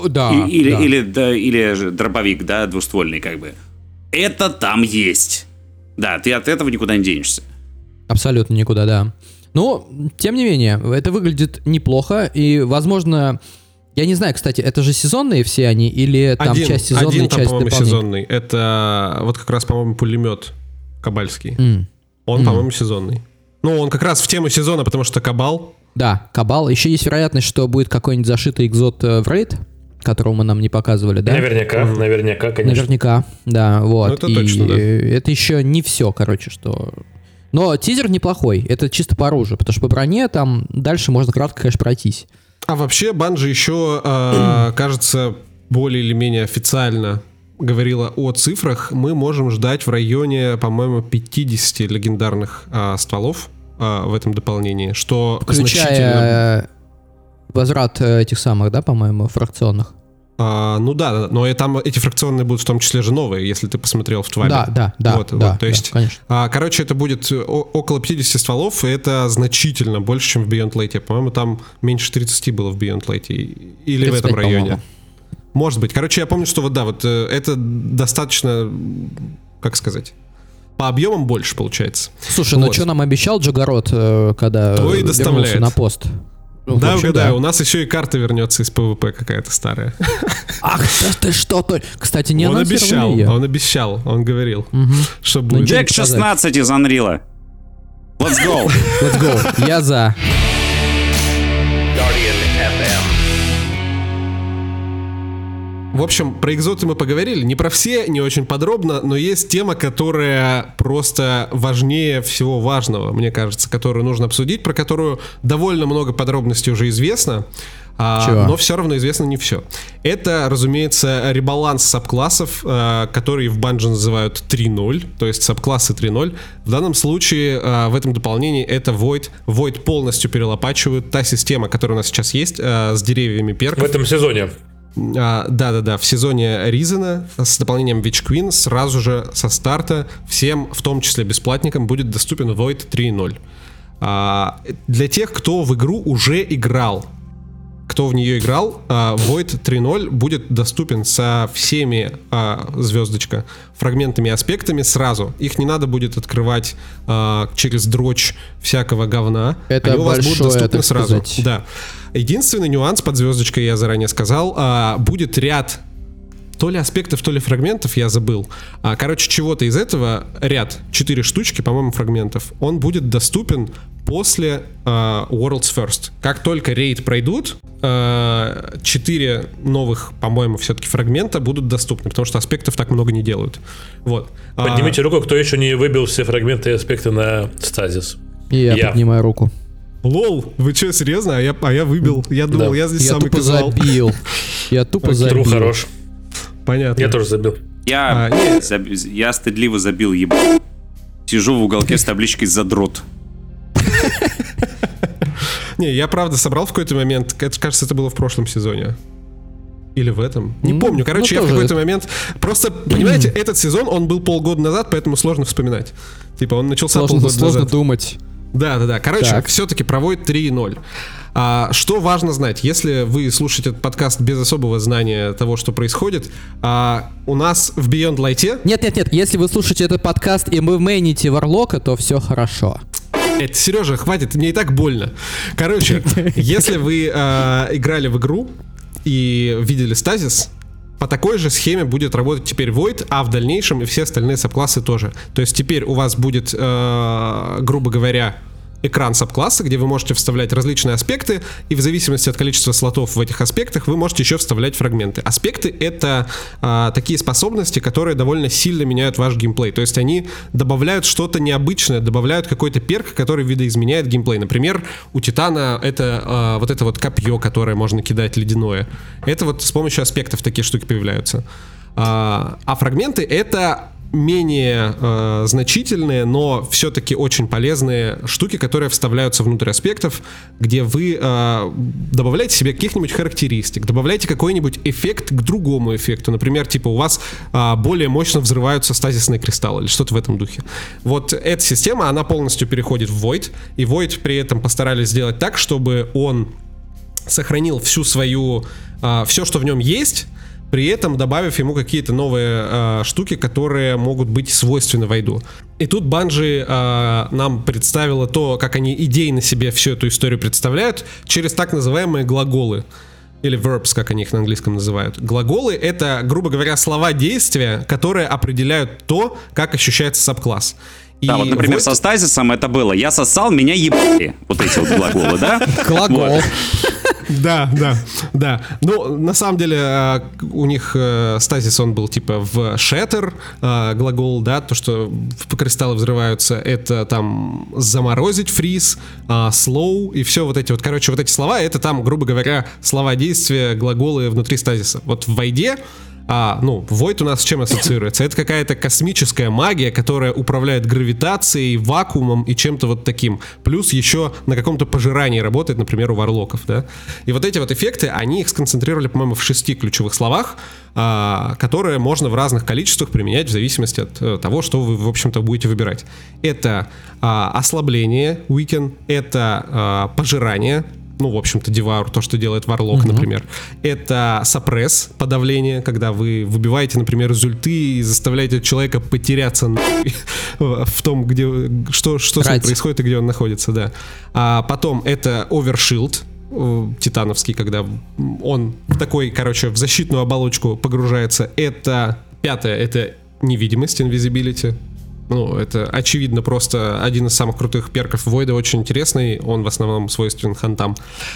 Или дробовик, да, двуствольный, как бы. Это там есть. Да, ты от этого никуда не денешься. Абсолютно никуда, да. Но, тем не менее, это выглядит неплохо, и, возможно... Я не знаю, кстати, это же сезонные все они, или там часть сезонная, часть дополнительная? Один, сезонный. Это вот как раз, по-моему, пулемет кабальский. Он, по-моему, сезонный. Ну, он как раз в тему сезона, потому что Кабал. Да, Кабал. Еще есть вероятность, что будет какой-нибудь зашитый экзот в рейд, которого нам не показывали, да? Наверняка, конечно. Наверняка, да, вот. Ну, это точно, да. Это еще не все, короче, что... Но тизер неплохой, это чисто по оружию, потому что по броне там дальше можно кратко, конечно, пройтись. А вообще Bungie еще, кажется, более или менее официально говорила о цифрах. Мы можем ждать в районе, по-моему, 50 легендарных стволов в этом дополнении, что включая возврат этих самых, да, по-моему, фракционных. Ну да, но и там эти фракционные будут в том числе же новые, если ты посмотрел в Твабе. Да. То есть, короче, это будет около 50 стволов, и это значительно больше, чем в Beyond Light. По-моему, там меньше 30 было в Beyond Light. Или в этом районе. По-моему. Может быть. Короче, я помню, что вот это достаточно, как сказать, по объемам больше получается. Слушай, ну что нам обещал Джагород, когда вернулся на пост? Да, угадаю, у нас еще и карта вернется из ПВП какая-то старая. Ах, ты что? Кстати, не анонсировали ее. Он обещал, он говорил, что будет. Джек 16 из Unreal. Let's go. Я за. В общем, про экзоты мы поговорили. Не про все, не очень подробно, но есть тема, которая просто важнее всего важного, мне кажется, которую нужно обсудить, про которую довольно много подробностей уже известно, но все равно известно не все. Это, разумеется, ребаланс сабклассов, которые в Bungie называют 3.0, то есть сабклассы 3.0. В данном случае в этом дополнении это Void. Void полностью перелопачивают. Та система, которая у нас сейчас есть, с деревьями перков. В этом сезоне. Да, в сезоне Ризена с дополнением Witch Queen сразу же со старта всем, в том числе бесплатникам, будет доступен Void 3.0. Для тех, кто в игру уже играл, кто в нее играл, Void 3.0 будет доступен со всеми, звездочка, фрагментами и аспектами сразу. Их не надо будет открывать через дрочь всякого говна. Это они у вас будут доступны сразу. Да. Единственный нюанс под звездочкой, я заранее сказал, будет ряд то ли аспектов, то ли фрагментов, я забыл. Короче, чего-то из этого, ряд, 4 штучки, по-моему, фрагментов, он будет доступен после World's First. Как только рейд пройдут, 4 новых, по-моему, все-таки фрагмента будут доступны, потому что аспектов так много не делают. Вот. Поднимите руку, кто еще не выбил все фрагменты и аспекты на стазис. Я поднимаю руку. Лол, вы что, серьезно? А я выбил. Я думал, я здесь самый казал. Я тупо забил. Тру хорош. Понятно. Я тоже забил. Я стыдливо забил, ебать. Сижу в уголке с табличкой «Задрот». Не, я правда собрал в какой-то момент, кажется, это было в прошлом сезоне. Или в этом. Не помню. Короче, я в какой-то момент... Просто, понимаете, этот сезон, он был полгода назад, поэтому сложно вспоминать. Типа, он начался полгода назад. Сложно думать. Да. Короче, все-таки проводит 3.0. Что важно знать, если вы слушаете этот подкаст без особого знания того, что происходит, у нас в Beyond Light... Нет, если вы слушаете этот подкаст и вы мейните Варлока, то все хорошо. Это, Сережа, хватит, мне и так больно. Короче, если вы играли в игру и видели стазис, по такой же схеме будет работать теперь Void, а в дальнейшем и все остальные сабклассы тоже. То есть теперь у вас будет, грубо говоря, экран сабкласса, где вы можете вставлять различные аспекты, и в зависимости от количества слотов в этих аспектах вы можете еще вставлять фрагменты. Аспекты — это такие способности, которые довольно сильно меняют ваш геймплей. То есть они добавляют что-то необычное, добавляют какой-то перк, который видоизменяет геймплей. Например, у Титана это вот это вот копье, которое можно кидать ледяное. Это вот с помощью аспектов такие штуки появляются. А фрагменты — это менее значительные, но все-таки очень полезные штуки, которые вставляются внутрь аспектов, где вы добавляете себе каких-нибудь характеристик, добавляете какой-нибудь эффект к другому эффекту. Например, типа у вас более мощно взрываются стазисные кристаллы или что-то в этом духе. Вот эта система, она полностью переходит в Void, и Void при этом постарались сделать так, чтобы он сохранил всю свою, все, что в нем есть, при этом добавив ему какие-то новые штуки, которые могут быть свойственны Void. И тут Bungie нам представила то, как они идейно себе всю эту историю представляют, через так называемые глаголы. Или verbs, как они их на английском называют. Глаголы — это, грубо говоря, слова действия, которые определяют то, как ощущается сабкласс. Да, вот, например, со стазисом это было «я сосал, меня ебали». Вот эти вот глаголы, да? Глагол. Да. Ну, на самом деле, у них стазис, он был типа в shatter глагол, да, то, что кристаллы взрываются, это там заморозить, фриз, slow и все вот эти вот, короче, вот эти слова, это там, грубо говоря, слова действия, глаголы внутри стазиса. Вот в Void, Void у нас с чем ассоциируется? Это какая-то космическая магия, которая управляет гравитацией, вакуумом и чем-то вот таким. Плюс еще на каком-то пожирании работает, например, у варлоков, да? И вот эти вот эффекты, они их сконцентрировали, по-моему, в 6 ключевых словах, которые можно в разных количествах применять в зависимости от того, что вы, в общем-то, будете выбирать. Это ослабление, weaken, это пожирание, в общем-то, Devour, то, что делает Warlock, например. Это сапресс, подавление, когда вы выбиваете, например, из ульты и заставляете человека потеряться в том, где что с ним происходит и где он находится, да. А потом это Overshield, титановский, когда он в такой, в защитную оболочку погружается. Это пятое, это невидимость, invisibility. Это, очевидно, просто один из самых крутых перков Void, очень интересный, он в основном свойственен хантам.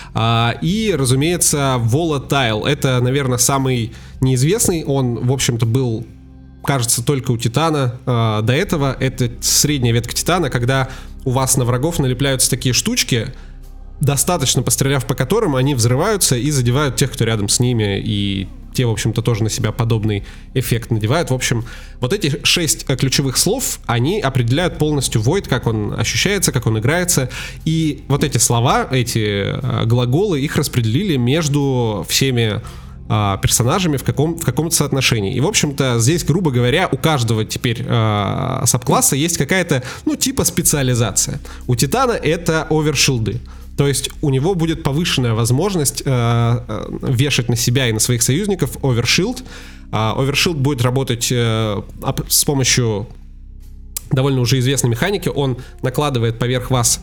И, разумеется, Volatile, это, наверное, самый неизвестный, он, в общем-то, был, кажется, только у Титана. До этого это средняя ветка Титана, когда у вас на врагов налепляются такие штучки, достаточно постреляв по которым, они взрываются и задевают тех, кто рядом с ними, и те, в общем-то, тоже на себя подобный эффект надевают. В общем, вот эти 6 ключевых слов, они определяют полностью Void, как он ощущается, как он играется. И вот эти слова, эти глаголы, их распределили между всеми персонажами в каком-то соотношении. И, в общем-то, здесь, грубо говоря, у каждого теперь сабкласса есть какая-то, типа специализация. У Титана это овершилды. То есть у него будет повышенная возможность вешать на себя и на своих союзников овершилд. Овершилд будет работать с помощью довольно уже известной механики. Он накладывает поверх вас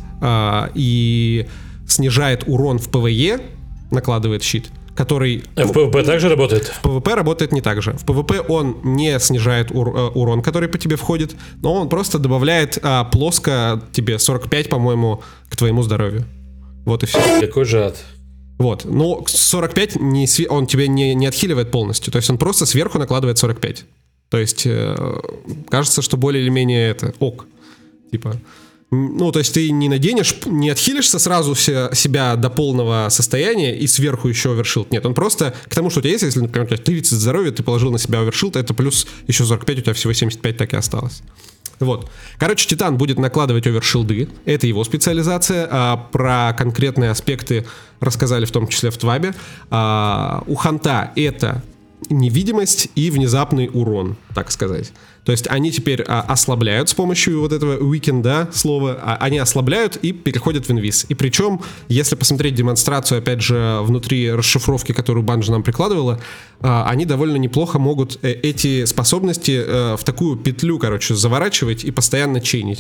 и снижает урон в ПВЕ, накладывает щит, который... В ПВП также работает? В ПВП работает не так же. В ПВП он не снижает урон, который по тебе входит, но он просто добавляет плоско тебе 45, по-моему, к твоему здоровью. Вот и все. Какой же ад. Вот. Но 45 он тебе не отхиливает полностью. То есть он просто сверху накладывает 45. То есть кажется, что более или менее это ок. Типа... то есть ты не не отхилишься сразу себя до полного состояния и сверху еще овершилд. Нет, он просто к тому, что у тебя есть, если, например, у тебя 30 здоровья, ты положил на себя овершилд, это плюс еще 45, у тебя всего 75 так и осталось. Вот. Короче, Титан будет накладывать овершилды. Это его специализация. Про конкретные аспекты рассказали в том числе в Твабе. У Ханта это невидимость и внезапный урон, так сказать. То есть они теперь ослабляют с помощью вот этого weaken, да, слова, они ослабляют и переходят в инвиз. И причем, если посмотреть демонстрацию, опять же, внутри расшифровки, которую Bungie нам прикладывала, они довольно неплохо могут эти способности в такую петлю, заворачивать и постоянно чейнить.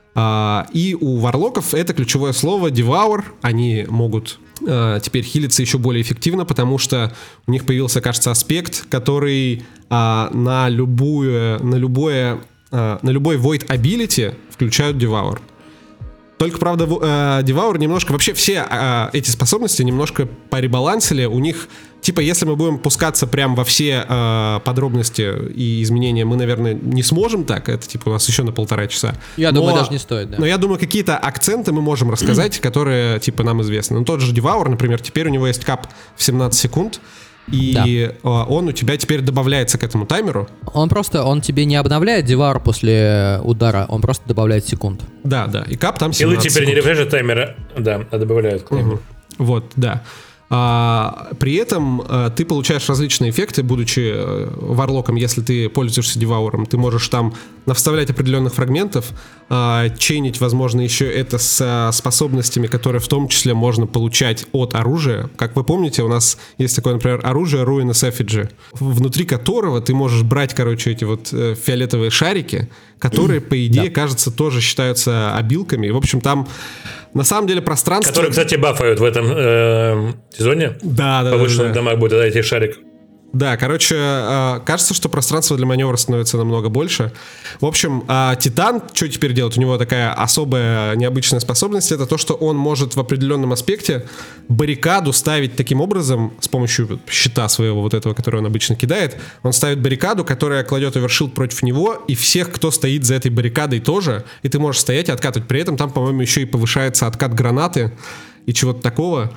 И у варлоков это ключевое слово Devour. Они могут теперь хилиться еще более эффективно, потому что у них появился, кажется, аспект, который на любой Void Ability включают Devour. Только, правда, Devour немножко... Вообще все эти способности немножко поребалансили. У них, типа, если мы будем пускаться прям во все подробности и изменения, мы, наверное, не сможем так. Это, типа, у нас еще на 1,5 часа. Я думаю, даже не стоит, да. Но я думаю, какие-то акценты мы можем рассказать, которые, типа, нам известны. Ну, тот же Devour, например, теперь у него есть кап в 17 секунд. И он у тебя теперь добавляется к этому таймеру. Он тебе не обновляет Devour после удара, он просто добавляет секунд. Да, и кап там 17 секунд. И теперь не рефрешат таймера, да, а добавляют к таймеру. Вот, да. При этом ты получаешь различные эффекты, будучи варлоком. Если ты пользуешься Девауром, ты можешь там навставлять определенных фрагментов, чейнить, возможно, еще это с способностями, которые в том числе можно получать от оружия. Как вы помните, у нас есть такое, например, оружие Ruinous Effigy, внутри которого ты можешь брать, короче, эти вот фиолетовые шарики, которые, по идее, кажется, тоже считаются обилками. И, в общем, там на самом деле пространство... Которые, кстати, бафают в этом сезоне. Да. В повышенных домах будет этих шариков. Да, короче, кажется, что пространство для маневра становится намного больше. В общем, Титан, что теперь делает? У него такая особая необычная способность. Это то, что он может в определенном аспекте баррикаду ставить таким образом, с помощью щита своего вот этого, который он обычно кидает. Он ставит баррикаду, которая кладет овершилд против него, и всех, кто стоит за этой баррикадой тоже. И ты можешь стоять и откатывать. При этом там, по-моему, еще и повышается откат гранаты и чего-то такого.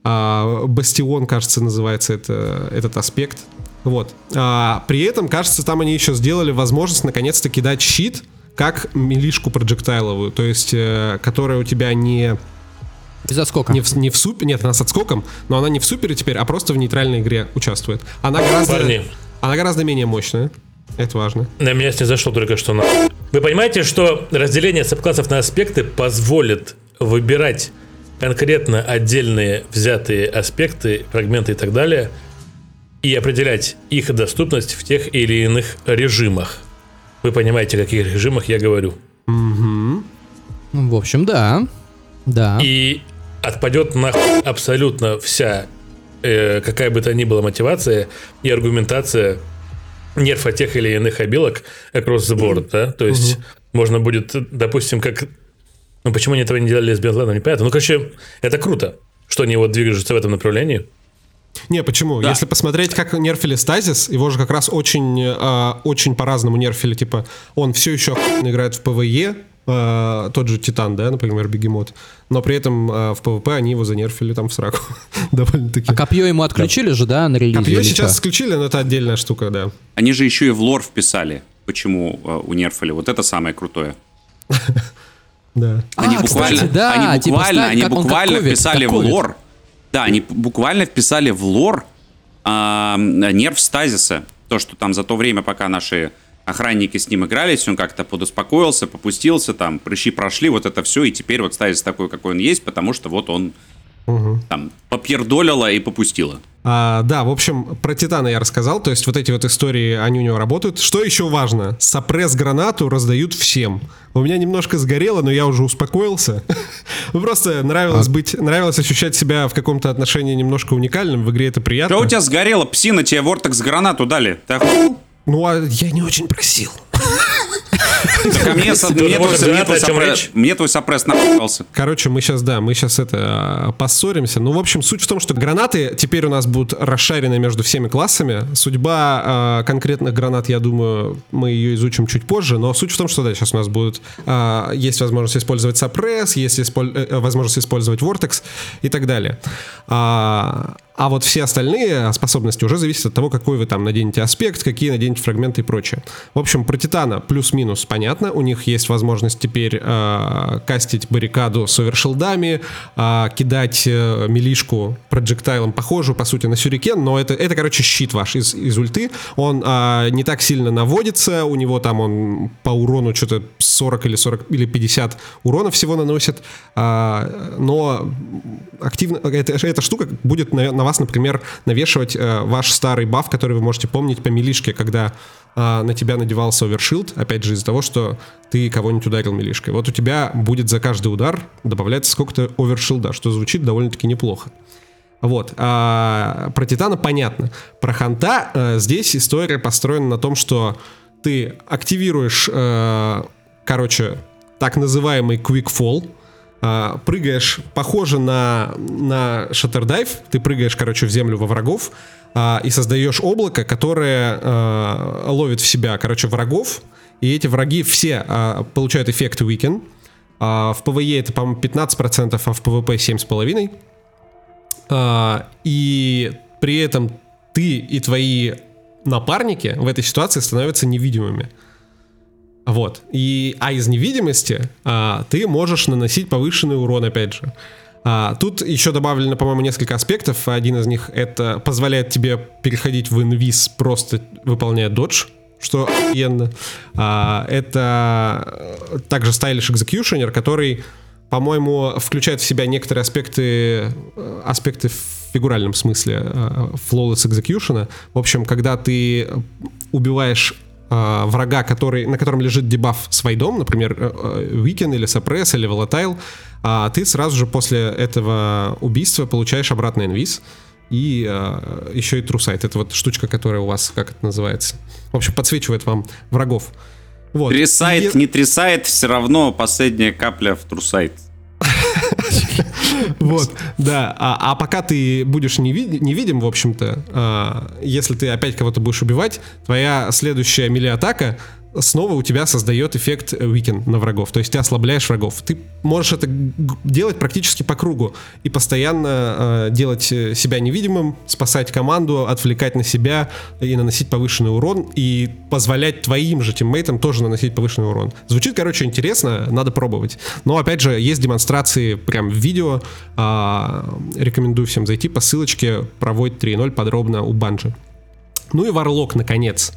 Бастион, кажется, называется этот аспект. Вот. При этом, кажется, там они еще сделали возможность наконец-то кидать щит, как милишку проджектайловую, то есть, которая у тебя не... Без отскока. Не в супер, нет, она с отскоком, но она не в супере теперь, а просто в нейтральной игре участвует. Она гораздо менее мощная. Это важно. На меня снизошло только что. Вы понимаете, что разделение сабклассов на аспекты позволит выбирать конкретно отдельные взятые аспекты, фрагменты и так далее, и определять их доступность в тех или иных режимах. Вы понимаете, о каких режимах я говорю? Угу. В общем, да. И отпадет нахуй абсолютно вся, какая бы то ни была мотивация и аргументация нерфа тех или иных обилок across the board, да? То есть можно будет, допустим, как... Ну, почему они этого не делали с Бензлэном, непонятно. Ну, короче, это круто, что они вот двигаются в этом направлении. Не, почему? Да. Если посмотреть, как нерфили стазис, его же как раз очень по-разному нерфили. Типа, он все еще играет в ПВЕ, тот же Титан, да, например, Бегемот. Но при этом в ПВП они его занерфили там в сраку. Довольно-таки. А копье ему отключили же, да, на релизе? Копье сейчас исключили, но это отдельная штука, да. Они же еще и в лор вписали, почему унерфили. Вот это самое крутое. Да. Они буквально вписали в лор. Да, они буквально вписали в лор нерв стазиса. То, что там за то время, пока наши охранники с ним игрались, он как-то подуспокоился, попустился, там прыщи прошли, вот это все, и теперь вот стазис такой, какой он есть, потому что вот он там попердолило и попустило. Да, в общем, про Титана я рассказал, то есть вот эти вот истории, они у него работают. Что еще важно? Сопресс-гранату раздают всем. У меня немножко сгорело, но я уже успокоился. Просто нравилось ощущать себя в каком-то отношении немножко уникальным, в игре это приятно. Что у тебя сгорело, псина, тебе Вортекс-гранату дали? Ты охуел? Ну, а я не очень просил. Так, мне твой сопресс напался. Короче, мы сейчас поссоримся. Ну, в общем, суть в том, что гранаты теперь у нас будут расшарены между всеми классами. Судьба конкретных гранат, я думаю, мы ее изучим чуть позже. Но суть в том, что да, сейчас у нас будет есть возможность использовать сопресс, есть возможность использовать Vortex и так далее. А вот все остальные способности уже зависят от того, какой вы там наденете аспект, какие наденете фрагменты и прочее. В общем, про Титана плюс-минус понятно. У них есть возможность теперь кастить баррикаду с овершилдами, кидать милишку проджектайлом похожую, по сути, на сюрикен, но это короче, щит ваш из ульты. Он не так сильно наводится, у него там он по урону что-то 40 или 50 урона всего наносит, но активно эта штука будет на вас, например, навешивать ваш старый баф, который вы можете помнить по милишке, когда на тебя надевался овершилд, опять же из-за того, что ты кого-нибудь ударил милишкой. Вот у тебя будет за каждый удар добавляться сколько-то овершилда, что звучит довольно-таки неплохо. Вот. Про Титана понятно. Про Ханта здесь история построена на том, что ты активируешь, так называемый Quick Fall. прыгаешь, похоже на шаттердайв, ты прыгаешь, короче, в землю во врагов, и создаешь облако, которое ловит в себя, короче, врагов, и эти враги все получают эффект Weaken. В PvE это, по-моему, 15%, а в PvP 7,5%. И при этом ты и твои напарники в этой ситуации становятся невидимыми. Вот. А из невидимости ты можешь наносить повышенный урон, опять же. Тут еще добавлено, по-моему, несколько аспектов. Один из них — это позволяет тебе переходить в инвиз, просто выполняя додж, что охуенно. Это также Stylish Executioner, который, по-моему, включает в себя некоторые аспекты в фигуральном смысле Flawless Execution. В общем, когда ты убиваешь врага, на котором лежит дебаф с вайдом, например, Weaken или Suppress или Volatile, ты сразу же после этого убийства получаешь обратный инвиз и еще и True Sight. Это вот штучка, которая у вас, как это называется, в общем, подсвечивает вам врагов. Вот. Трисайт, не трисайт, все равно последняя капля в True Sight. Вот, да. А пока ты будешь невидим, в общем-то, если ты опять кого-то будешь убивать, твоя следующая мили-атака снова у тебя создает эффект Weaken на врагов. То есть ты ослабляешь врагов. Ты можешь это делать практически по кругу и постоянно делать себя невидимым, спасать команду, отвлекать на себя и наносить повышенный урон, и позволять твоим же тиммейтам тоже наносить повышенный урон. Звучит, короче, интересно, надо пробовать. Но, опять же, есть демонстрации прям в видео. Рекомендую всем зайти по ссылочке про Void 3.0 подробно у Bungie. Ну и Warlock, наконец.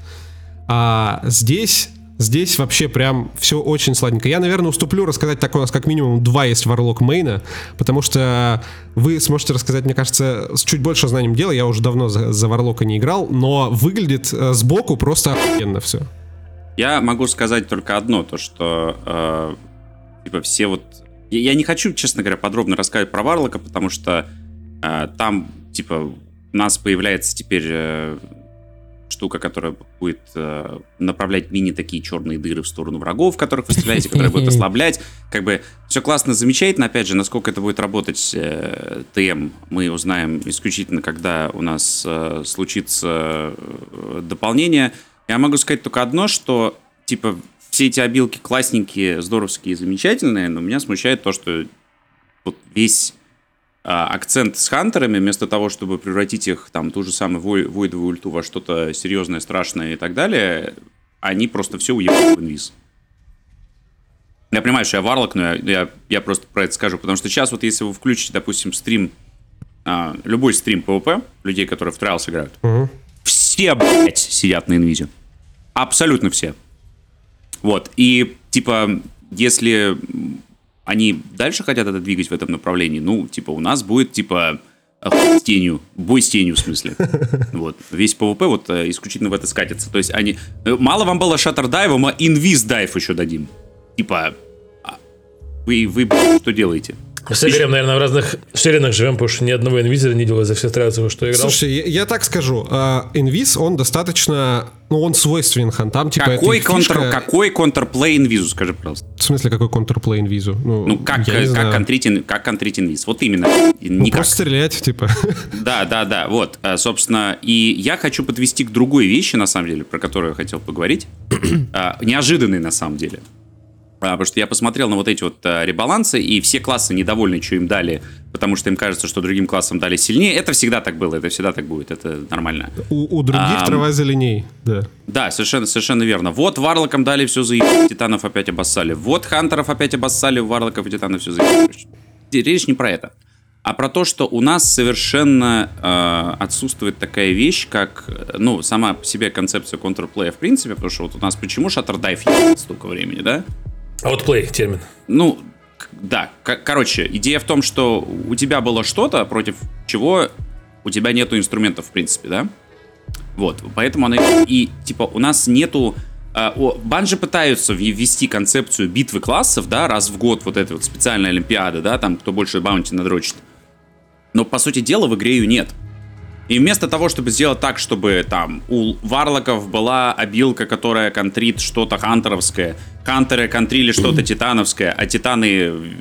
Здесь вообще прям все очень сладенько. Я, наверное, уступлю рассказать, так у нас как минимум 2 есть Warlock мейна, потому что вы сможете рассказать, мне кажется, с чуть большим знанием дела. Я уже давно за Warlock'а не играл, но выглядит сбоку просто охуенно все. Я могу сказать только одно, то что типа все вот... Я не хочу, честно говоря, подробно рассказывать про Warlock'а, потому что там, типа, у нас появляется теперь... штука, которая будет направлять мини такие черные дыры в сторону врагов, которых вы стреляете, которые будут ослаблять. Как бы все классно, замечательно. Опять же, насколько это будет работать ТМ, мы узнаем исключительно, когда у нас случится дополнение. Я могу сказать только одно, что типа все эти обилки классненькие, здоровские, замечательные, но меня смущает то, что вот весь акцент с хантерами, вместо того, чтобы превратить их, там, ту же самую войдовую ульту во что-то серьезное, страшное и так далее, они просто все уебают в инвиз. Я понимаю, что я Warlock, но я просто про это скажу, потому что сейчас вот если вы включите, допустим, стрим, любой стрим PvP, людей, которые в Trials играют, все, блядь, сидят на инвизе. Абсолютно все. Вот, и, типа, если... они дальше хотят это двигать в этом направлении, ну, типа, у нас будет, типа, с тенью, бой с тенью, в смысле. Вот. Весь PvP вот исключительно в это скатится. То есть они... Мало вам было шаттердайва, мы инвиз-дайв еще дадим. Типа, вы что делаете? Мы с Игорем, наверное, в разных вселенных живем, потому что ни одного инвизора не делал за все трясовые, что играл. Слушай, я так скажу, инвиз, он достаточно, ну, он свойственен хантам, типа, какой контрплей инвизу, скажи, пожалуйста. В смысле, какой контрплей инвизу? Ну как контрить инвиз? Вот именно. Ну, просто стрелять, типа. Да, вот, собственно, и я хочу подвести к другой вещи, на самом деле, про которую я хотел поговорить. Неожиданной, на самом деле. Потому что я посмотрел на вот эти вот ребалансы, и все классы недовольны, что им дали, потому что им кажется, что другим классам дали сильнее. Это всегда так было, это всегда так будет, это нормально. У других трава зеленей, да. Да, совершенно верно. Вот Варлокам дали все заебать, Титанов опять обоссали. Вот Хантеров опять обоссали, Варлоков и Титанов все заебать. Речь не про это, а про то, что у нас совершенно отсутствует такая вещь, как, ну, сама по себе концепция контрплея в принципе, потому что вот у нас почему шаттердайв ебать столько времени, да? Outplay термин. Ну, да. Короче, идея в том, что у тебя было что-то, против чего у тебя нету инструментов, в принципе, да? Вот, поэтому она... И, типа, у нас нету... Bungie пытаются ввести концепцию битвы классов, да, раз в год, вот эта вот специальная олимпиада, да, там, кто больше баунти надрочит. Но, по сути дела, в игре ее нет. И вместо того, чтобы сделать так, чтобы там у варлоков была обилка, которая контрит что-то хантеровское, хантеры контрили что-то титановское, а титаны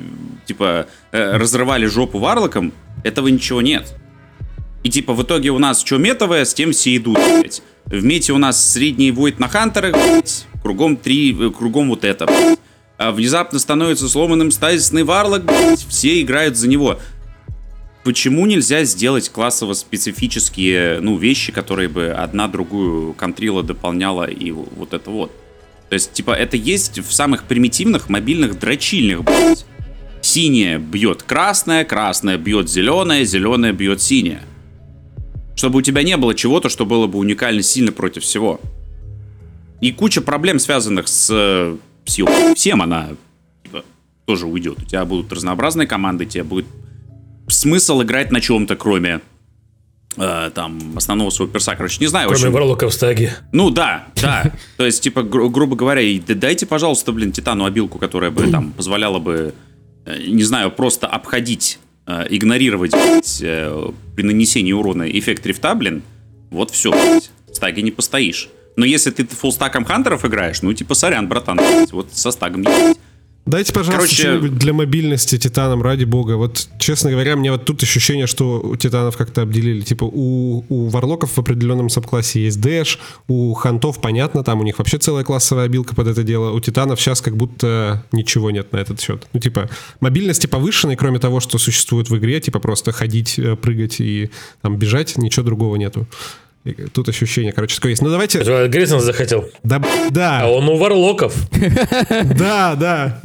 типа, разрывали жопу варлокам, этого ничего нет. И, типа, в итоге у нас что метовое, с тем все идут, блядь. В мете у нас средний войд на хантерах, блядь, кругом вот это, блядь. А внезапно становится сломанным стазисный варлок, блядь, все играют за него. Почему нельзя сделать классово-специфические, вещи, которые бы одна другую контрила, дополняла и вот это вот? То есть, типа, это есть в самых примитивных мобильных дрочильнях, блядь. Синее бьет красное, красное бьет зеленое, зеленое бьет синее. Чтобы у тебя не было чего-то, что было бы уникально сильно против всего. И куча проблем, связанных с всем, она типа, тоже уйдет. У тебя будут разнообразные команды, тебе будет смысл играть на чем-то, кроме основного своего перса. Короче, не знаю. Кроме варлоков в стаге. Ну да. То есть, типа, грубо говоря, дайте, пожалуйста, Титану обилку, которая бы там позволяла бы, не знаю, просто обходить, игнорировать, при нанесении урона эффект рифта, вот все, блядь, в стаге не постоишь. Но если ты фуллстаком хантеров играешь, типа, сорян, братан, вот со стагом есть. Дайте, пожалуйста, что-нибудь для мобильности Титанам, ради бога. Вот, честно говоря, мне вот тут ощущение, что у Титанов как-то обделили. Типа, у варлоков в определенном сабклассе есть дэш, у хантов, понятно, там у них вообще целая классовая обилка под это дело. У Титанов сейчас как будто ничего нет на этот счет. Типа, мобильности повышенной, кроме того, что существует в игре, типа, просто ходить, прыгать и там бежать, ничего другого нету. Тут ощущение, такое есть. Ну, давайте... Грейсон захотел. Да. А он у варлоков. Да.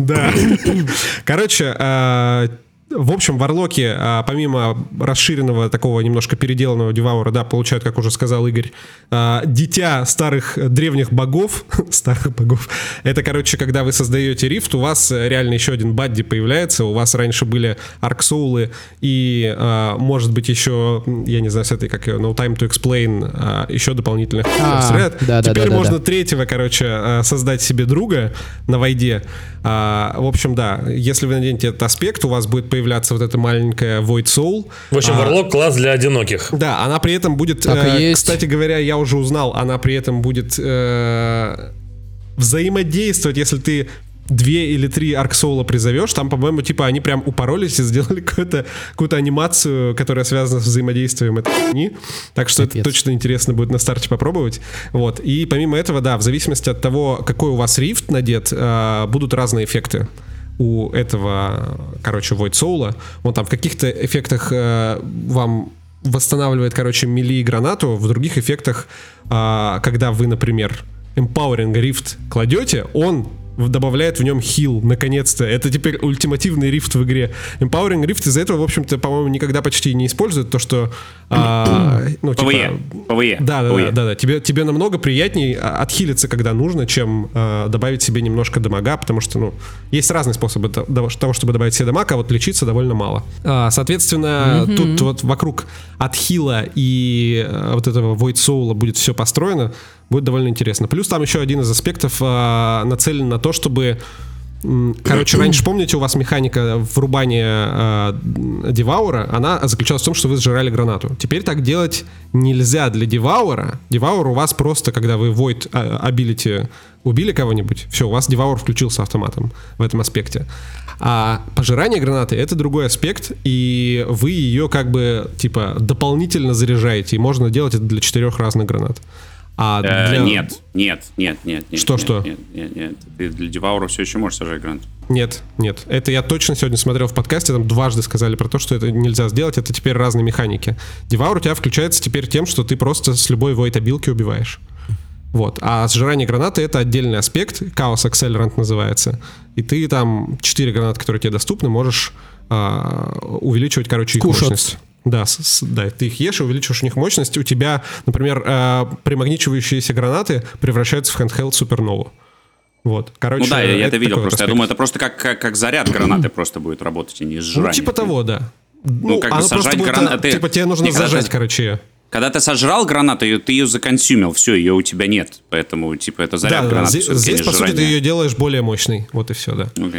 Короче, в общем, варлоки, помимо расширенного, такого немножко переделанного деваура, да, получают, как уже сказал Игорь, дитя старых древних богов. Это, когда вы создаете рифт, у вас реально еще один бадди появляется. У вас раньше были арксоулы и, может быть, еще, я не знаю, с этой, как ее, No Time to Explain, еще дополнительных. Теперь можно третьего, создать себе друга на войде. В общем, да, если вы наденете этот аспект, у вас будет появляться вот эта маленькая Void Soul. В общем, варлок класс для одиноких. Да, она при этом будет, кстати говоря, я уже узнал, она при этом будет взаимодействовать, если ты 2 или 3 арксоула призовешь, там, по-моему, типа они прям упоролись и сделали какую-то анимацию, которая связана с взаимодействием этой хуйни. Так что это точно интересно будет на старте попробовать. Вот. И помимо этого, да, в зависимости от того, какой у вас рифт надет, будут разные эффекты у этого, Void Soul'а. Он там в каких-то эффектах вам восстанавливает, мили гранату, в других эффектах, когда вы, например, Empowering Rift кладете, он добавляет в нем хил, наконец-то. Это теперь ультимативный рифт в игре. Empowering Rift из-за этого, в общем-то, по-моему, никогда почти не используют. То, что... PvE. Да. Тебе намного приятней отхилиться, когда нужно, чем добавить себе немножко дамага, потому что, есть разные способы того, чтобы добавить себе дамаг, а вот лечиться довольно мало. Соответственно, тут вот вокруг отхила и вот этого Void Soul'а будет все построено. Будет довольно интересно. Плюс там еще один из аспектов нацелен на то, чтобы... раньше, помните, у вас механика врубания деваура, она заключалась в том, что вы сжирали гранату. Теперь так делать нельзя для деваура. Деваур у вас просто, когда вы Void Ability убили кого-нибудь, все, у вас деваур включился автоматом в этом аспекте. А пожирание гранаты — это другой аспект, и вы ее дополнительно заряжаете, и можно делать это для 4 разных гранат. Нет. Что? Нет. Ты для деваура все еще можешь сажать гранату. Нет. Это я точно сегодня смотрел в подкасте, там дважды сказали про то, что это нельзя сделать, это теперь разные механики. Деваур у тебя включается теперь тем, что ты просто с любой Void-обилки убиваешь. Вот. А сжирание гранаты — это отдельный аспект, Chaos Accelerant называется. И ты там 4 гранаты, которые тебе доступны, можешь увеличивать, их мощность. Да, ты их ешь и увеличиваешь у них мощность. У тебя, например, примагничивающиеся гранаты превращаются в handheld супернову. Вот. Я это видел. Просто я думаю, это просто как заряд гранаты просто будет работать, а не сжирание. Типа того, да. Сажать гранату. Типа тебе нужно зажать, ее. Когда ты сожрал гранату, ты ее законсюмил, все, ее у тебя нет. Поэтому, это заряд гранаты. Здесь, по сути, ты ее делаешь более мощной. Вот и все, да. Okay.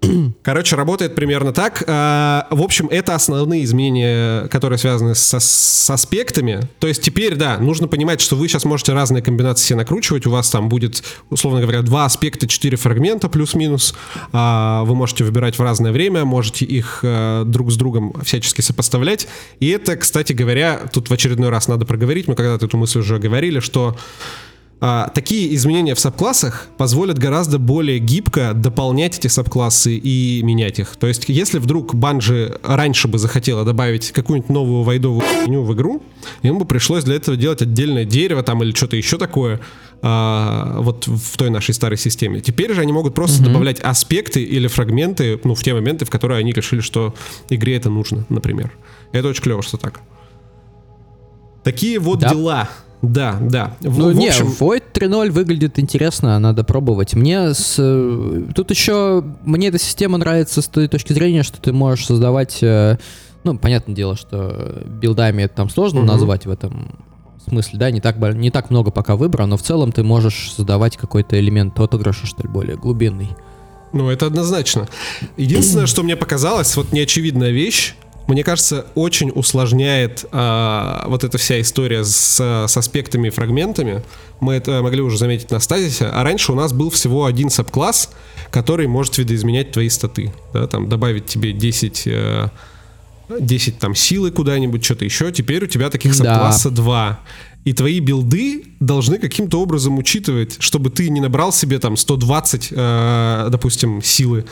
Короче, работает примерно так. В общем, это основные изменения, которые связаны с аспектами. То есть теперь, да, нужно понимать, что вы сейчас можете разные комбинации себе накручивать. У вас там будет, условно говоря, 2 аспекта, 4 фрагмента плюс-минус. Вы можете выбирать в разное время, можете их друг с другом всячески сопоставлять. И это, кстати говоря, тут в очередной раз надо проговорить, мы когда-то эту мысль уже говорили, что такие изменения в сабклассах позволят гораздо более гибко дополнять эти сабклассы и менять их. То есть, если вдруг Bungie раньше бы захотела добавить какую-нибудь новую вайдовую меню в игру, им бы пришлось для этого делать отдельное дерево там или что-то еще такое, вот в той нашей старой системе. Теперь же они могут просто добавлять аспекты или фрагменты, ну, в те моменты, в которые они решили, что игре это нужно, например. Это очень клево, что так. Такие вот дела. Да. Void 3.0 выглядит интересно, надо пробовать. Тут еще мне эта система нравится с той точки зрения, что ты можешь создавать, понятное дело, что билдами это там сложно назвать в этом смысле, да, не так много пока выбора, но в целом ты можешь создавать какой-то элемент отыгрыша, что ли, более глубинный. Ну, это однозначно. Единственное, что мне показалось, вот неочевидная вещь, мне кажется, очень усложняет вот эта вся история с аспектами и фрагментами. Мы это могли уже заметить на стазисе. А раньше у нас был всего один сабкласс, который может видоизменять твои статы. Да, там добавить тебе 10 там силы куда-нибудь, что-то еще. Теперь у тебя таких сабкласса 2. И твои билды должны каким-то образом учитывать, чтобы ты не набрал себе там 120, допустим, силы.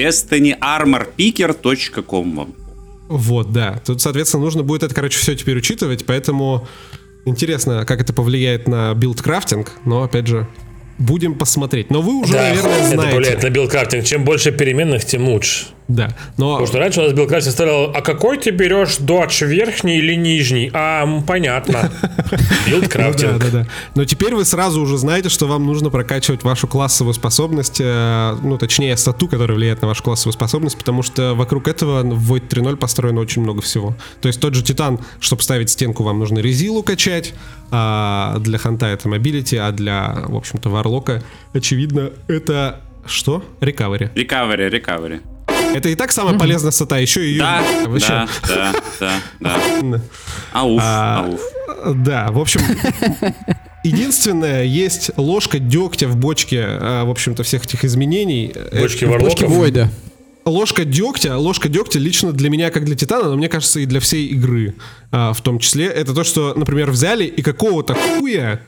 DestinyArmorPicker.com. Вот, да. Тут, соответственно, нужно будет это, все теперь учитывать, поэтому интересно, как это повлияет на билдкрафтинг, но, опять же, будем посмотреть. Но вы уже, наверное, знаете. Это повлияет на билдкрафтинг. Чем больше переменных, тем лучше. Да, но... Потому что раньше у нас билдкрафтинг стоял, а какой ты берешь додж, верхний или нижний? Понятно. Билдкрафтинг. Да. Но теперь вы сразу уже знаете, что вам нужно прокачивать вашу классовую способность, точнее, стату, которая влияет на вашу классовую способность, потому что вокруг этого в Void 3.0 построено очень много всего. То есть тот же Титан, чтобы ставить стенку, вам нужно резилу качать, а для ханта это мобилити, а для, в общем-то, варлока, очевидно, это что? Рекавери. Рекавери. Это и так самая полезная стата, еще ее... Да. Ауф. Да, в общем... Единственное, есть ложка дегтя в бочке, в общем-то, всех этих изменений. Бочки варлоков? Войда. Ложка дегтя лично для меня, как для Титана, но мне кажется, и для всей игры в том числе, это то, что, например, взяли и какого-то хуя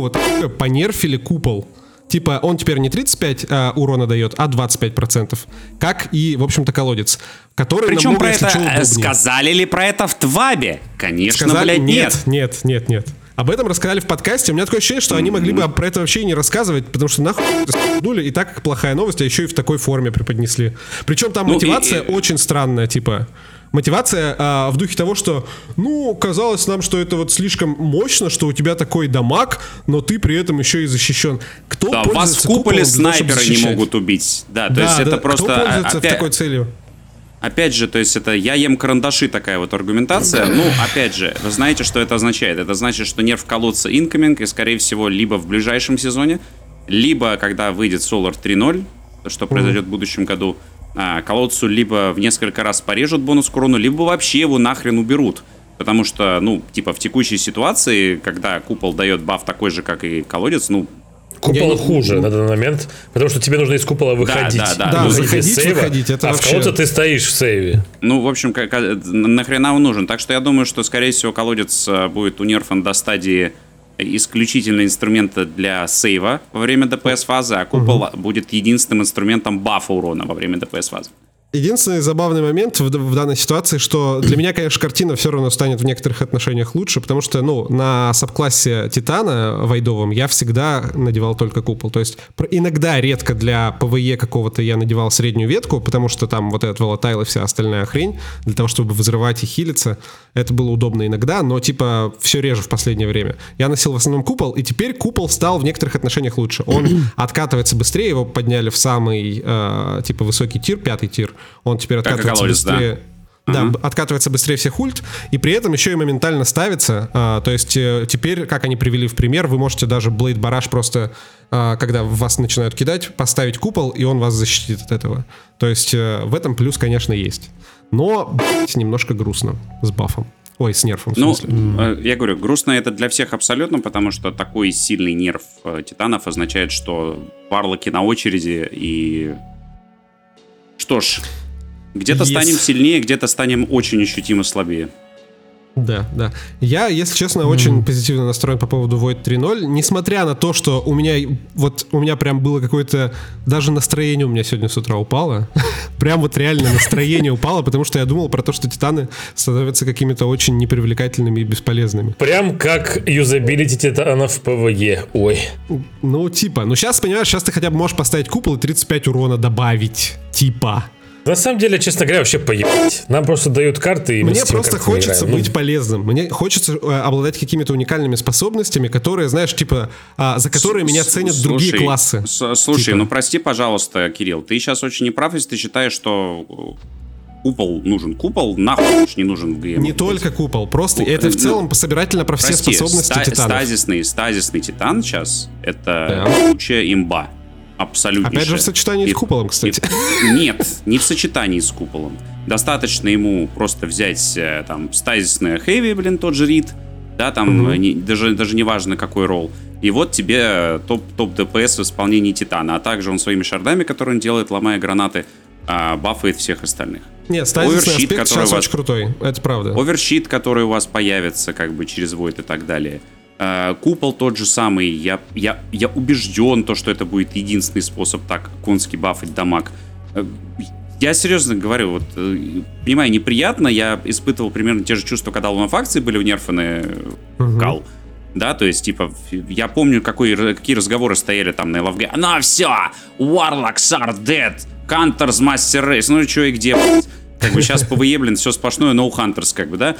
понерфили купол. Типа, он теперь не 35 урона дает, а 25%. Как и, в общем-то, колодец. Который причем намного, про это сказали ли про это в Твабе? Конечно, сказали, блядь, нет. Об этом рассказали в подкасте. У меня такое ощущение, что они могли бы про это вообще и не рассказывать, потому что нахуй дули, и так как плохая новость, а еще и в такой форме преподнесли. Причем там мотивация очень странная, типа... Мотивация в духе того, что, казалось нам, что это вот слишком мощно, что у тебя такой дамаг, но ты при этом еще и защищен. Кто пользуется вас в куполе снайперы не могут убить. Да, то есть это просто... Кто пользуется такой целью? Опять же, то есть это я ем карандаши, такая вот аргументация. Опять же, вы знаете, что это означает? Это значит, что нерв колодца incoming, и, скорее всего, либо в ближайшем сезоне, либо когда выйдет Solar 3.0, что произойдет в будущем году, колодцу либо в несколько раз порежут бонус к урону, либо вообще его нахрен уберут. Потому что, в текущей ситуации, когда купол дает баф такой же, как и колодец, Купол хуже на данный момент, потому что тебе нужно из купола выходить. Да, выходить, это вообще... в колодце ты стоишь в сейве. В общем, нахрена он нужен? Так что я думаю, что, скорее всего, колодец будет унерфан до стадии исключительно инструмента для сейва во время ДПС-фазы, а купол будет единственным инструментом бафа урона во время ДПС-фазы. Единственный забавный момент в данной ситуации, что для меня, конечно, картина все равно станет в некоторых отношениях лучше, потому что, на сабклассе Титана вайдовом я всегда надевал только купол. То есть иногда, редко для ПВЕ какого-то я надевал среднюю ветку, потому что там вот этот волатайл и вся остальная хрень, для того, чтобы взрывать и хилиться, это было удобно иногда, но все реже в последнее время. Я носил в основном купол, и теперь купол стал в некоторых отношениях лучше. Он откатывается быстрее, его подняли в самый высокий тир, 5-й тир. Он теперь откатывается быстрее. Да, откатывается быстрее всех ульт, и при этом еще и моментально ставится. То есть теперь, как они привели в пример, вы можете даже Blade Barrage просто, когда вас начинают кидать, поставить купол, и он вас защитит от этого. То есть в этом плюс, конечно, есть. Но, немножко грустно с бафом. Ой, с нерфом, в смысле. Я говорю, грустно это для всех абсолютно, потому что такой сильный нерф титанов означает, что варлоки на очереди, и... Что ж, где-то станем сильнее, где-то станем очень ощутимо слабее. Да. Я, если честно, очень позитивно настроен по поводу Void 3.0, несмотря на то, что у меня прям было какое-то, даже настроение у меня сегодня с утра упало, прям вот реально настроение упало, потому что я думал про то, что титаны становятся какими-то очень непривлекательными и бесполезными. Прям как юзабилити титанов в PvE, ой. Ну сейчас, понимаешь, сейчас ты хотя бы можешь поставить купол и 35 урона добавить, На самом деле, честно говоря, вообще поебать. Нам просто дают карты, и мне просто хочется быть полезным. Мне хочется обладать какими-то уникальными способностями, которые, знаешь, за которые меня ценят другие классы. Слушай, ну прости, пожалуйста, Кирилл, ты сейчас очень неправ, если ты считаешь, что купол нужен. Купол нахуй не нужен в ГМ. Не только купол, просто это в целом собирательно про все способности титанов. Стазисный титан сейчас — это лучшая имба. Абсолютно. Опять же в сочетании с куполом, кстати. Нет, не в сочетании с куполом. Достаточно ему просто взять там стазисное хэви, тот же Рид, да, там даже не важно какой ролл. И вот тебе топ ДПС в исполнении титана. А также он своими шардами, которые он делает, ломая гранаты, бафает всех остальных. Нет, стазисный аспект сейчас очень крутой, это правда. Оверщит, который у вас появится через Void и так далее. Купол тот же самый. Я убежден, что это будет единственный способ так конски бафать дамаг. Я серьезно говорю, понимаю, неприятно. Я испытывал примерно те же чувства, когда лунофакции были внерфаны в Кал. Да, то есть, я помню, какие разговоры стояли там на ЛФГ. Ну все, Warlocks are dead, Hunters Master Race, ну что и где, сейчас PvE, все сплошное No Hunters, да.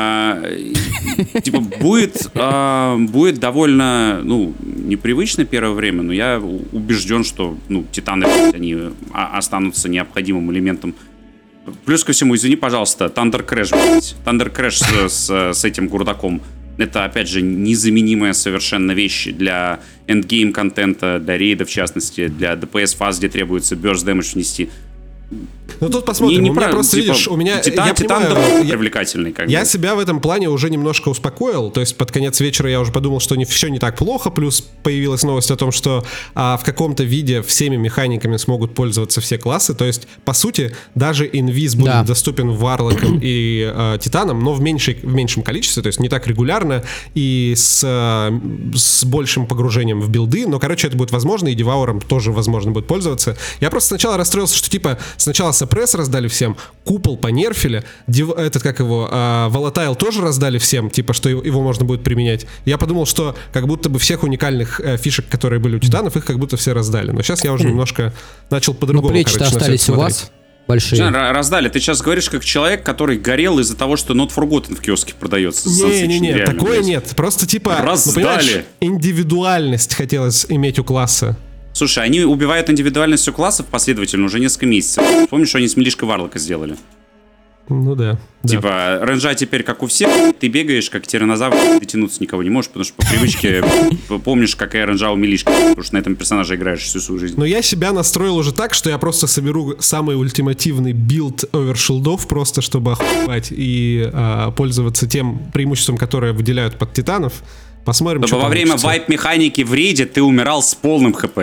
Будет довольно, непривычно первое время, но я убежден, что, титаны, они останутся необходимым элементом. Плюс ко всему, извини, пожалуйста, Thunder Crash с этим гурдаком. Это, опять же, незаменимая совершенно вещь для эндгейм-контента, для рейда, в частности, для DPS-фаз, где требуется burst damage внести. Ну тут посмотрим, у меня просто, видишь, Титан привлекательный. Я себя в этом плане уже немножко успокоил, то есть под конец вечера я уже подумал, что все не так плохо, плюс появилась новость о том, что в каком-то виде всеми механиками смогут пользоваться все классы, то есть, по сути, даже инвиз будет доступен варлокам и титанам, но в меньшем количестве, то есть не так регулярно и с большим погружением в билды, но, это будет возможно, и девауром тоже возможно будет пользоваться. Я просто сначала расстроился, что, сначала сапресс раздали всем, купол понерфили, волатайл тоже раздали всем, что его можно будет применять. Я подумал, что как будто бы всех уникальных фишек, которые были у титанов, их как будто все раздали. Но сейчас я уже немножко начал по-другому. Но плечи-то остались у вас большие. Раздали. Ты сейчас говоришь как человек, который горел из-за того, что Not Forgotten в киоске продается. Не, такое нет. Просто раздали. Индивидуальность хотелось иметь у класса. Слушай, они убивают индивидуальность у классов последовательно уже несколько месяцев. Помнишь, что они с Милишкой Варлока сделали? Ну да. Рейнджа теперь как у всех, ты бегаешь, как тиранозавр, дотянуться никого не можешь, потому что по привычке помнишь, какая рейнджа у Милишки, потому что на этом персонаже играешь всю свою жизнь. Но я себя настроил уже так, что я просто соберу самый ультимативный билд овершилдов, просто чтобы охуевать и пользоваться тем преимуществом, которое выделяют под титанов. Посмотрим, чтобы во время вайп-механики в рейде ты умирал с полным хп.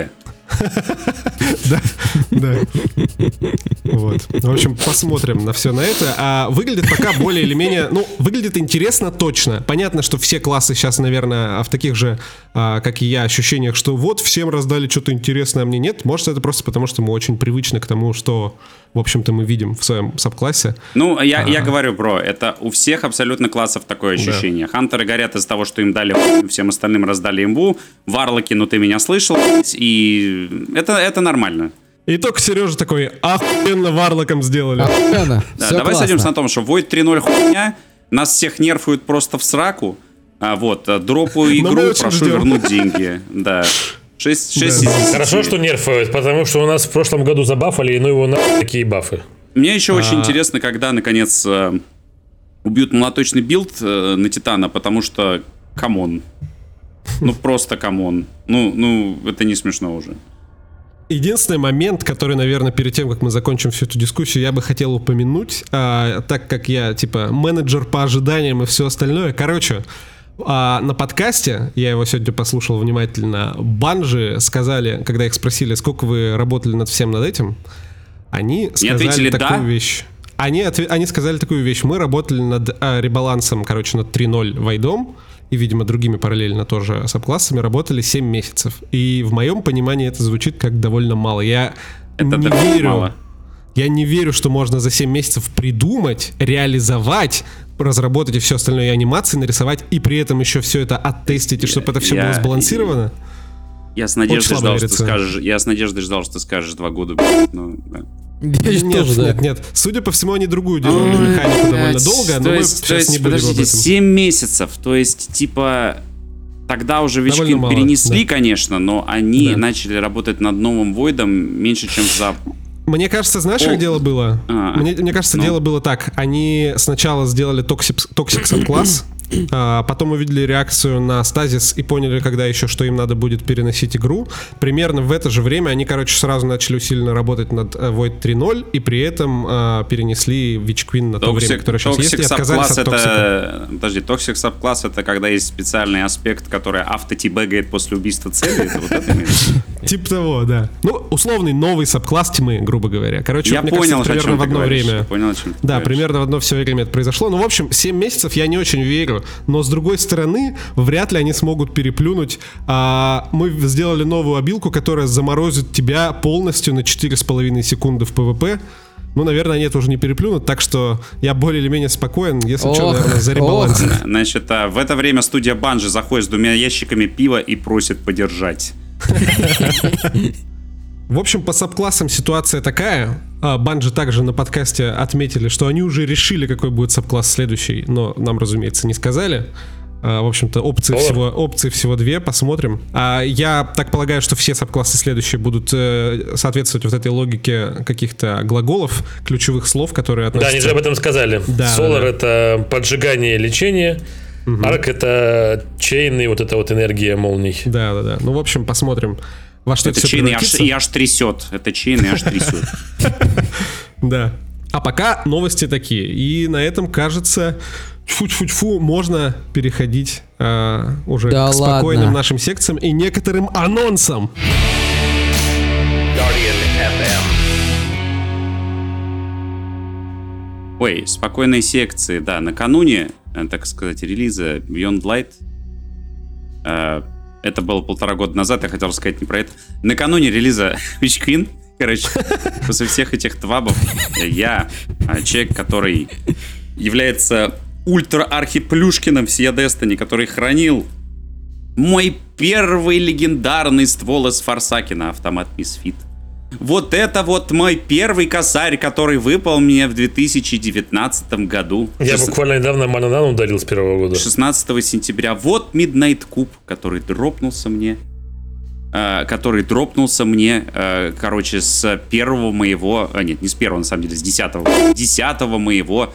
Да. Вот. В общем, посмотрим на все на это. Выглядит пока более или менее... выглядит интересно точно. Понятно, что все классы сейчас, наверное, в таких же, как и я, ощущениях, что всем раздали что-то интересное, а мне нет. Может, это просто потому, что мы очень привычны к тому, что, в общем-то, мы видим в своем сабклассе. Я говорю, это у всех абсолютно классов такое ощущение. Да. Хантеры горят из-за того, что им дали, всем остальным раздали имбу. Варлоки, ты меня слышал, и это нормально. И только Сережа такой, охуенно варлоком сделали. Охуенно. Давай садимся на том, что Void 3.0 хуйня, нас всех нерфуют просто в сраку, дропаю игру, прошу вернуть деньги. Да. 6 из 10. Хорошо, что нерфуют, потому что у нас в прошлом году забафали, его на такие бафы. Мне еще очень интересно, когда, наконец, убьют молоточный билд на Титана, потому что, камон. Ну, просто камон. Ну, это не смешно уже. Единственный момент, который, наверное, перед тем, как мы закончим всю эту дискуссию, я бы хотел упомянуть, так как я, менеджер по ожиданиям и все остальное. Короче, на подкасте, я его сегодня послушал внимательно, Bungie сказали, когда их спросили, сколько вы работали над всем над этим, они сказали такую вещь. Они сказали такую вещь. Мы работали над ребалансом, над 3.0 вайдом, и, видимо, другими параллельно тоже сабклассами работали 7 месяцев. И в моем понимании это звучит как довольно мало. Я не верю, что можно за 7 месяцев придумать, реализовать, разработать и все остальное, и анимации нарисовать, и при этом еще все это оттестить, и чтобы это все было сбалансировано. Я с надеждой ждал, что ты скажешь 2 года. Нет. Судя по всему, они другую делали механику довольно долго, но мы сейчас не будем об этом. 7 месяцев, то есть, тогда уже Witch перенесли, конечно, но они начали работать над новым Войдом меньше, чем за... Мне кажется, знаешь, как дело было? Мне кажется, дело было так. Они сначала сделали Toxic Subclass, потом увидели реакцию на стазис и поняли, когда еще, что им надо будет переносить игру. Примерно в это же время они, сразу начали усиленно работать над Void 3.0 и при этом перенесли Witch Queen на то время, которое сейчас есть, и отказались от Toxic. Подожди, Toxic Subclass — это когда есть специальный аспект, который автотибэгает после убийства цели? Это вот это имеется? Типа того, да. Ну, условный новый сабкласс тьмы, грубо говоря. Я понял, примерно в одно время. Да, примерно в одно все время это произошло. Ну, в общем, 7 месяцев я не очень верю. Но, с другой стороны, вряд ли они смогут переплюнуть. Мы сделали новую обилку, которая заморозит тебя полностью на 4,5 секунды в PvP. Ну, наверное, они это уже не переплюнут, так что я более или менее спокоен, если что, наверное, за ребаланс. Значит, в это время студия Bungie заходит с 2 ящиками пива и просит подержать. В общем, по сабклассам ситуация такая. Bungie также на подкасте отметили, что они уже решили, какой будет сабкласс следующий, но нам, разумеется, не сказали. В общем-то, опций всего 2, посмотрим. Я так полагаю, что все сабклассы следующие будут соответствовать вот этой логике каких-то глаголов, ключевых слов, которые относятся... Да, они же об этом сказали. Solar — это поджигание, лечение. Арк — это чейн и вот эта вот энергия молний. Да. Ну, в общем, посмотрим, во что это все превратится. И аж трясет. Это чейн и аж трясет. Да. А пока новости такие. И на этом, кажется, можно переходить уже к спокойным нашим секциям и некоторым анонсам. Guardian FM. Ой, спокойные секции, да. Накануне, так сказать, релиза Beyond Light, это было 1,5 года назад, я хотел рассказать не про это. Накануне релиза Witch Queen, после всех этих твабов, я, человек, который является ультра-архиплюшкиным всея Destiny, который хранил мой первый легендарный ствол из Форсакена, автомат Misfit. Вот это вот мой первый косарь, который выпал мне в 2019 году. Я буквально недавно Манадан ударил с первого года. 16 сентября. Вот Midnight Cube, который дропнулся мне. С первого моего... Нет, не с первого, на самом деле, с 10-го. 10-го моего,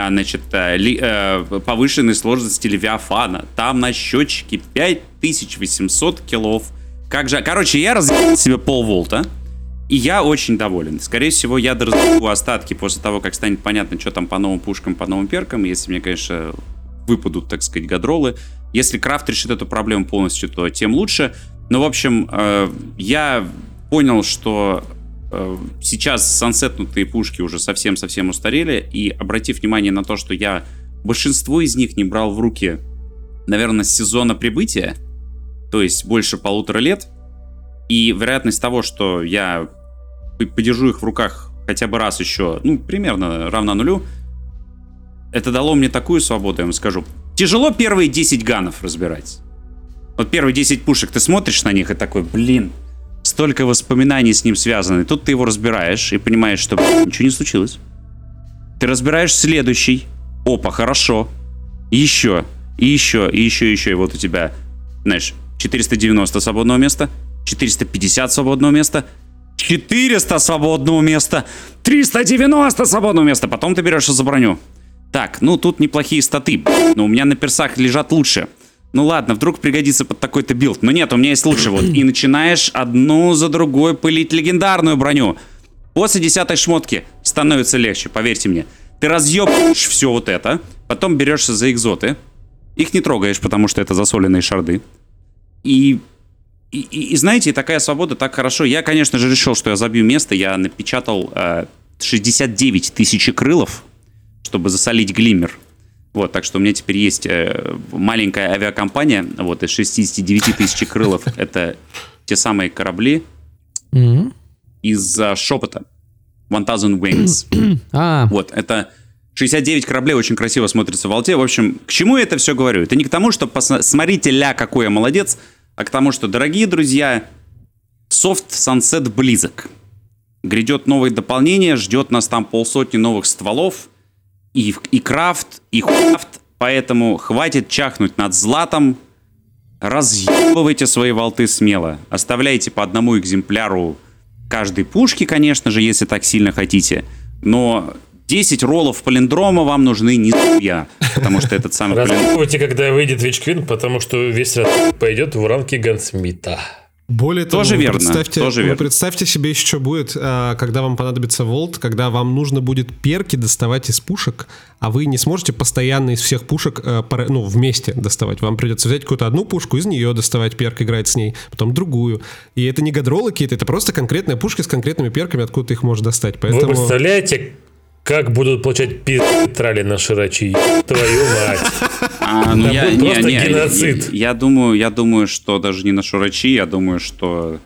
повышенной сложности Левиафана. Там на счетчике 5800 киллов. Я разъебал себе полволта. И я очень доволен. Скорее всего, я доразберу остатки после того, как станет понятно, что там по новым пушкам, по новым перкам. Если мне, конечно, выпадут, так сказать, гадролы. Если Крафт решит эту проблему полностью, то тем лучше. Но, в общем, я понял, что сейчас сансетнутые пушки уже совсем-совсем устарели. И обратив внимание на то, что я большинство из них не брал в руки, наверное, с сезона прибытия, то есть больше 1,5 лет, и вероятность того, что я подержу их в руках хотя бы раз еще, примерно равна 0, это дало мне такую свободу, я вам скажу. Тяжело первые 10 ганов разбирать. Вот первые 10 пушек, ты смотришь на них и такой, столько воспоминаний с ним связаны. Тут ты его разбираешь и понимаешь, что ничего не случилось. Ты разбираешь следующий. Опа, хорошо. Еще. И вот у тебя, 490 свободного места, 450 свободного места, 400 свободного места, 390 свободного места. Потом ты берешься за броню. Так, ну тут неплохие статы, но у меня на персах лежат лучше. Ну ладно, вдруг пригодится под такой-то билд. Но нет, у меня есть лучше вот. И начинаешь одну за другой пылить легендарную броню. После 10-й шмотки становится легче, поверьте мне. Ты разъебаешь все вот это, потом берешься за экзоты. Их не трогаешь, потому что это засоленные шарды. И знаете, такая свобода, так хорошо. Я, конечно же, решил, что я забью место. Я напечатал 69 тысяч крылов, чтобы засолить глиммер. Вот, так что у меня теперь есть маленькая авиакомпания. Вот, из 69 тысяч крылов. Это те самые корабли из шепота. 1000 Wings. Вот, это 69 кораблей, очень красиво смотрится в алте. В общем, к чему я это все говорю? Это не к тому, что смотрите, какой я молодец, а к тому, что, дорогие друзья, Soft Sunset близок. Грядет новое дополнение, ждет нас там 50 новых стволов, и крафт, и хуфт, поэтому хватит чахнуть над златом, разъебывайте свои волты смело, оставляйте по одному экземпляру каждой пушки, конечно же, если так сильно хотите, но 10 роллов палиндрома вам нужны не я, потому что этот самый палиндром... Раздумывайте, когда выйдет Вичквин, потому что весь ряд пойдет в рамки Гансмита. Более того, тоже верно, представьте себе еще, что будет, когда вам понадобится волт, когда вам нужно будет перки доставать из пушек, а вы не сможете постоянно из всех пушек вместе доставать. Вам придется взять какую-то одну пушку, из нее доставать перк, играть с ней, потом другую. И это не гадролы какие-то, это просто конкретные пушки с конкретными перками, откуда ты их можешь достать. Поэтому... Вы представляете, как будут получать трали на широчи? Твою мать. Геноцид. Я думаю, что даже не на шурачи, я думаю, что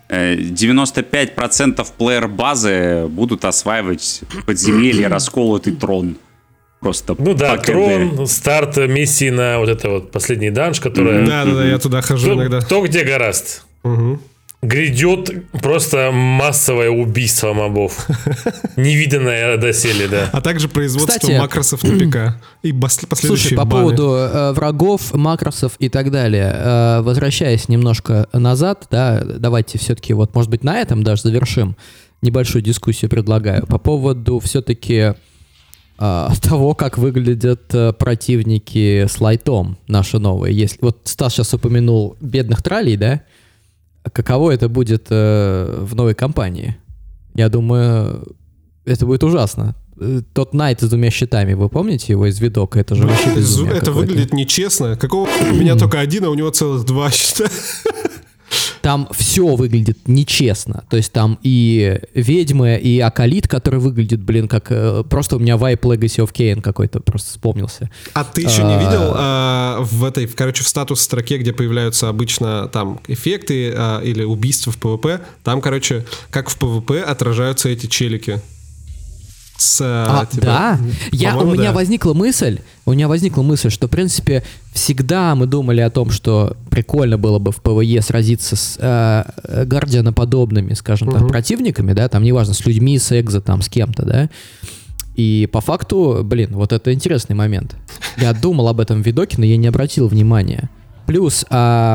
95% плеер-базы будут осваивать подземелье, расколотый трон. Просто ну да, трон, старт миссии на вот это вот последний данж, которая... Да, я туда хожу иногда. Кто где гораст. Грядет просто массовое убийство мобов. Невиданное доселе, да. А также производство макросов на ПК. И последующие слушай, по поводу врагов, макросов и так далее. Возвращаясь немножко назад, да, давайте все-таки, вот, может быть, на этом даже завершим. Небольшую дискуссию предлагаю. По поводу все-таки того, как выглядят противники с лайтом наши новые. Если, вот Стас сейчас упомянул бедных троллей, да? Каково это будет в новой кампании? Я думаю, это будет ужасно. Тот Найт с 2 щитами, вы помните его из видока? Это же вообще безумие. Это выглядит нечестно. Какого у меня только 1, а у него целых 2 щита? Там все выглядит нечестно. То есть там и ведьмы, и акалит, который выглядит, как... Просто у меня вайп Legacy of Kain какой-то просто вспомнился. А ты еще не видел в статус-строке, где появляются обычно там эффекты или убийства в PvP, там, как в PvP отражаются эти челики? Да? У меня возникла мысль, что, в принципе, всегда мы думали о том, что прикольно было бы в ПВЕ сразиться с гардианоподобными, скажем так, противниками, да, там, неважно, с людьми, с экзо, там, с кем-то, да. И по факту, вот это интересный момент. Я думал об этом в видоке, но я не обратил внимания. Плюс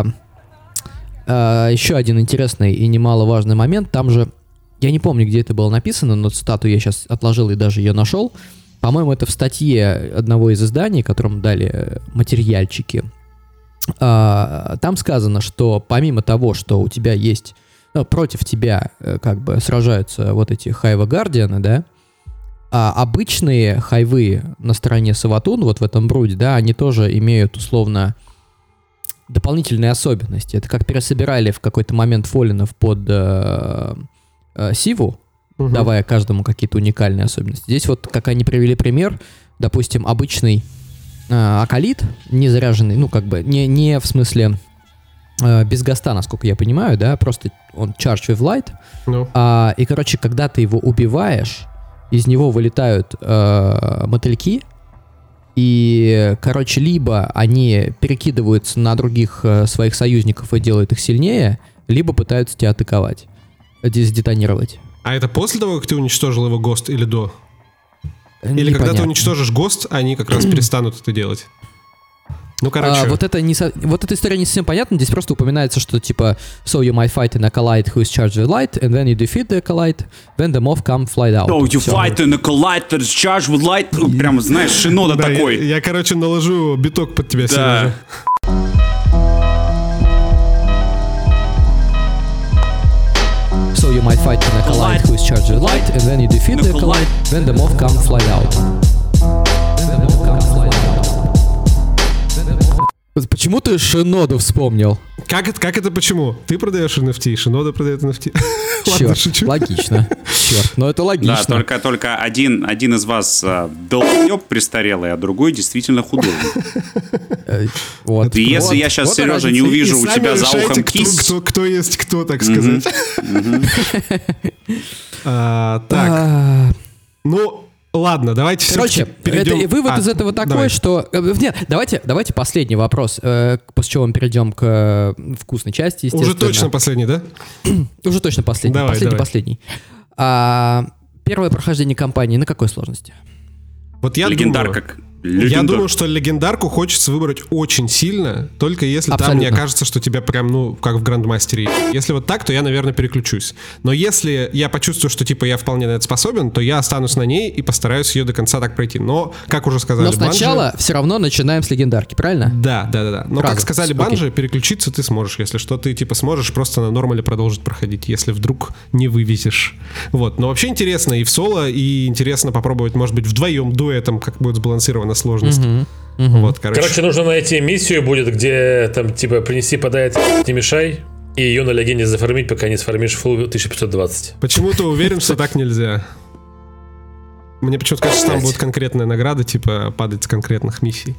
еще один интересный и немаловажный момент, там же я не помню, где это было написано, но цитату я сейчас отложил и даже ее нашел. По-моему, это в статье одного из изданий, которым дали материальчики. Там сказано, что помимо того, что у тебя есть... против тебя сражаются вот эти хайва-гардианы, да, обычные хайвы на стороне Саватун, вот в этом бруде, да, они тоже имеют условно дополнительные особенности. Это как пересобирали в какой-то момент фоллинов под... Сиву, давая каждому какие-то уникальные особенности. Здесь вот, как они привели пример, допустим, обычный акалит, не заряженный, не в смысле без гаста, насколько я понимаю, да, просто он charge with light, и, когда ты его убиваешь, из него вылетают мотыльки, и, либо они перекидываются на других своих союзников и делают их сильнее, либо пытаются тебя атаковать. Сдетонировать. А это после того, как ты уничтожил его ГОСТ или до? Или когда ты уничтожишь ГОСТ, они как раз перестанут это делать? Ну, короче. Вот эта история не совсем понятна. Здесь просто упоминается, что типа so you might fight in acolyte who is charged with light, and when you defeat the acolyte, then the moth come fly out. So you fight in acolyte that is charged with light. Прям, знаешь, Шинода такой. Я, короче, наложу биток под тебя, Сережа. So you might fight in acolyte who is charged with light, and when you defeat the acolyte, then the moth come fly out. Почему ты Шиноду вспомнил? Как это почему? Ты продаешь NFT, Шинода продает NFT. Ладно, шучу. Логично. Черт, но это логично. Да, только один из вас долбоеб престарелый, а другой действительно художник. Вот. И если я сейчас, Сережа, не увижу у тебя за ухом кисть... Кто есть кто, так сказать. Так, ну... Ладно, давайте короче, перейдем... вывод из этого такой, давай. Что... Нет, давайте последний вопрос, после чего мы перейдем к вкусной части, естественно. Уже точно последний, да? Уже точно последний. Давай. Последний. Первое прохождение кампании на какой сложности? Вот я думаю, что легендарку хочется выбрать очень сильно, только если абсолютно. Там мне окажется, что тебя прям, как в Грандмастере. Если вот так, то я, наверное, переключусь. Но если я почувствую, что типа я вполне на это способен, то я останусь на ней и постараюсь ее до конца так пройти. Но, как уже сказали Банжи... Но сначала все равно начинаем с легендарки, правильно? Да. Но, как сказали Банжи, переключиться ты сможешь. Если что, ты типа сможешь просто на нормале продолжить проходить, если вдруг не вывезешь. Вот. Но вообще интересно и в соло, и интересно попробовать, может быть, вдвоем, дуэтом, как будет сбалансировано сложность. Вот, короче, нужно найти миссию будет, где там типа принеси, подай, не мешай, и ее на легенде зафармить, пока не сфармишь фулл 1520. Почему ты уверен, что так нельзя? Мне почему-то кажется, что там будет конкретная награда, типа падать с конкретных миссий.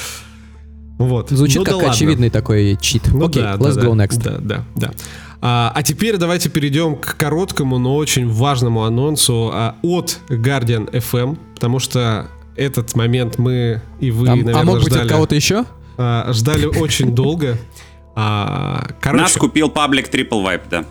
Вот. Звучит как очевидный такой чит. Окей, let's go next. Да. А теперь давайте перейдем к короткому, но очень важному анонсу от Guardian FM, потому что этот момент мы и вы, наверное, мог быть ждали. От кого-то еще? Ждали очень долго. Нас купил паблик Triple Vibe, да.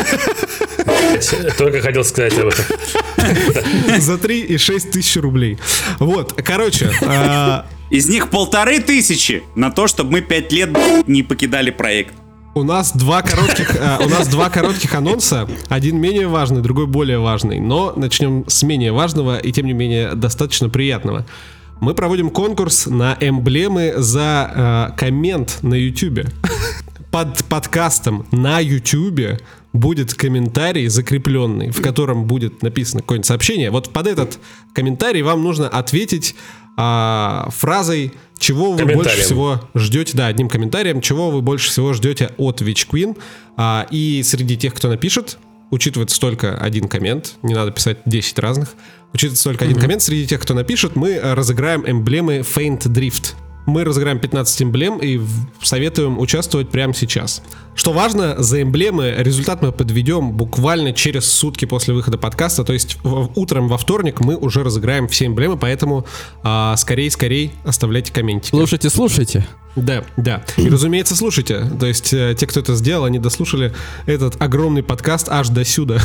Только хотел сказать об этом. За 3,6 тысячи рублей. Вот, короче. Из них 1500 на то, чтобы мы 5 лет не покидали проект. У нас два коротких анонса. Один менее важный, другой более важный. Но начнем с менее важного и, тем не менее, достаточно приятного. Мы проводим конкурс на эмблемы за коммент на YouTube. Под подкастом на YouTube будет комментарий закрепленный, в котором будет написано какое-нибудь сообщение. Вот под этот комментарий вам нужно ответить фразой, чего вы больше всего ждете, одним комментарием, чего вы больше всего ждете от Witch Queen. И среди тех, кто напишет, учитывается только один коммент, не надо писать 10 разных, учитывается только один коммент, среди тех, кто напишет, мы разыграем эмблемы Faint Drift. Мы разыграем 15 эмблем и советуем участвовать прямо сейчас. Что важно, за эмблемы результат мы подведем буквально через сутки после выхода подкаста. То есть утром во вторник мы уже разыграем все эмблемы, поэтому скорей оставляйте комментики. Слушайте. Да. И, разумеется, слушайте. То есть те, кто это сделал, они дослушали этот огромный подкаст аж до сюда.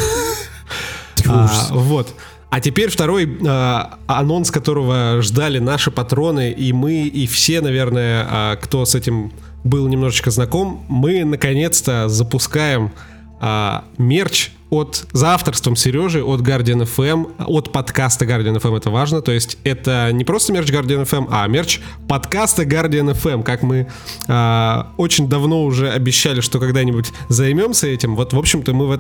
Вот. А теперь второй анонс, которого ждали наши патроны, и мы, и все, наверное, кто с этим был немножечко знаком. Мы, наконец-то, запускаем мерч за авторством Сережи от Guardian FM, от подкаста Guardian FM, это важно. То есть это не просто мерч Guardian FM, а мерч подкаста Guardian FM, как мы очень давно уже обещали, что когда-нибудь займемся этим. Вот, в общем-то, мы в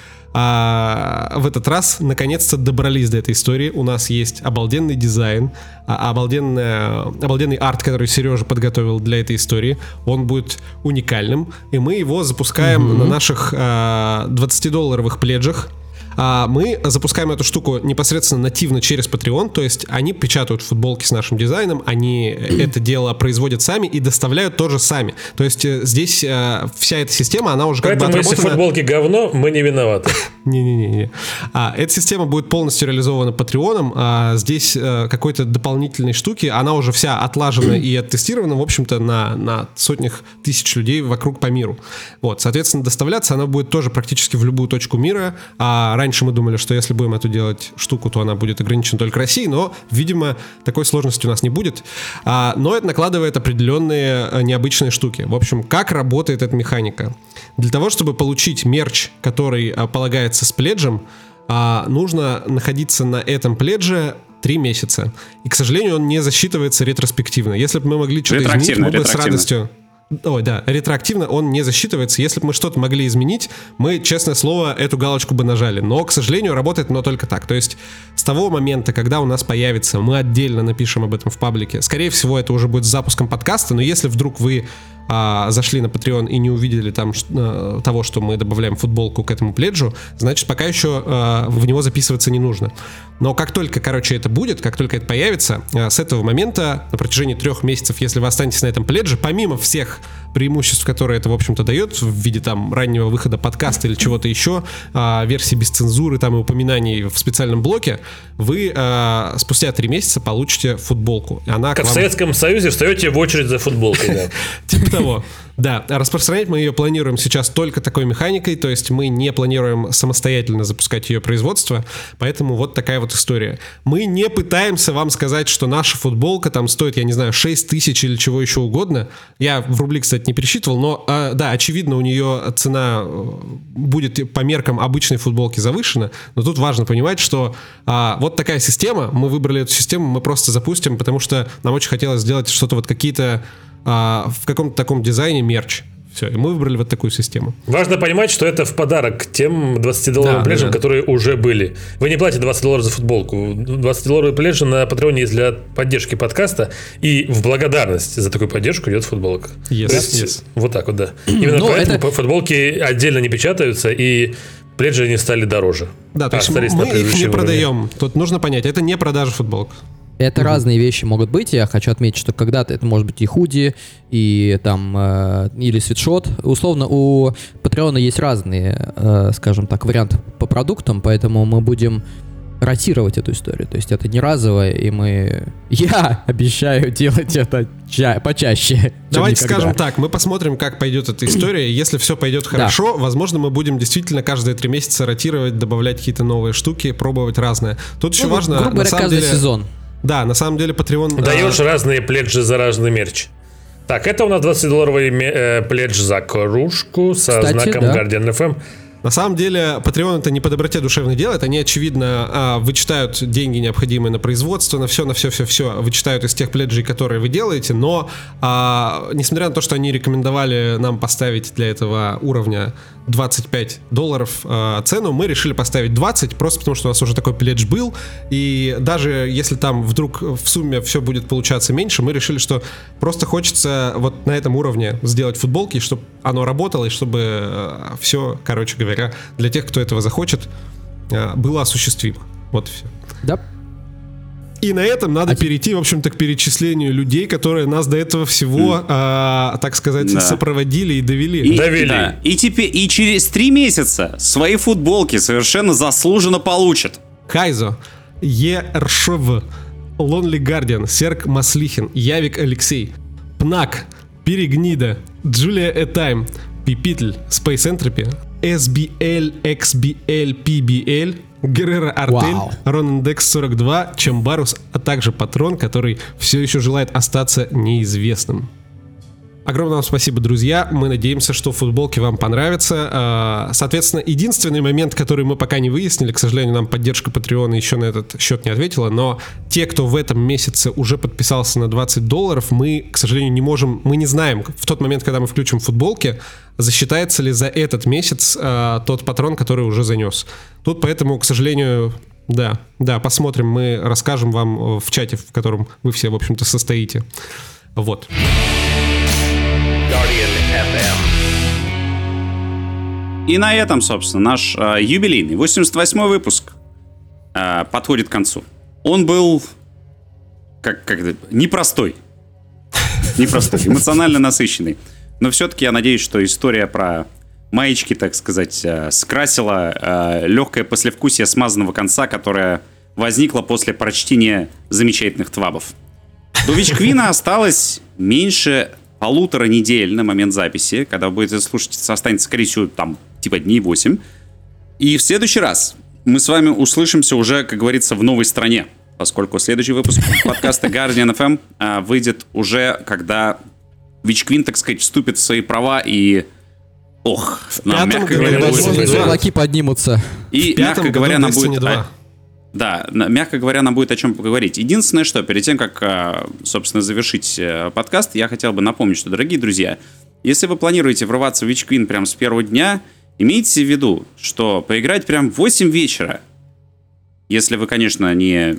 этот раз наконец-то добрались до этой истории. У нас есть обалденный дизайн, обалденный арт, который Сережа подготовил для этой истории. Он будет уникальным, и мы его запускаем на наших $20 пледжах. Мы запускаем эту штуку непосредственно нативно через Patreon, то есть они печатают футболки с нашим дизайном, они это дело производят сами и доставляют тоже сами. То есть здесь вся эта система, она уже поэтому, как бы отработана. Если футболки говно, мы не виноваты. Не-не-не. Эта система будет полностью реализована Патреоном. Здесь какой-то дополнительной штуки. Она уже вся отлажена и оттестирована, в общем-то, на сотнях тысяч людей вокруг по миру. Вот, соответственно, доставляться она будет тоже практически в любую точку мира. Раньше мы думали, что если будем эту делать штуку, то она будет ограничена только Россией, но, видимо, такой сложности у нас не будет. Но это накладывает определенные необычные штуки. В общем, как работает эта механика? Для того, чтобы получить мерч, который полагается с пледжем, нужно находиться на этом пледже 3 месяца. И, к сожалению, он не засчитывается ретроспективно. Если бы мы могли что-то изменить, мы бы с радостью... ретроактивно он не засчитывается. Если бы мы что-то могли изменить, мы, честное слово, эту галочку бы нажали. Но, к сожалению, работает оно только так. То есть с того момента, когда у нас появится, мы отдельно напишем об этом в паблике. Скорее всего, это уже будет с запуском подкаста, но если вдруг вы зашли на Patreon и не увидели там того, что мы добавляем футболку к этому пледжу, значит, пока еще в него записываться не нужно. Но как только, это будет, как только это появится, с этого момента на протяжении 3 месяцев, если вы останетесь на этом пледже, помимо всех преимуществ, которые это, в общем-то, дает в виде там раннего выхода подкаста или чего-то еще, версии без цензуры там и упоминаний в специальном блоке, вы спустя 3 месяца получите футболку. Она как в Советском Союзе встаете в очередь за футболкой, да. Типа того. Да, распространять мы ее планируем сейчас только такой механикой, то есть мы не планируем самостоятельно запускать ее производство, поэтому вот такая вот история. Мы не пытаемся вам сказать, что наша футболка там стоит, 6 тысяч или чего еще угодно. Я в рубли, кстати, не пересчитывал, но да, очевидно, у нее цена будет по меркам обычной футболки завышена, но тут важно понимать, что вот такая система, мы выбрали эту систему, мы просто запустим, потому что нам очень хотелось сделать что-то вот какие-то в каком-то таком дизайне мерч. Все, и мы выбрали вот такую систему. Важно понимать, что это в подарок к тем $20 пледжам, которые уже были. Вы не платите $20 за футболку. $20 пледжа на Патреоне есть для поддержки подкаста, и в благодарность за такую поддержку идет футболка. Yes. Вот так вот, да. Именно поэтому футболки отдельно не печатаются, и пледжи не стали дороже. Да, то есть мы их не продаем. Тут нужно понять, это не продажа футболок. Это разные вещи могут быть. Я хочу отметить, что когда-то это может быть и худи, и там или свитшот. Условно, у Патреона есть разные, скажем так, варианты по продуктам, поэтому мы будем ротировать эту историю. То есть это не разовое, и я обещаю делать это почаще. Давайте скажем так, мы посмотрим, как пойдет эта история. Если все пойдет хорошо, возможно, мы будем действительно каждые 3 месяца ротировать, добавлять какие-то новые штуки, пробовать разное. Тут еще важно, грубо говоря, каждый сезон. Да, на самом деле Patreon... Даешь разные пледжи за разный мерч. Так, это у нас $20 пледж за кружку со знаком Guardian FM. На самом деле, Patreon это не по доброте душевной делает. Они, очевидно, вычитают деньги, необходимые на производство, на все, вычитают из тех пледжей, которые вы делаете. Но, несмотря на то, что они рекомендовали нам поставить для этого уровня $25 цену, мы решили поставить 20, просто потому что у нас уже такой пледж был. И даже если там вдруг в сумме все будет получаться меньше, мы решили, что просто хочется вот на этом уровне сделать футболки, чтобы оно работало, и чтобы все, короче говоря, для тех, кто этого захочет, было осуществимо. Вот и все. Да. И на этом надо перейти, в общем-то, к перечислению людей, которые нас до этого всего, так сказать, сопроводили и довели. И теперь и через 3 месяца свои футболки совершенно заслуженно получат. Хайзо, Ершов, Lonely Guardian, Серг Маслихин, Явик Алексей, Пнак, Перегнида, Джулия Этайм, Пипитль, Space Entropy, SBL, XBL, PBL, Геррера Артель, Ронандекс 42, Чамбарус, а также Патрон, который все еще желает остаться неизвестным. Огромное вам спасибо, друзья. Мы надеемся, что футболки вам понравятся. Соответственно, единственный момент, который мы пока не выяснили, к сожалению, нам поддержка Patreon еще на этот счет не ответила, но те, кто в этом месяце уже подписался на $20, мы, к сожалению, не можем, мы не знаем в тот момент, когда мы включим футболки, засчитается ли за этот месяц тот патрон, который уже занес. Тут поэтому, к сожалению, да, посмотрим, мы расскажем вам в чате, в котором вы все, в общем-то, состоите. Вот. И на этом, собственно, наш юбилейный 88-й выпуск подходит к концу. Он был непростой, эмоционально насыщенный. Но все-таки я надеюсь, что история про маечки, так сказать, скрасило легкое послевкусие смазанного конца, которое возникло после прочтения замечательных твабов. До Вичквина осталось меньше 1,5 недель на момент записи. Когда вы будете слушать, останется, скорее всего, там, типа дней 8. И в следующий раз мы с вами услышимся уже, как говорится, в новой стране. Поскольку следующий выпуск подкаста Guardian FM выйдет уже, когда Вичквин, так сказать, вступит в свои права и... нам, мягко говоря, кулаки поднимутся. И, мягко говоря, нам будет... Да, мягко говоря, нам будет о чем поговорить. Единственное, что перед тем, как, собственно, завершить подкаст, я хотел бы напомнить, что, дорогие друзья, если вы планируете врываться в Вичквин прямо с первого дня, имейте в виду, что поиграть прям в 8 вечера, если вы, конечно, не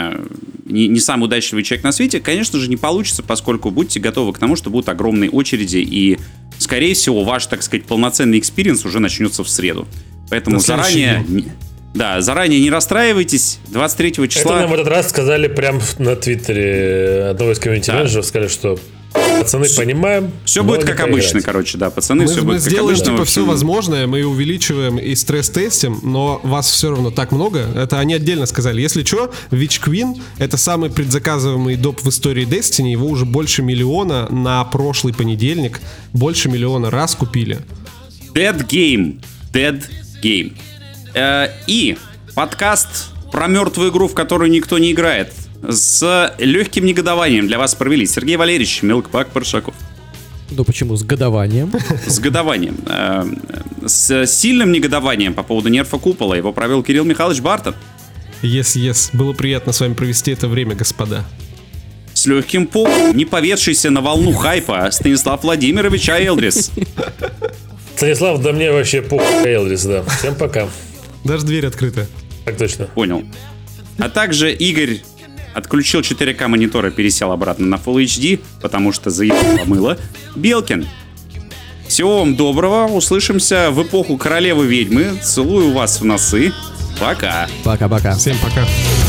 самый удачливый человек на свете, конечно же, не получится, поскольку будьте готовы к тому, что будут огромные очереди, и, скорее всего, ваш, так сказать, полноценный экспириенс уже начнется в среду. Поэтому заранее не расстраивайтесь. 23 числа... Это нам в этот раз сказали прямо на Твиттере одного из комьюнити-менеджеров, сказали, что пацаны, понимаем. Все будет как обычно, короче, да, пацаны, все будет как обычно. Мы сделаем, все возможное, мы увеличиваем и стресс-тестим, но вас все равно так много. Это они отдельно сказали. Если что, Вичквин — это самый предзаказываемый доп в истории Destiny. Его уже больше 1 миллиона на прошлый понедельник. Больше 1 миллиона раз купили. Dead Game. И подкаст про мертвую игру, в которую никто не играет, с легким негодованием для вас провели Сергей Валерьевич, Мелкпак Паршаков. Ну почему? С годованием. С годованием. С сильным негодованием по поводу нерфа Купола его провел Кирилл Михайлович Бартон. Yes. Было приятно с вами провести это время, господа. С легким пухом, не поведшийся на волну хайпа, Станислав Владимирович Элдрис. Станислав, да мне вообще Элдрис, да. Всем пока. Даже дверь открыта. Так точно. Понял. А также Игорь отключил 4К монитор и пересел обратно на Full HD, потому что заебал помыло. Белкин. Всего вам доброго. Услышимся в эпоху королевы ведьмы. Целую вас в носы. Пока. Пока-пока. Всем пока.